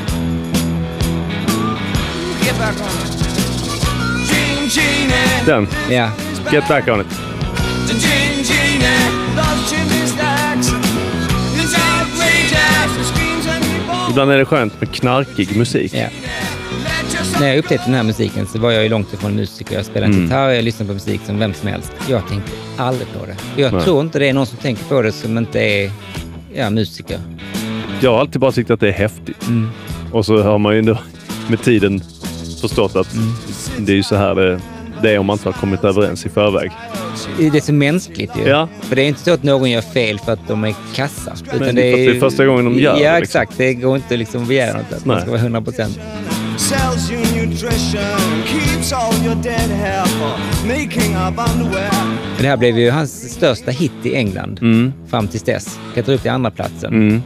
Get back on it. Gene Genie, Den. Ja. Get back on it. the Gene Genie loves chimney stacks. It's outrageous, he screams and he balls. Ibland är det skönt med knarkig musik. Ja. Let yourself När jag upptäckte den här musiken så var jag ju långt ifrån musiker. Jag spelade Mm. gitarr, jag lyssnade på musik som vem som helst. Jag tänkte aldrig på det. Jag Nej. tror inte det är någon som tänker på det som inte är ja, musiker. Jag har alltid bara tyckt att det är häftigt. Mm. Och så har man ju ändå med tiden förstått att det är ju så här det, det är om man inte har kommit överens i förväg. Det är så mänskligt ju. Ja. För det är inte så att någon gör fel för att de är kassa. Utan Men det är, för att det är första gången de gör det, Ja, liksom. exakt. Det går inte liksom att begära något. Att man Nej. ska vara hundra procent. Sells you nutrition, keeps all your dead hair for making up underwear. Det här blev ju hans största hit i England. Mm. Fram tills dess. Klättrade upp till andra platsen. Mm.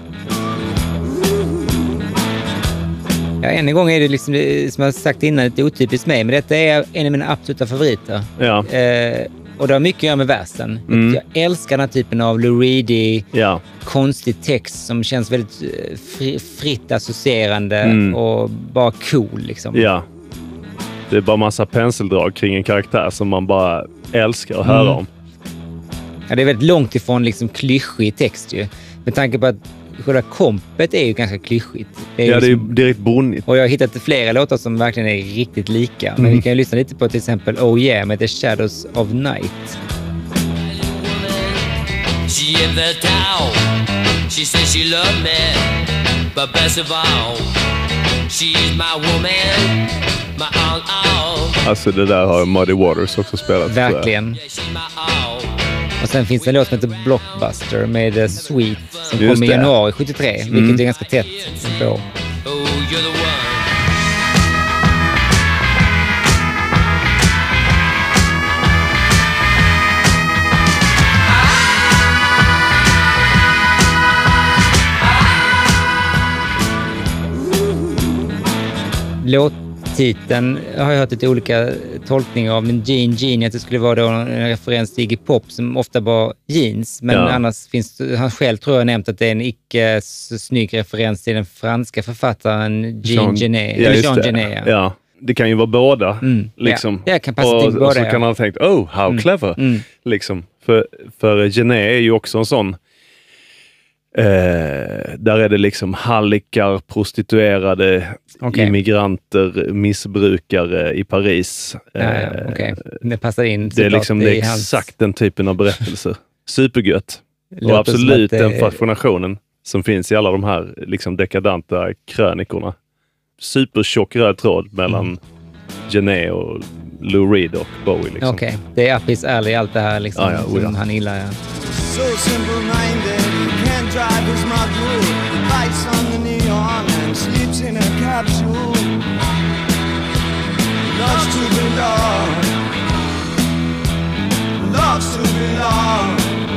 Ja, än en gång är det liksom, som jag sagt innan, lite otypiskt mig. Men detta är en av mina absoluta favoriter. Ja. Eh, och det har mycket att göra med versen. Mm. Jag älskar den här typen av Lou Reedy, Ja. konstig text som känns väldigt eh, fri, fritt associerande Mm. och bara cool liksom. Ja. Det är bara massa penseldrag kring en karaktär som man bara älskar att höra Mm. om. Ja, det är väldigt långt ifrån liksom klyschig text ju. Med tanke på att själva kompet är ju ganska klyschigt. Det är Ja, det är ju liksom, direkt bonnigt. och jag har hittat flera låtar som verkligen är riktigt lika. Men Mm. vi kan ju lyssna lite på till exempel Oh Yeah med The Shadows of Night. She in the town. She says she loved me, but best of all, she's my woman, my all all. Alltså det där har Muddy Waters också spelat. Verkligen. Yeah, she's my all. Och sen finns det en låt som heter Blockbuster med The Sweet som Just kom i det. januari sjuttiotre, vilket Mm. är ganska tätt på. Oh, you're the one. Låttiteln har jag hört lite olika tolkningar av, men Jean Jean, att det skulle vara då en referens till Iggy Pop som ofta var jeans, men Ja. annars finns han själv tror jag nämnt att det är en icke så snygg referens till den franska författaren Jean Genet. Ja, eller just Jean det. Genet, ja. Ja, det kan ju vara båda. Mm. Liksom. Ja, det kan passa och, till båda, och så ja. kan han ha tänkt, oh, how clever. Mm. Liksom. För, för Genet är ju också en sån eh, där är det liksom hallickar, prostituerade, Okej. immigranter, missbrukare i Paris. Ja, ja, Eh, okej. Det passar in Det är såklart liksom i det är hans- exakt den typen av berättelser. Supergött. Låter Och absolut som att det- den fascinationen som finns i alla de här liksom dekadanta krönikorna. Supertjock röd tråd mellan Mm. Genet och Lou Reed och Bowie. Liksom. Okej, det är up his alley, allt det här liksom, Ja, ja, som oja. han gillar. Ja. So simple-minded, he can't drive his Magoo. Lights on the neon and sleeps in a capsule. Loves to belong. Loves to belong.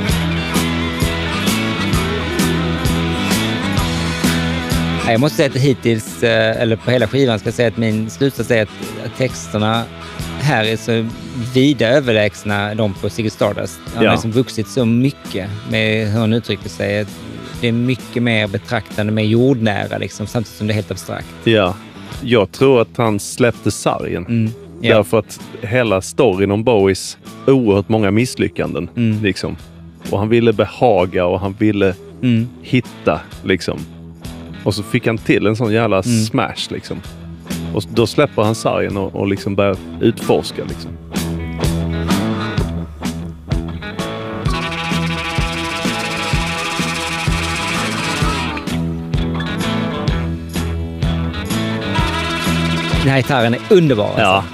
Nej, jag måste säga att hittills, eh, eller på hela skivan, ska jag säga att min slutsats är att att texterna här är så vida överlägsna de på Ziggy Stardust. Han Ja. har liksom vuxit så mycket med hur han uttrycker sig. Att det är mycket mer betraktande, mer jordnära liksom, samtidigt som det är helt abstrakt. Ja, jag tror att han släppte sargen. Mm. Ja. Därför att hela storyn om Bowies oerhört många misslyckanden. Mm. Liksom. Och han ville behaga och han ville Mm. hitta. Liksom. Och så fick han till en sån jävla Mm. smash. Liksom. Och då släpper han sargen och, och liksom börjar utforska. Liksom. Den här gitarren är underbar. Alltså. Ja.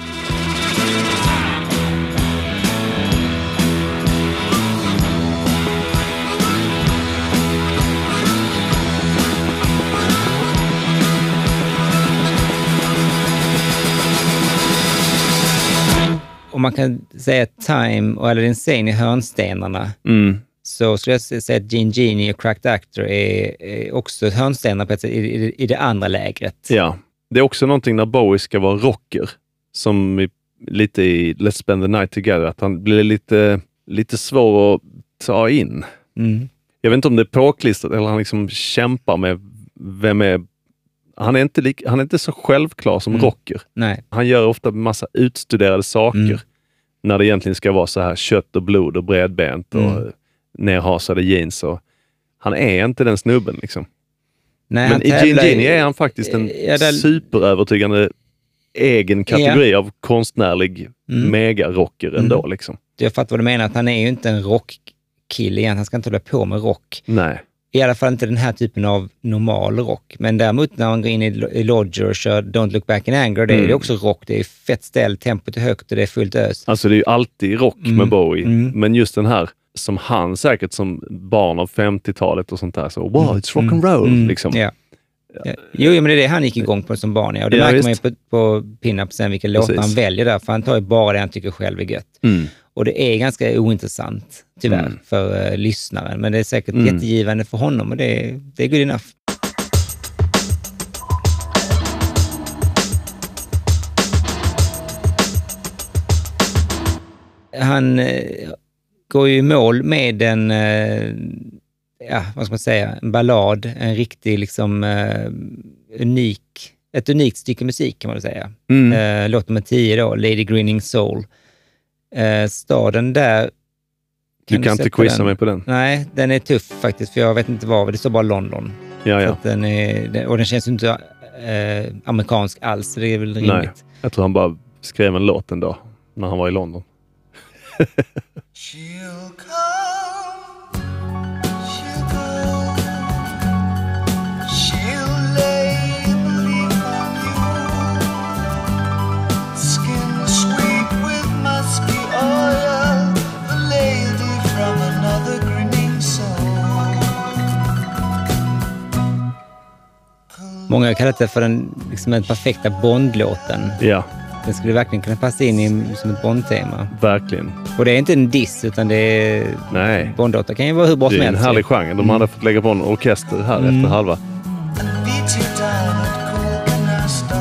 Om man kan säga att Time och Aladdin Sane är hörnstenarna, Mm. så skulle jag säga att Gene Genie och Cracked Actor är, är också hörnstenar på ett sätt i, i, i det andra lägret. Ja. Det är också någonting när Bowie ska vara rocker. Som i, lite i Let's Spend the Night Together. Att han blir lite, lite svår att ta in. Mm. Jag vet inte om det är påklistrat eller han liksom kämpar med vem är... Han är inte, lik, han är inte så självklar som Mm. rocker. Nej. Han gör ofta massa utstuderade saker. Mm. När det egentligen ska vara så här kött och blod och bredbent och Mm. nerhasade jeans. Och, han är inte den snubben liksom. Nej, Men han i Gene tävlar Genie är han faktiskt en Ja, där- superövertygande egen kategori av konstnärlig Mm. megarocker ändå. Mm. Liksom. Jag fattar vad du menar, att han är ju inte en rockkille igen. Han ska inte hålla på med rock. Nej. i alla fall inte den här typen av normal rock. Men däremot när man går in i, i Lodger och kör Don't Look Back in Anger, det är Mm. det också rock. Det är fett ställ, tempot är högt och det är fullt ös. Alltså det är ju alltid rock Mm. med Bowie. Mm. Men just den här, som han säkert som barn av femtiotalet och sånt där, så wow, it's rock and roll. Mm. Liksom. Ja. Ja. Jo, men det är det han gick igång på som barn. Ja. Och det Ja, märker visst. man ju på, på Pin-Up sen vilka låtar Precis. han väljer där. För han tar ju bara det han tycker själv är gött. Mm. Och det är ganska ointressant, tyvärr, Mm. för uh, lyssnaren. Men det är säkert Mm. jättegivande för honom och det är, det är good enough. Han eh, går ju i mål med en, eh, ja, vad ska man säga, en ballad, en riktig liksom eh, unik, ett unikt stycke musik kan man väl säga. Mm. Eh, låt nummer tio då, Lady Grinning Soul. Eh, staden där... Du kan inte sätta quizza den? mig på den. Nej, den är tuff faktiskt, för jag vet inte vad, det står bara London. Ja, Så ja. att den är, den, och den känns ju inte eh, amerikansk alls, så det är väl rimligt. Nej, jag tror han bara skrev en låt en dag när han var i London. She'll come, she'll go, she'll lay a leaf on you, skin sweet with musky oil, the lady from another grinning soul. Många har kallat det för den, liksom den perfekta Bond-låten. Ja, Den skulle verkligen kunna passa in i, som ett Bond-tema. verkligen. Och det är inte en diss, utan det är... Nej, Bond-låtar kan ju vara hur bra det som är en helst. härlig genre. De hade fått lägga på en orkester här Mm. efter halva. And beat you down at Copenhagen.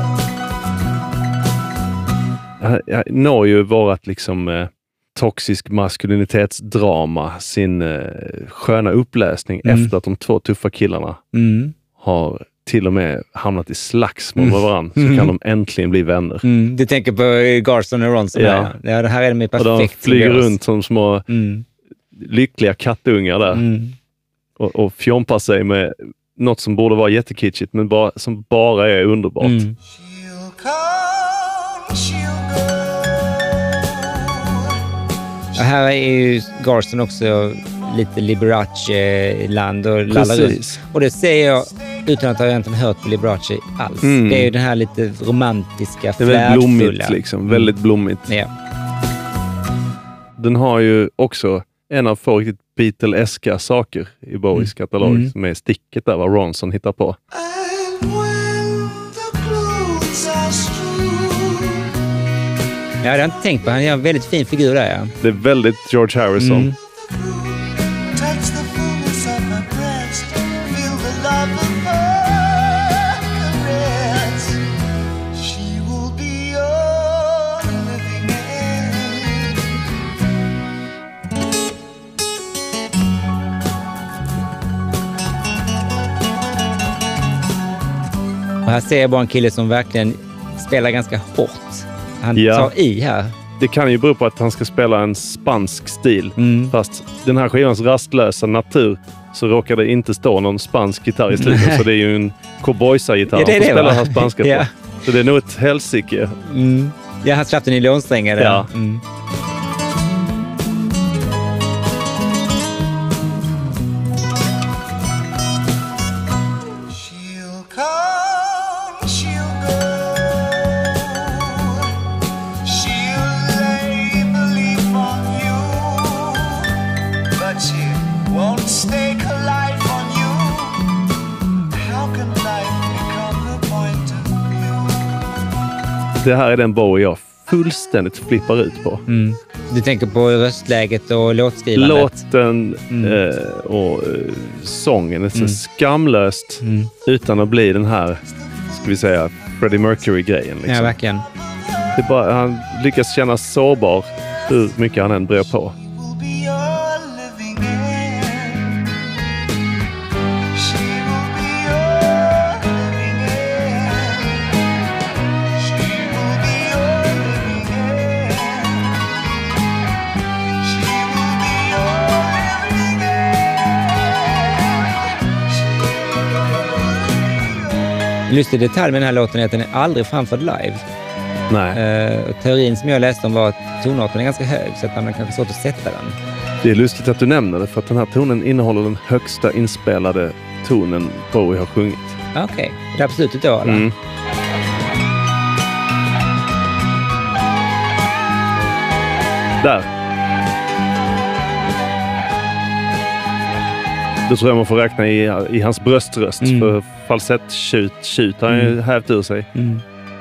Jag, jag når ju vårat liksom eh, toxisk maskulinitetsdrama sin eh, sköna uppläsning Mm. efter att de två tuffa killarna Mm. har till och med hamnat i slagsmål Mm. med varandra, så Mm. kan de äntligen bli vänner. Mm. Du tänker på Garson och Ronson? Ja. Där, ja. Ja, det här är de ju Och de perfekt. flyger symbios. runt som små Mm. lyckliga kattungar där Mm. och, och fjompar sig med något som borde vara jättekitschigt, men bara, som bara är underbart. Mm. She'll come, she'll go. Ja, här är ju Garson också lite Liberace-land och lallar runt. Precis. Och det ser jag utan att jag egentligen hört på Liberace alls. Mm. Det är ju den här lite romantiska, Det är väldigt blommigt, flärdfulla. liksom. Väldigt blommigt. Ja. Den har ju också en av få riktigt Beatle-eska saker i Bowies katalog, Mm. som är sticket där vad Ronson hittar på. And when the clothes are strewn, Ja, det har jag inte tänkt på. Han gör en väldigt fin figur där, ja. Det är väldigt George Harrison. Mm. touch the fullness of my breast, feel the love of her caress. She will be your living end. Och här ser jag bara en kille som verkligen spelar ganska hårt. Han Ja. tar i här. Det kan ju bero på att han ska spela en spansk stil. Mm. Fast den här skivans rastlösa natur så råkar det inte stå någon spansk gitarr i slutet. Så det är ju en cowboysa-gitarr Ja, det är han får det, spela va? den här spanska Ja. på. Så det är nog ett helsike. Mm. Ja, han släppte nylonsträngar där. Ja. Mm. She'll come, she'll go. She'll lay a leaf on you, but she won't stake her life on you. How can life become her point of view? Det här är den Bowie jag fullständigt flippar ut på. Mm. Du tänker på röstläget och låtskrivandet? Låten Mm. eh, och eh, sången är så Mm. skamlöst Mm. utan att bli den här, ska vi säga, Freddie Mercury-grejen. Ja, Liksom. verkligen. Det är bara, han lyckas känna sårbar hur mycket han än brer på. Will be your living end. She will be your living end. She will be your living end. She will be your living end. En lustig detalj med den här låten är att den är aldrig framförd live. Nej. Eh, och teorin som jag läste om var att tonarten är ganska hög, så att man har kanske svårt att sätta den. Det är lustigt att du nämner det, för att den här tonen innehåller den högsta inspelade tonen Bowie har sjungit. Okej, okay. Det är absolut då, eller? Mm. Där. Då tror jag man får räkna i, i hans bröströst. Mm. För falsett-tjut har han ju mm. hävt ur sig. Mm.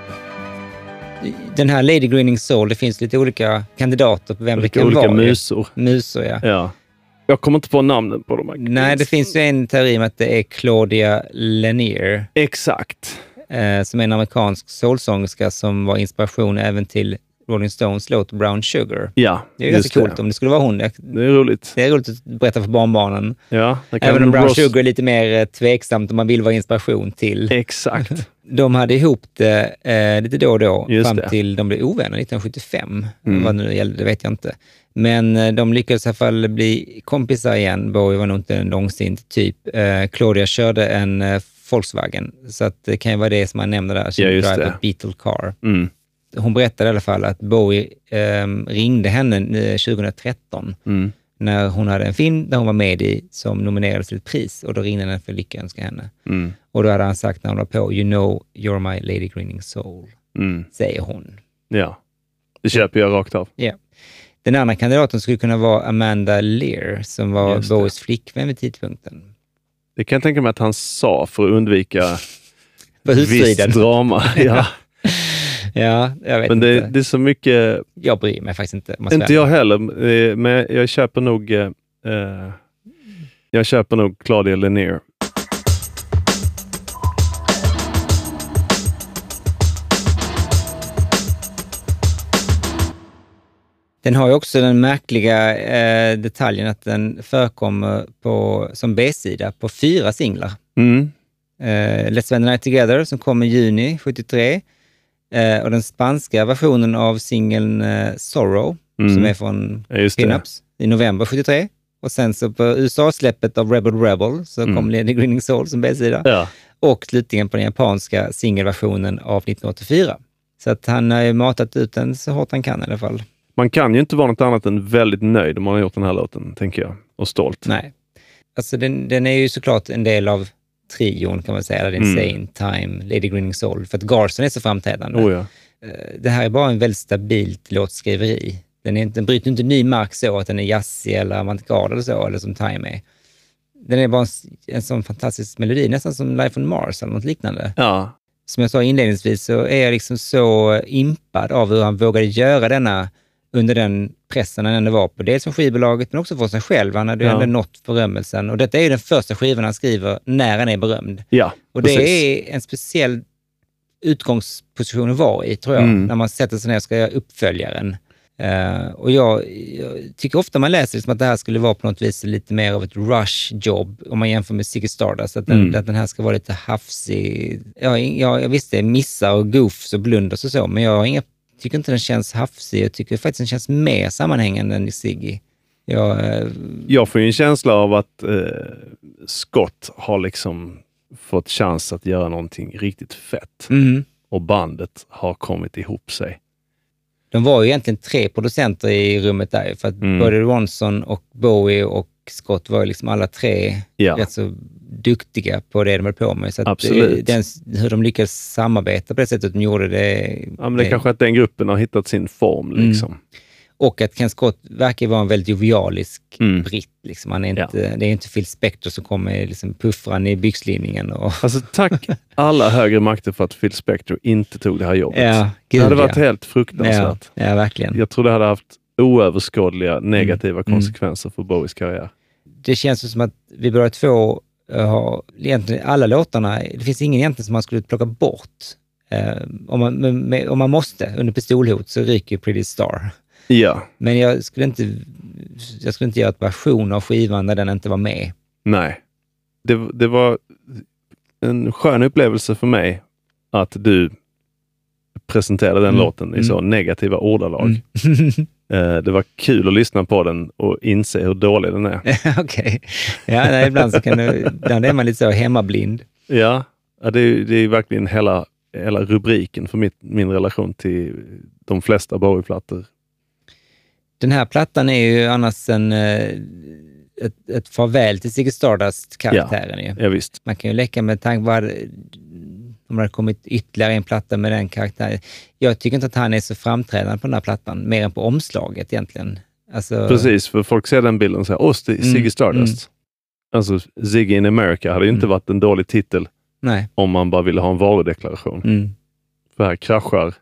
Den här Lady Grinning Soul, det finns lite olika kandidater på vem olika, det kan olika vara. Olika musor. Musor, ja. ja. Jag kommer inte på namnen på dem. Nej, det finns ju en teori om att det är Claudia Lanier. Exakt. Eh, som är en amerikansk soulsångerska som var inspiration även till Rolling Stones låt Brown Sugar. Ja, det är ju ganska coolt det. Om det skulle vara hon. Det är roligt. Det är roligt att berätta för barnbarnen. Ja, även om Brown Ross... Sugar är lite mer tveksamt om man vill vara inspiration till. Exakt. De hade ihop det eh, lite då och då Just fram det. till de blev ovänner nittonhundrasjuttiofem. Mm. Vad nu gällde, det vet jag inte. Men eh, de lyckades i alla fall bli kompisar igen. Bowie var nog inte en långsint typ. Eh, Claudia körde en eh, Volkswagen. Så att det kan ju vara det som man nämnde där. Ja, just det. Beetle Car. Mm. Hon berättade i alla fall att Bowie eh, ringde henne tjugohundratretton mm. när hon hade en film där hon var med i som nominerades till ett pris, och då ringde henne för att lyckönska henne. Mm. Och då hade han sagt när hon var på, you know you're my Lady Grinning Soul, mm. säger hon. Ja, det köper jag rakt av. Ja. Den andra kandidaten skulle kunna vara Amanda Lear som var Bowies flickvän vid tidpunkten. Det kan jag tänka mig att han sa för att undvika viss drama. Ja. Ja, jag vet men det, inte. det är så mycket... Jag bryr mig faktiskt inte. Inte jag heller, men jag köper nog eh, jag köper nog Claudia Lanier. Den har ju också den märkliga eh, detaljen att den förekommer på, som B-sida på fyra singlar. Mm. Eh, Let's Spend the Night Together som kom i juni sjuttiotre. Eh, och den spanska versionen av singeln eh, Sorrow mm. som är från ja, Pin-Ups i november sjuttiotre. Och sen så på U S A-släppet av Rebel Rebel så mm. kom Lady Grinning Soul som B-sida. Ja. Och slutligen på den japanska singelversionen av nittonhundraåttiofyra. Så att han har ju matat ut den så hårt han kan i alla fall. Man kan ju inte vara något annat än väldigt nöjd om man har gjort den här låten, tänker jag. Och stolt. Nej. Alltså den, den är ju såklart en del av trion kan man säga. Mm. Insane Time, Lady Grinning Soul. För att Garson är så framträdande. Oh ja. Det här är bara en väldigt stabilt låtskriveri. Den, är inte, den bryter inte ny mark så att den är jazzig eller avantgarde eller så, eller som Time är. Den är bara en, en sån fantastisk melodi, nästan som Life on Mars eller något liknande. Ja. Som jag sa inledningsvis så är jag liksom så impad av hur han vågade göra denna under den pressen han ändå var på. Dels som skivbolaget men också för sig själv. Han hade ju ja. ändå nått berömmelsen. Och detta är ju den första skivan han skriver när han är berömd. Ja, och det precis. är en speciell utgångsposition att vara i, tror jag. Mm. När man sätter sig ner och ska göra uppföljaren. Uh, och jag, jag tycker ofta man läser liksom att det här skulle vara på något vis lite mer av ett rush-jobb om man jämför med Ziggy Stardust. Att den, mm. att den här ska vara lite hafsig. Ja, jag, jag visste missar och goofs och blunders och så, men jag har inga tycker inte den känns hafsig. Jag tycker faktiskt den känns mer sammanhängande än i Ziggy. Jag, eh... jag får ju en känsla av att eh, Scott har liksom fått chans att göra någonting riktigt fett. Mm. Och bandet har kommit ihop sig. De var ju egentligen tre producenter i rummet där. För att mm. både Ronson och Bowie och Scott var ju liksom alla tre ja. rätt så duktiga på det de höll på med. Så att absolut. Den, hur de lyckades samarbeta på det sättet de gjorde det. Ja, men det är kanske att den gruppen har hittat sin form liksom. Mm. Och att Ken Scott verkar vara en väldigt jovialisk mm. britt. Liksom. Han är inte, ja. Det är inte Phil Spector som kommer liksom puffran i byxlinningen. Och... Alltså tack alla högre makter för att Phil Spector inte tog det här jobbet. Ja, gud, det hade varit ja. helt fruktansvärt. Ja, ja, verkligen. Jag tror det hade haft oöverskådliga negativa mm. konsekvenser för Bowies karriär. Det känns som att vi båda två har egentligen alla låtarna. Det finns ingen egentligen som man skulle plocka bort. Uh, om, man, med, om man måste under pistolhot så ryker Pretty Star. Ja. Men jag skulle inte jag skulle inte göra ett version av skivan där den inte var med. Nej. Det, det var en skön upplevelse för mig att du presenterade den mm. låten i mm. så negativa ordalag. Mm. Det var kul att lyssna på den och inse hur dålig den är. Okej. Okay. Ja, nej, ibland så kan det, ibland är man lite så hemmablind. Ja, det är, det är verkligen hela, hela rubriken för mitt, min relation till de flesta Bowie-plattor. Den här plattan är ju annars en, ett, ett farväl till Ziggy Stardust-karaktären. Ja, ju. ja, visst. Man kan ju leka med tanke på om det hade kommit ytterligare en platta med den karaktären. Jag tycker inte att han är så framträdande på den här plattan, mer än på omslaget egentligen. Alltså, precis, för folk ser den bilden och säger, åh, Ziggy Mm, Stardust. Alltså, Ziggy in America hade ju inte Mm. varit en dålig titel nej. om man bara ville ha en varudeklaration. Mm. För här kraschar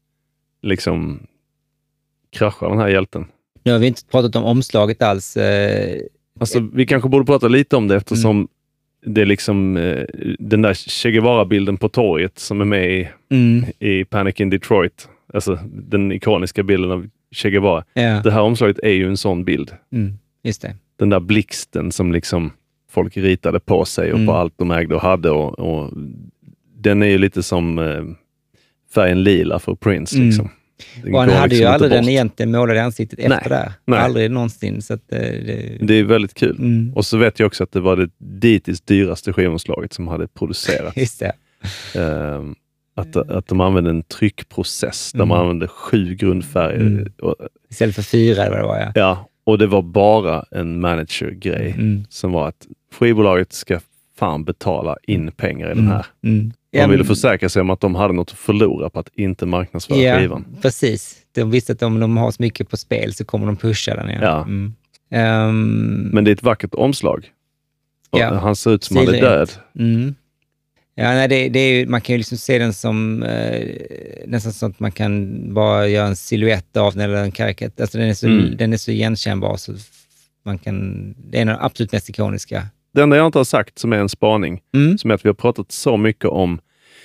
liksom kraschar den här hjälten. Nu har vi inte pratat om omslaget alls. Eh, Alltså, vi kanske borde prata lite om det eftersom mm. det är liksom eh, den där Che Guevara-bilden på torget som är med i, mm. i Panic in Detroit. Alltså den ikoniska bilden av Che Guevara. Ja. Det här omslaget är ju en sån bild. Mm. Just det. Den där blixten som liksom folk ritade på sig och Mm. på allt de ägde och hade. Och, och den är ju lite som eh, färgen lila för Prince. Mm. Liksom. Den Och han går hade liksom ju inte aldrig den bort. egentligen målade i ansiktet efter Nej. det. Nej. Aldrig någonsin. Så att, eh, det... Det är väldigt kul. Mm. Och så vet jag också att det var det dittills dyraste skivomslaget som hade producerats. Just det. Um, att, att de använde en tryckprocess där Mm. man använde sju grundfärger. Mm. Och, Istället för fyra eller vad det var, ja. ja, och det var bara en manager-grej Mm. som var att skivbolaget ska fan betala in pengar i den här. Mm. De Ja, ville men- försäkra sig om att de hade något att förlora på att inte marknadsföra ja, skivan. precis. De visste att om de har så mycket på spel så kommer de pusha den. Ja. Ja. Mm. Ehm, Men det är ett vackert omslag. Och Ja. han ser ut som han är Stilrent. död. Mm. Ja, nej, det, det är ju, man kan ju liksom se den som eh, nästan så att man kan bara göra en silhuett av den eller en karaktär. Alltså den är så, Mm. den är så igenkännbar så man kan, det är en av de absolut mest ikoniska. Det enda jag inte har sagt som är en spaning, Mm. som är att vi har pratat så mycket om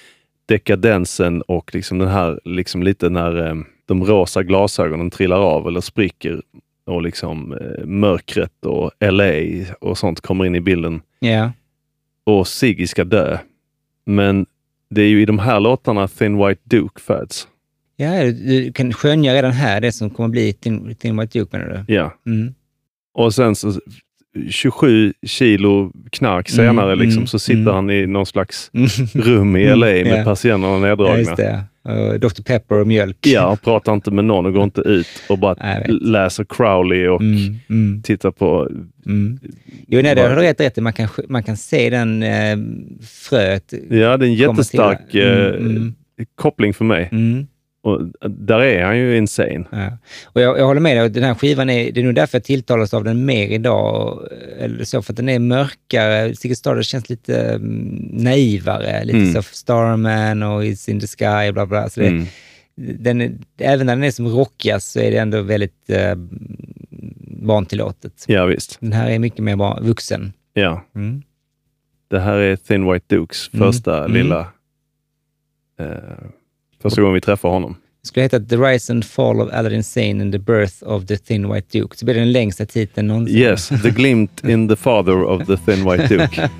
dekadensen och liksom den här, liksom lite när eh, de rosa glasögonen trillar av eller spricker och liksom eh, mörkret och L A och sånt kommer in i bilden Ja, och Ziggy ska dö. Men det är ju i de här låtarna Thin White Duke föds. ja du, du kan skönja redan här det som kommer bli Thin, Thin White Duke, menar du? Ja. Mm. Och sen så tjugosju kilo knark senare Mm, liksom, mm, så sitter mm. han i någon slags Mm. rum i L A med Ja. persiennerna Ja, neddragna. just det. Och doktor Pepper och mjölk. Ja, och pratar inte med någon och går inte ut och bara Nej, jag vet. läser Crowley och Mm, mm, tittar på... mm. Jo, nej, det har du rätt rätt i. Man kan, man kan se den eh, fröet. Ja, det är en jättestark till- mm, eh, mm. koppling för mig. Mm. Och där är han ju insane. Ja. Och jag, jag håller med dig, den här skivan är, det är nog därför jag tilltalas av den mer idag, eller så, för att den är mörkare. Ziggy Stardust känns lite um, naivare, lite Mm. så Starman och It's in the Sky, bla bla. Så det, Mm. den är, även när den är som rockigast så är det ändå väldigt uh, barntillåtet. Ja, visst. Den här är mycket mer bar- vuxen. Ja. Mm. Det här är Thin White Dukes Mm. första Mm. lilla... Eh, första gången vi träffar honom. Det skulle heta The Rise and Fall of Aladdin Sane and the Birth of the Thin White Duke. Så blir det den längsta titeln någonsin. Yes, the glint in the father of the Thin White Duke.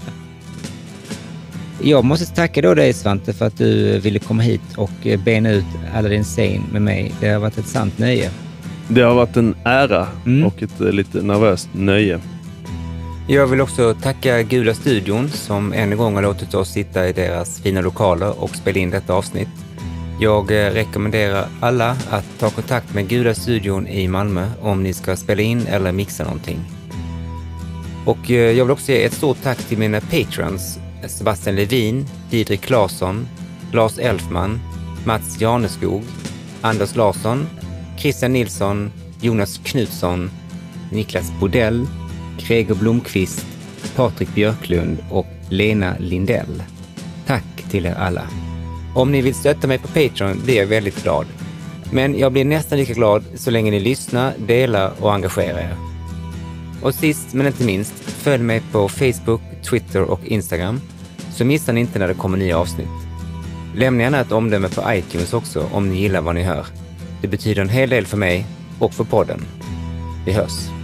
Jag måste tacka då dig, Svante, för att du ville komma hit och bena ut Aladdin Sane med mig. Det har varit ett sant nöje. Det har varit en ära Mm. och ett eh, lite nervöst nöje. Jag vill också tacka Gula Studion som än en gång har låtit oss sitta i deras fina lokaler och spela in detta avsnitt. Jag eh, rekommenderar alla att ta kontakt med Gula Studion i Malmö om ni ska spela in eller mixa någonting. Och eh, jag vill också ge ett stort tack till mina patrons Sebastian Levin, Didrik Claesson, Lars Elfman, Mats Janeskog, Anders Larsson, Christian Nilsson, Jonas Knutsson, Niklas Bodell, Gregor Blomqvist, Patrik Björklund och Lena Lindell. Tack till er alla. Om ni vill stötta mig på Patreon blir jag väldigt glad. Men jag blir nästan lika glad så länge ni lyssnar, delar och engagerar er. Och sist men inte minst, följ mig på Facebook, Twitter och Instagram så missar ni inte när det kommer nya avsnitt. Lämna gärna ett omdöme på iTunes också om ni gillar vad ni hör. Det betyder en hel del för mig och för podden. Vi hörs.